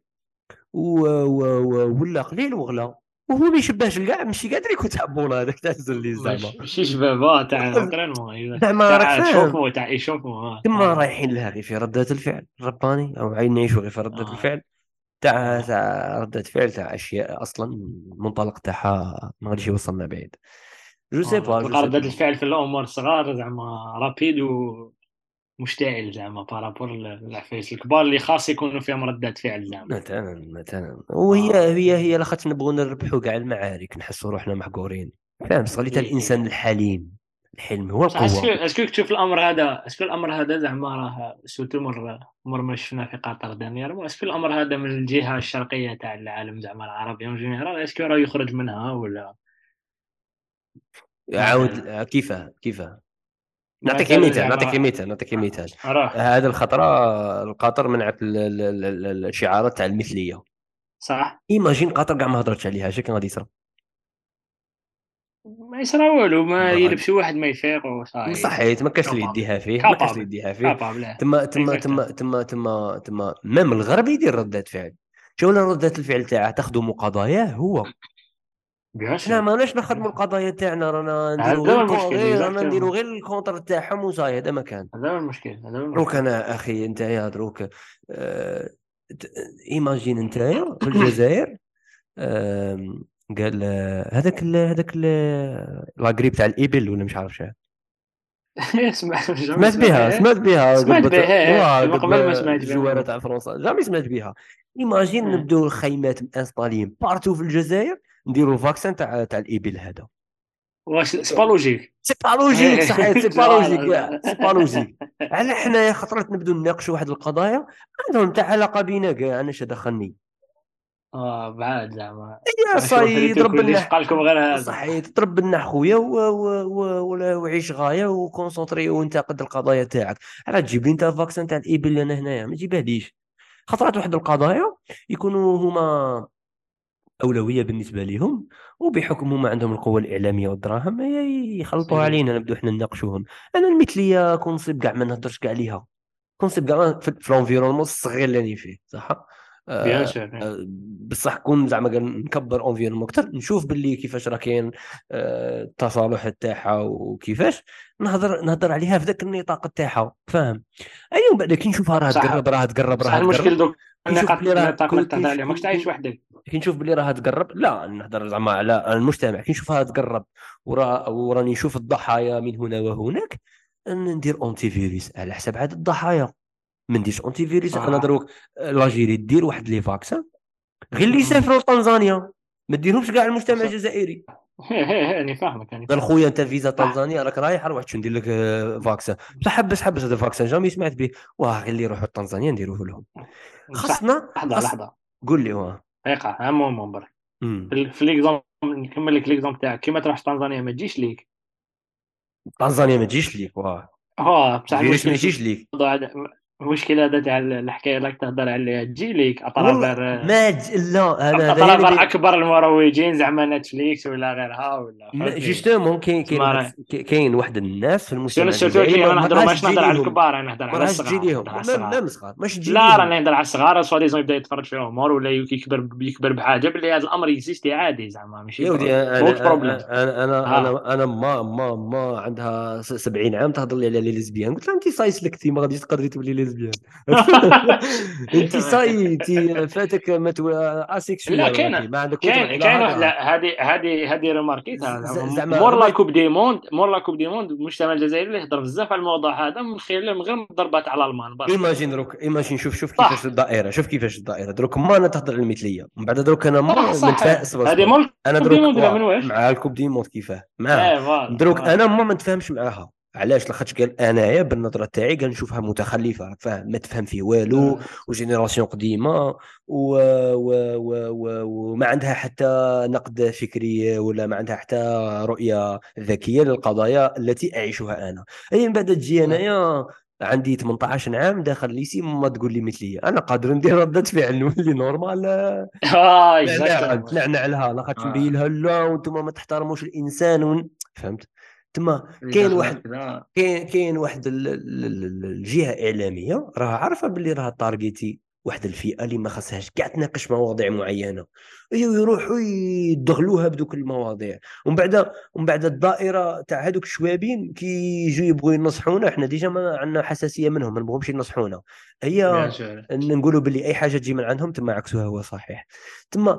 ولا قليل وغلا، وهو ما يشبهش كاع، ماشي قادر يكون تاع بولا هذاك تاع الزليج زعما. ماشي شبابة تاع لونطرينمون، زعما راك تاع فاهم، تشوفمو تاع ايشوفمو كما رايحين لها غير في ردة الفعل رباني، او عايزين نعيشوا غير في ردة اه الفعل تاع اه ردة فعل تاع اشياء اصلا المنطلق تاعها ما غاديش يوصلنا بعيد. جو تلقى سي ردة با. الفعل في الأمور الصغار زعما رابيد ومشتعل زعما بارابور للعفايس الكبار اللي خاص يكونوا فيهم ردة فعل زعما. مثلا وهي اه لاخاطش نبغوا نربحوا كاع المعارك، نحسوا روحنا محقورين. فاهم، صغليت إيه الانسان إيه. الحليم، الحلم هو بصح القوه. اسكو تشوف الأمر هذا، اسكو الأمر هذا زعما راه سوتو مر ما شفنا في قطر دانييرمون، اسكو الأمر هذا من الجهة الشرقية تاع العالم زعما العربي اون جينيرال، اسكو راه يخرج منها ولا عاود مثلا. كيفاه. مثلا زعما نعطيك مثال. راه هذا الخطره القطر منعت الشعارات تاع المثليه. صح. ايماجين قطر كاع ما هضرتش عليها، اش كان غادي يصرى؟ ما يصرى والو، ما ما غادي، يلبسوا واحد ما يفيق وصاي. صحيت، ما كاش اللي كابابل يديها فيه، ما كاش اللي كابابل يديها فيه. كابابل تما اكزاكتومون. مام الغرب يدير ردات فعل. شو ردات الفعل تاعه تخدم قضاياه هو. بيان حنا سور ماناش نخدموا القضايا تاعنا، رانا نديروا هذا غير هو المشكل نديروا اكزاكتومون. غير الكونتر تاعهم وصاي، هذا ما كان. هذا هو المشكل هذا هو دروك المشكل. انا اخي انت يا دروك، آه... ايماجين انت يا في الجزائر، آم، قال لاغريب تاع الابل ولا مش عارف شنو. جامي سمعت بها. سمعت قد بها واه من قد قبل ما سمعت الجواره بها. تاع فرنسا جامي سمعت بها. ايماجين نبداو الخيمات مانستالين بارتو في الجزائر، نديروا فاكسان تاع الابل هذا. واش سي با لوجيك. سي با لوجيك، صحيح سي با لوجيك كاع، فوالا. سي با لوجيك. على حنايا خطرات نبداو نناقشوا واحد القضايا عندهم تاع علاقه بينا كاع، انا اش دخلني. بعاد زعما يا شغل صاي خليتو ضرب كلش لنا، بقى لكم غير هذا. صحيت ضرب لنا خويا وعيش غايه وكونسونطري وانتقد القضايا تاعك. على تجيب لي انت الفاكسان تاع الابل انا هنايا ما تجيبهاليش. خطرات واحد القضايا يكونوا هما اولويه بالنسبه لهم، وبحكم هما عندهم القوه الاعلاميه والدراهم يخلطوها سي علينا نبدو احنا نناقشوهم. انا المثليه كونسيبت كاع ما نهضرش كاع عليها، كونسيبت كاع في الانفيرونمون الصغير اللي راني فيه صح. بيان آه سور. بصح كون زعما قال نكبر انفيرونمون اكثر، نشوف باللي كيفاش راه كاين التصالح تاعها، وكيفاش نهضر عليها في ذاك النطاق تاعها، فاهم. ايوه من بعد كي نشوفها راه بصح تقرب راه تقرب بصح راه تقرب، المشكل دوك كي نشوف بلي راه النطاق اللي تهضر عليه ماكش تعيش وحدك. كي نشوف بلي راها تقرب، لا نهضر زعما على المجتمع، كي نشوفها تقرب وراني نشوف الضحايا من هنا وهناك، ان ندير اونتي فيروس على حساب عدد الضحايا. ما نديرش اونتي فيروس انا صح. دروك. لاجيري دير واحد لي فاكسان غير اللي مم. يسافروا لتنزانيا، ما ديرهمش كاع المجتمع صح. الجزائري. أنا فاهمك، أنا قال فاهمك. خويا انت فيزا صح. تنزانيا راك رايح، روح شو ندير لك فاكسان. بصح حبس هذا الفاكسان جامي سمعت به. واه غير اللي يروحوا لتنزانيا نديروه لهم. بصح. خاصنا لحظة خاص. لحظة. قول لي واه. دقيقة، هم برك. امم في ليكزومبل، نكمل لك ليكزومبل تاعك. كيما تروح تنزانيا ما تجيش ليك. تنزانيا ما تجيش ليك واه. بصح الفيروس ما المشكل في يجيش ليك. الموضوع هذا. المشكل هذا تاع الحكاية اللي راك تهضر عليها تجي ليك والله اترافير. لا انا هذا هي اللي اترافير اكبر المروجين زعما نتفليكس ولا غيرها، ولا فهمتني. جوستومون كاين تسمى واحد كاين واحد الناس في المجتمع سيرتو الجزائري كي انا ما نهضر، راهش ماش تجي نهضر على ليهم. الكبار، انا نهضر ما على راهش تجي الصغار، نهضر ليهم على ما الصغار. صغار ماشي تجي لا ليهم. راني نهضر على الصغار، سوا ديزون يبدا يتفرج فيهم مور، ولا يكبر بحاجه باللي هذا الامر يكزيستي عادي زعما ماشي يا ودي موت بروبليم. اه. انا ما عندها 70 عام تهضر لي على لي ليزبيان. قلت لها انت صاي سلكتي ما غاديش تقدري تولي ليزبيان. انت صاي انت فاتك لا، اسيكسويال راكي كاين ما عندك والو كاين واحد، علاقه. لا هذه ريماركيتها زعما مور لا ما كوب دي موند، مور لا كوب دي موند المجتمع الجزائري اللي يهضر بزاف على الموضوع هذا من غير ضربات على المان برك. ايماجين دروك ايماجين شوف كيفاش صح. الدائره. شوف كيفاش الدائره دروك ما انا تهضر على المثليه من بعد دروك انا صح. ما صح. نتفاهم. صبر هذه صبر. مول انا كوب دي دروك موند ولا من واش؟ مع الكوب دي مونت كيفاه معاها. ايه فوالا دروك فوالا. انا ما نتفاهمش معاها. علاش؟ لاخاطش قال انايا بالنظره تاعي قال نشوفها متخلفه راك فاهم ما تفهم فيه والو. وجينيراسيون قديمه وما عندها حتى نقد فكري ولا ما عندها حتى رؤيه ذكيه للقضايا التي اعيشها انا. اي من بعد تجي انايا عندي 18 عام داخل ليسي ما تقول لي مثليه انا قادر ندير ردة فعل نولي نورمال. نعناع اكزاكتومون. نعناع لها لاخاطش نبين لها لا وانتم ما تحترموش الانسان فهمت. تما اللي كاين داخله واحد كذا. كاين واحد الجهه اعلاميه راها عارفه باللي راها تارجيتي واحد الفئه اللي ما خصهاش كاع تناقش مواضيع معينه. ايوا يروحوا يدخلوها بدوك المواضيع. ومن بعد الدائره تاع هذوك الشوابين كي يجوا يبغوا ينصحونا احنا ديجا ما عندنا حساسيه منهم ما نبغوهمش ينصحونا. هي بيان سور. ان نقولوا باللي اي حاجه تجي من عندهم تما عكسها هو صحيح. تما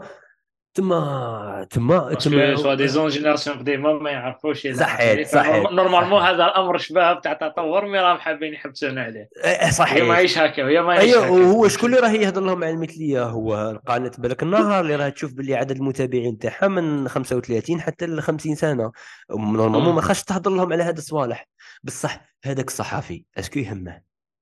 باسكو تما سوا ديزون جينيراسيون قديمه ما يعرفوش الى اخره، صحيت فنورمالمون هذا الامر شبه تاع تطور مي راهم حابين يحبسونا عليه. هي صحيح. ماهيش هكا، وهي ماهيش ايوه هكا وهو شكون فهمتني. اللي راه يهضر لهم على المثليه؟ هو القناه بالك النهار اللي راه تشوف باللي عدد المتابعين تاعها من 35 حتى ل 50 سنه. نورمالمون ما مم. خاصش تهضر لهم على هذا الصوالح. بصح هذاك الصحفي اسكو يهمه؟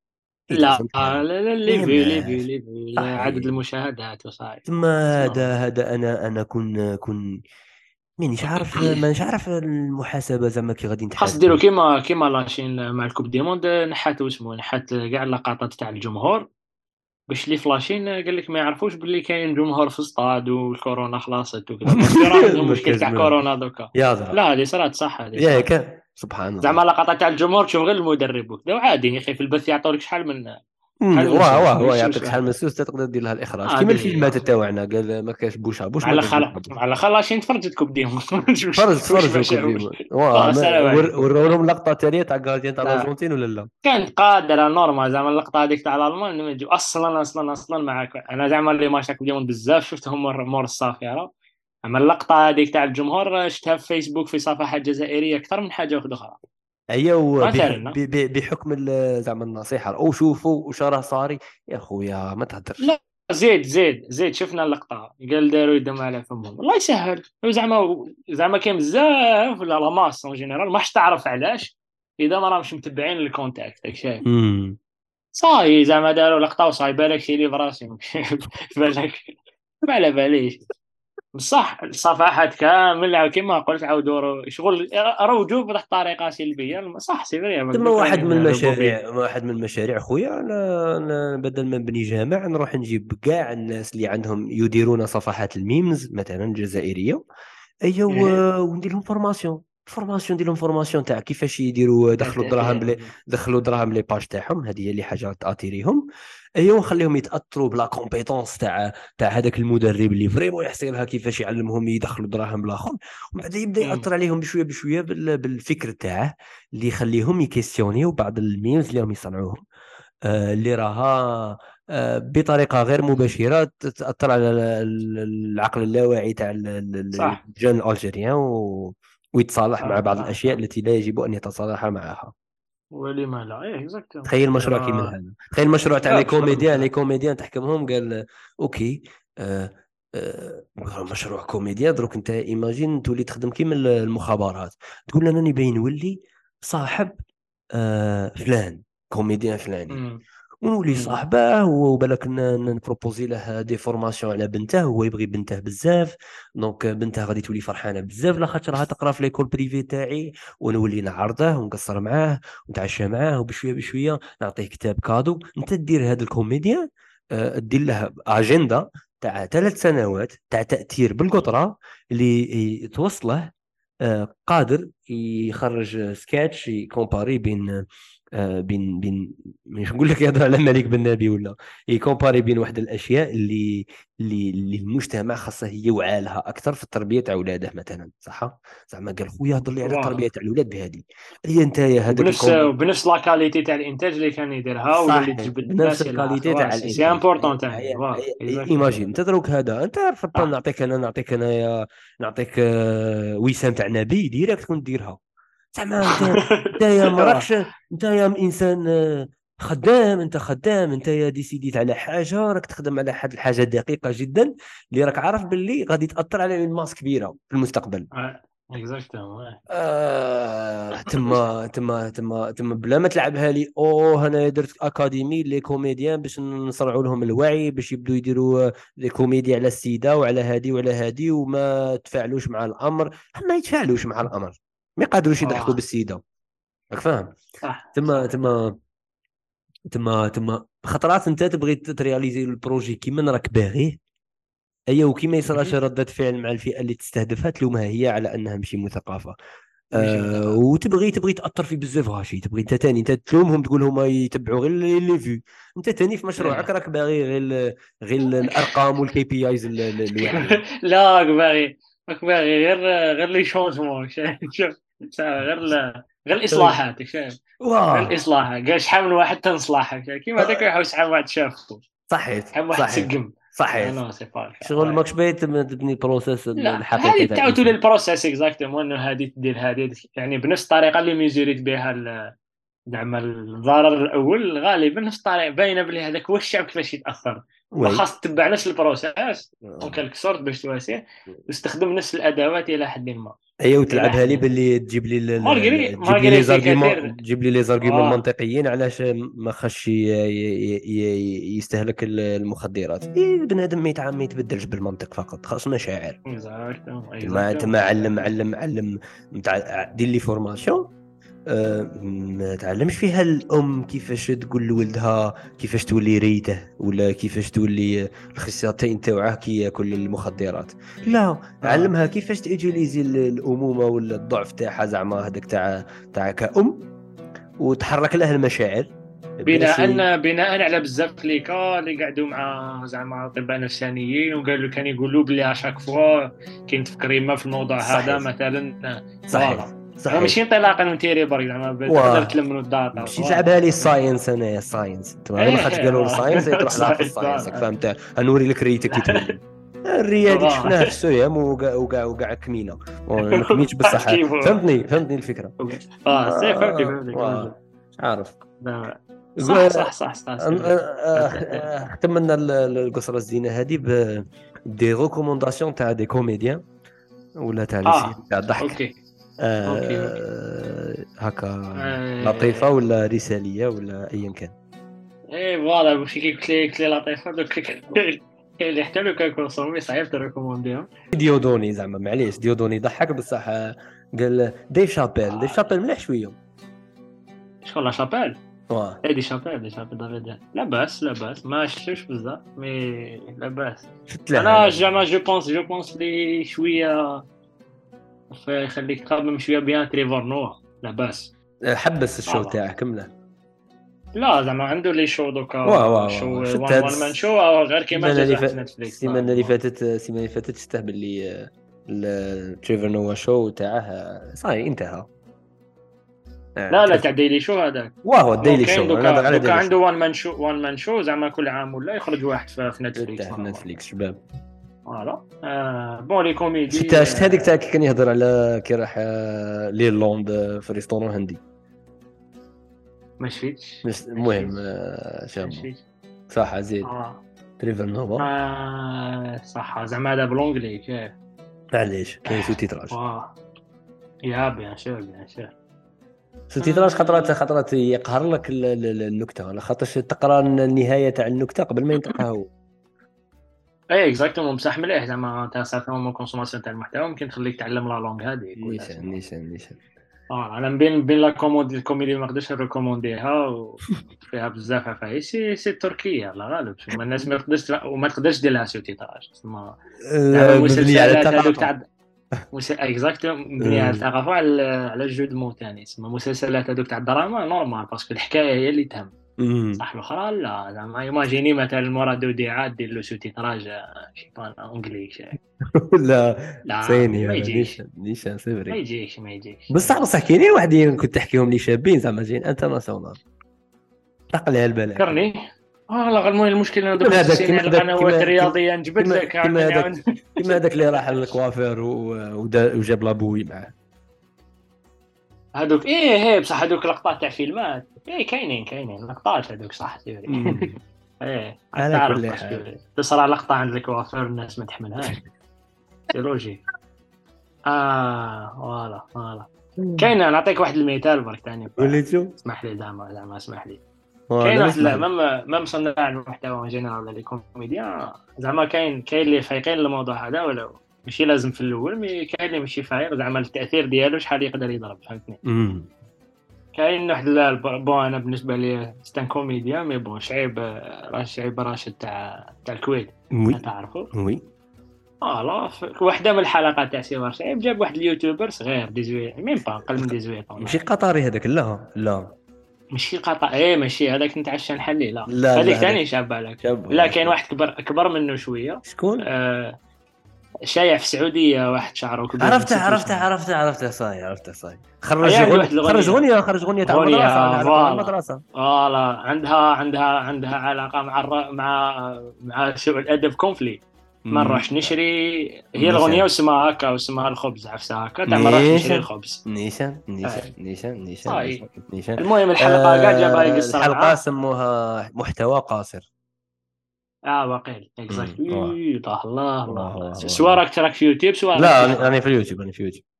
لا يدوزنت لا كير لا، ما ليفي يهمهاش. عدد صحيح. المشاهدات وصاي. ثم اسمع. هذا انا كون مانيش عارف مانيش عارف المحاسبه زعما كي غادي خاص نتحاسبوا. ديروا كيما لاشين مع الكوب دي موند، نحات اسمه نحات كاع اللقطات تاع الجمهور، باش لي فلاشين قال لك ما يعرفوش باللي كاين جمهور في الاستاد والكورونا خلاصت وكذا، باسكو راه عندهم ما مشكل كاش تاع منها. كورونا دوكا. يا ضرا. لا هذه صرات صح، هذه صرات. ياك سبحان زعما الله. لقطات تاع الجمهور تشوف غير المدرب وكذا، وعادي يا اخي في البث يعطوا لك شحال من واه سوس واه ما واه يشوش يعطيك شحال من واحد. سوس تقدر دير لها الاخراج كيما هذه هي الفيلمات اخويا. تاعنا قال ما كاش بوش بوش مع ما كاش بوش الاخر بوش. مع الاخر لاشين تفرجت كوب ديمون فرج واش ما فرج كوب شافوش. ديما واه السلام عليكم. وراو لهم لقطه تاليه تاع غارديان تاع لا الارجنتين ولا لا؟ كانت قادره نورمال، زعما اللقطه هذيك تاع الالمان لما تجيب اصلا معاك. انا زعما اللي ما شاك ديمون بزاف شفتهم مور الصافره. اما اللقطه هذيك تاع الجمهور شفتها في فيسبوك في صفحات جزائريه اكثر من حاجه واحده اخرى. ايوا مثلا. بحكم زعما النصيحه او شوفوا واش راه صاري. يا خويا ما تهدرش. لا زيد شفنا اللقطه قال داروا يدهم على فمهم الله يسهل. زعما كاين بزاف ولا لا ماس اون جينيرال ما حش تعرف علاش اذا ما راهمش متبعين الكونتاكت داك شايف. امم صاي زعما داروا لقطه وصاي بالك شي لي براسهم بالك ما على باليش. بصح الصفحات كامل كما قلت عاودوا شغل روجوا بواحد الطريقه سلبيه. صح سي فري ما ثم قلت راني نهربوا به. واحد من المشاريع خويا أنا بدل ما نبني جامع نروح نجيب كاع الناس اللي عندهم يديرون صفحات الميمز مثلا جزائريه. إيه. ايوا وندير لهم فورماسيون ندير لهم فورماسيون تاع كيفاش يديروا دخلوا دراهم لي باج تاعهم. هذه هي اللي حاجه تاثيريهم. ايوا ونخليهم يتاثروا بلا كومبيتونس تاع هذاك المدرب اللي فريمون يحسن لها كيفاش يعلمهم يدخلوا دراهم بالاخر. ومن بعد يبدا مم. ياثر عليهم بشويه بشويه بالفكر تاعه اللي يخليهم يكيستيونيو بعض الميمز اللي هم يصنعوهم. اللي راها بطريقه غير مباشره تاثر على العقل اللاواعي تاع صح. الجان الالجيريان ويتصالح مع صح بعض صح الاشياء صح. التي لا يجب ان يتصالح معها. ولما لا ايه اكزاكتومون تخيل مشروع كيما هذا، تخيل مشروع تاع لا لي باش نضرب كوميديان، مثال. لي كوميديان تحكمهم قال اوكي مشروع كوميديا. دروك انت ايماجين تولي تخدم كيما المخابرات، تقول انا نبي نولي صاحب فلان كوميديان فلاني، امم ونولي امم صاحبه، وبالك نبروبوزي له دي فورماسيون على بنته، هو يبغي بنته بزاف، دونك بنته غادي تولي فرحانه بزاف لاخاطش راها تقرا في ليكول بريفي تاعي، ونولي نعرضه ونقصر معاه ونتعشى معاه، وبشويه بشويه نعطيه كتاب كادو. انت دير هذا الكوميديان دير له اجنده تاع 3 سنوات تاع تاثير بالقطره اللي توصله قادر يخرج سكتش يكومباري بين بين مش نقول لك يهضر على مالك بن نبي ولا يكومباري بين واحد الاشياء اللي المجتمع خاصه يوعى لها اكثر في التربيه تاع اولاده مثلا، صح؟ زعما قال خويا هضر لي على فوالا. التربيه تاع الاولاد بهذه هي انت يا هذاك الكوميدي. وبنفس لا كاليتي تاع الانتاج اللي كان يديرها ولا اللي صحيح، تجبد بنفس الناس الى الكاليتي اخره، تاع سي الانتاج. امبورطون تاني فوالا اكزاكتومون. ايماجين انت دروك هذا، انت فرضا صح. نعطيك انا نعطيك وسام تاع نبي ديريكت تكون ديرها. زعما انت يا مراكش، انت يا انسان خدام، انت خدام، انت يا ديسيديت على حاجه راك تخدم على حد الحاجه دقيقه جدا اللي راك عارف باللي غادي تاثر على الماس كبيره في المستقبل. اكزاكتومون. تما بلا ما تلعبها لي اوه انا درت اكاديمي لي كوميديان باش نصرعوا لهم الوعي باش يبدوا يديروا لي كوميديا على السيده وعلى هادي وعلى هادي، وما تفاعلوش مع الامر. ما يتفاعلوش مع الامر، ما يقدروش يضحكوا اه بالسيده، راك فاهم؟ صح تما صح. تما تما خطرات انت تبغي ترياليزي البروجي كيما راك باغيه، ايا وكيما يصراش مهم. ردة فعل مع الفئه اللي تستهدفها تلومها هي على انها ماشي مثقفه. ماشي مثقف. وتبغي تاثر في بزاف غاشي، تبغي انت تاني انت تلومهم تقول هما يتبعوا غير اللي في، انت تاني في مشروعك ايه. راك باغي غير الارقام والكي بي ايز الواعيه. لا راك باغي غير لي شونجمون شوف. غير غير طيب. الاصلاحات شايف. غير واه. الاصلاحات قال شحال من واحد تنصلح كيما هذاك يحاول شحال من واحد شافه. صحيت شحال من واحد صحيت تسقم. لا صحيت. نو سي با شغل الكا. ماكش باغي تبني البروسيس لا الحقيقي هذه تاع تعاود الانسان. للبروسيس اكزاكتومون انه هذه تدير هذه يعني بنفس الطريقه اللي ميزوريت بها زعما الضرر الاول غالبا نفس الطريقه باينه بلي هذاك هو الشعب كيفاش يتاثر. وي. وخاص تتبع نفس البروسيس اون كالك سورت باش تواسيه واستخدم نفس الادوات الى حد ما. هي الى وتلعبها حد لي ما باللي تجيب لي تجيب لي مالغري لي في زارغيومون، كثير. تجيب لي لي زارغيومون اه منطقيين علاش ما خش يستهلك المخدرات. بنادم ما يتبدلش بالمنطق فقط، خاص مشاعر. تما علم متاع دير لي فورماسيون ما تعلمش فيها الام كيفاش تقول لولدها كيفاش تولي ريته ولا كيفاش تولي الخصيتين تاوعه كي ياكل المخدرات. لا، اه علمها كيفاش تيجيليزي الامومه ولا الضعف تاعها زعما هذاك تاع كأم، وتحرك له المشاعر باش بناء على بزاف ليكا اللي قعدوا مع زعما اطباء نفسانيين وقالوا كان يقولوا بلي اشاك فوا كاين تفكريما في الموضوع هذا صحيح مثلا. صحيح فوالا. زعما صحيح. ماشي انطلاقا من تيري برك زعما تقدر واه تلمنوا الداتا مشيت لعبها فوالا لي فهمت. الساينس، انايا الساينس تما غير ما خاطش قالوا ايه الساينس تروح لها في صحيح الساينس، راك فوالا. فهمت؟ غنوري لك ريتك كي تولي. الريه هذيك فوالا. شفناها في السويام وكاع كمينه ما كميتش بصح. كيف فهمتني الفكره. اه سي فهمتي فهمتي. مش عارف. لا. صح سي فري. ختم لنا القصره الزينه هذه دي ريكومونداسيون تاع دي كوميديان ولا تاع لي سيري اه تاع الضحك اوكي اوكي. هكا، لطيفه آه... ولا رساليه ولا ايا كان. ايه فوالا ماشي كي قلت لي لطيفه دوك كاين اللي حتى لو كان كونسومي صعيب تريكومونديهم. ديودوني زعما معليش ديودوني ضحك بصح قال ديف شابيل مليح شويه. شكون لا شابيل. واه ايه دي شابيل دافيد لا باس ما شفتوش بزاف مي لا باس. شفت له انا زعما جو بونس لي شويه يخليك تخمم شويه بيان تريفور نوا لا باس. حبس الشو فوالا. تاعه كمله. لا زعما عنده لي شو واه دوكا واه شو واه شفت وان هاد وان مان شو أو غير كيما السيمانه اللي جا تحت نتفليكس السيمانه اللي فاتت شفته باللي تريفر نوا شو تاعه صاي انتهى. لا كاف. تاع ديلي شو هذاك. واه نو الديلي كاين شو انا هضر دوكا على دوكا ديلي شو. عنده وان مان شو زعما كل عام ولا يخرج واحد في نتفليكس تاع نورمال. نتفليكس شباب. فوالا بون لي كوميدي شفت هذيك تاع كي كان يهضر على كي راح ليرلاند في ريستورون هندي. ما شفتش ما المهم شفتش ما شابو شفتش. صح زيد. اه تريفر نوفا. صح زعما هذا بلونجلي كيف. معليش كاين سو تيتراج. واه يا بيان سور بيان سور. سو تيتراج خطرات يقهر لك النكته، على خاطرش تقرا النهايه تاع النكته قبل ما ينطقها هو. اي اكزاكتومون بصح مليح زعما تاع سيرتينمون كونسوماسيون تاع المحتوى ممكن تخليك تعلم لا لونغ هذيك ولا نيشان اسمها. نيشان نيشان. انا بين لا كوموندي الكوميدي ما نقدرش نريكومونديها وفيها بزاف عفايس سي تركيا لا غالب ما الناس ما تقدرش وما تقدرش دير لها سوتيتراج تسمى. زعما مبني على المسلسلات هذوك الثقافه. تاع اكزاكتومون مبنية على الثقافة على الجو دو مو تاني تسمى مسلسلات هذوك تاع الدراما نورمال باسكو الحكاية هي اللي تهم. أمم. صح الاخرى لا زعما ايماجيني مثلا مراد وديعات دير له سوتيتراج شيطان انجلي لا لا صيني ما هذا يجيش نيشان سي ما فري. يجيش ما يجيش ما بصح يجيش. كاينين واحدين كنت تحكيهم لي شابين زعما جايين انترناسيونال، طق لي على البال هكا. فكرني. لا المهم المشكل انا كيما دخلت هذاك السينما كيما هذاك القنوات كيما كيما الرياضيه نجبد كيما لك كيما عاوتاني هذاك كيما هذاك اللي راح للكوافير وجاب لابوي معاه. هذوك ايه بصح هذوك لقطات تاع فيلمات كاينين لقطات هذوك صح سيري. أمم. ايه على تعرف كل باسكو حال. تصرى لقطه عند الكوافير الناس ما تحملهاش سي لوجي. فوالا أمم. كاين نعطيك واحد المثال برك تاني وليتو اسمح لي زعما اسمح لي. لا كاين ما واحد اسمح لا لي. مام صناع المحتوى جينيرال ولا لي كوميديان زعما كاين اللي فايقين الموضوع هذا ولا ماشي لازم في الاول مي كاين اللي ماشي فايق زعما التاثير ديالو شحال يقدر يضرب فهمتني. أمم. كاين واحد بون انا بالنسبه لي ستان كوميديان مي بون شعيب راشد تاع الكويت وي تعرفوا. وي. فوالا واحده من الحلقات تاع سي شعيب جاب واحد اليوتيوبر صغير 18 ميم با اقل من 18 ماشي ولا قطري هذاك، لا لا ماشي قطع ماشي هذاك نتعشى نحلي لا لا هذيك لا ثاني هذاك شابه لك. شاب لا كاين واحد كبر منه شويه. شكون؟ شايع في السعوديه واحد شعره كبير عرفته نسيت واش عرفته اسمه. عرفته عرفته صاي عرفته صاي. عنده واحد الاغنيه خرج اغنيه تاع المدرسه ولا غوريا علاقه فوالا بالمدرسه. عندها علاقه مع سوء الادب كونفلي. ما نروحش نشري هي الاغنيه نيشان واسمها هكا واسمها الخبز عفسه هكا تاع ما نروحش نشري نيشان الخبز. نيشان آه. نيشان نيشان نيشان صاي نيشان نيشان. المهم الحلقه كاع جابها يقصر الحلقه معاه. سموها محتوى قاصر. واقيل واه اكزاكتلي الله واه سوا راك تراك في يوتيوب سوا راك لا تسمع. انا في اليوتيوب انا في اليوتيوب.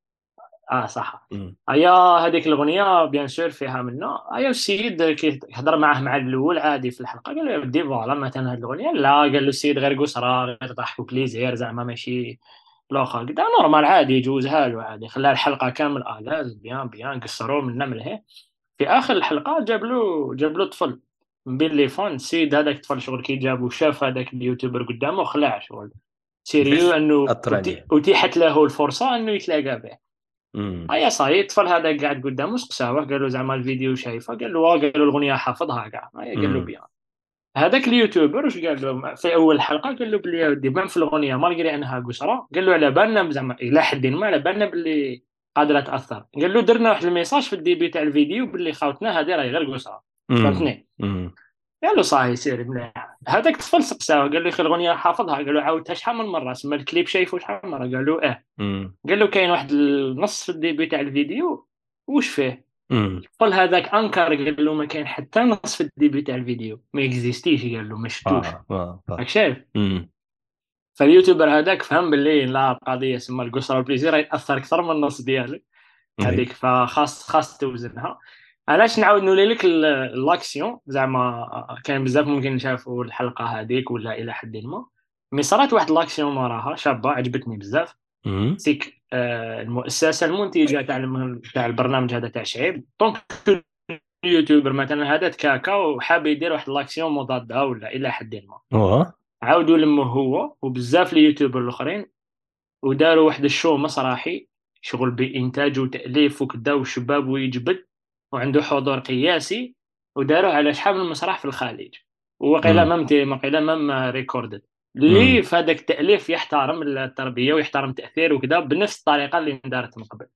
صح. مم. هذيك الاغنيه بيان سور فيها منه السيد كيهضر معاه مع الاول عادي في الحلقه قال له يا ودي فوالا مثلا هذه الاغنيه لا قال له السيد غير قصرى غير ضحك بليزير زعما ماشي الاخر قال نورمال عادي يجوزها له عادي خلى الحلقه كامل لاز بيان قصروا من نمله. في اخر الحلقه جاب له طفل من بين لي فون السيد هذاك الطفل شغل كي جابو شاف هذاك اليوتيوبر قدامه خلع شغل سيريو باش انه اثر عليه. اتيحت له الفرصه انه يتلاقى به. مم. صاي الطفل هذا قاعد قدامه سقساوه قال له زعما الفيديو شايفه قال له قال له الاغنيه حافظها كاع قال له مم. بيان. هذاك اليوتيوبر واش قال له في اول حلقه قال له بلي يا ودي بان في الاغنيه مالغري انها قصرى قال له على بالنا زعما الى حد ما على بالنا باللي قادره تاثر قال له درنا واحد الميساج في الديبي تاع الفيديو باللي خاوتنا هذه راهي غير قصرى مم. فهمتني. مم. قال له صاي سير مليح. هذاك الطفل سقساوه قال له اخي الاغنيه حافظها قال له عاودتها شحال من مره سما الكليب شايفه شحال من مره قال له مم. قال له كاين واحد النص في الديبي تاع الفيديو وش فيه. مم. الطفل هذاك انكر قال له ما كاين حتى نص في الديبي تاع الفيديو ما اكزيستيش قال له ما شفتوش راك شايف. مم. فاليوتيوبر هذاك فهم باللي لا القضيه سما القصر والبليزير ياثر اكثر من النص ديالك وي. هذيك فخاص توزنها. علاش نعاود نولي لك الاكسيون زعما كان بزاف ممكن نشافوا الحلقه هذيك ولا الى حد ما مي صرات واحد الاكسيون وراها شابه عجبتني بزاف. مم. سيك المؤسسه المنتجه تاع البرنامج هذا تاع شعيب دونك اليوتيوبر مثلا هذا تكاكا وحاب يدير واحد لاكسيون مضاده ولا الى حد ما واه عاودوا لمه هو وبزاف اليوتيوبر الاخرين وداروا واحد الشو مسرحي شغل بانتاج وتاليف وكذا وشباب ويجبد وعنده حضور قياسي وداروه على شحال من مسرح في الخليج وقيلا مم. مام قيلا مام ريكوردد مم. اللي في هذاك التاليف يحترم التربيه ويحترم التاثير وكذا بنفس الطريقه اللي دارت من قبل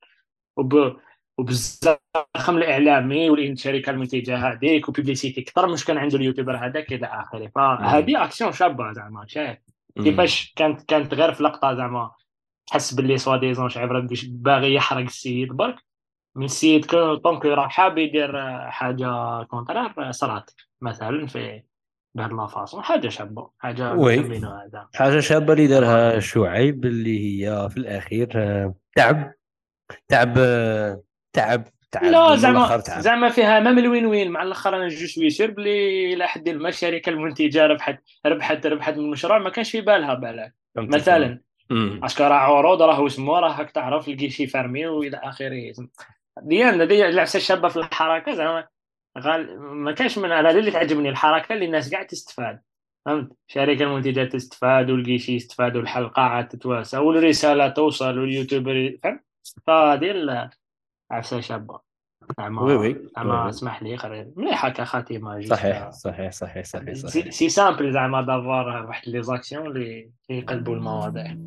وبزاف الخم الاعلامي والشركه المنتجه هذيك وبيبليسيتي اكثر مش كان عنده اليوتيوبر هذاك الى اخره. مم. فهذه اكسيون شابه زعما شايف مم. كيفاش كانت غير في لقطه زعما تحس باللي سوا ديزون شعب باغي يحرق السيد برك من السيد طونكو راه حاب يدير حاجة كونترار صرات مثلا في بهاد لافاصون، حاجة شابة، حاجة وي، نثمنها هذا. حاجة شابة اللي زعما دارها شعيب، اللي هي في الأخير تعب، تعب، تعب لا، من الآخر زعما تعب. زعما فيها مام الوين وين مع الاخر. انا جو سوي سير بلي الى حد ما الشركه المنتجه ربحت من المشروع ما كانش في بالها بالك. فهمتك. مثلا أمم. اشكال راه عروض، راه اسمه راه هاك تعرف الكيشي فارمي والى اخره. ديالنا دي العفسه الشابه في الحركه زعما ما كانش من انا اللي تعجبني الحركه اللي الناس قاعد تستفاد. فهمت، الشركه المنتجه تستفاد والكيشي يستفاد والحلقه عاد تتواسى والرساله توصل واليوتيوبر فهمت. فهذه العفسه شابه. وي زعما وي وي زعما وي. اسمح لي قريب مليحه كخاتمه صحيح جوست. صحيح صحيح صحيح صحيح. سي سامبل زعما دافوار واحد لي زاكسيون اللي يقلبوا المواضيع.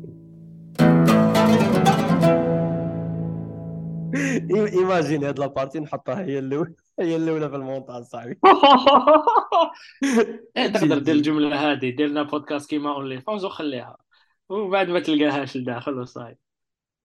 ايماجين هاد لابارتي نحطها هي الاولى، هي الاولى في المونتاج صاحبي. تقدر تجي دير تجي. الجمله هذه، دير لنا بودكاست كيما اونلي فونز وخليها، وبعد ما تلقاهاش لداخل وصاي.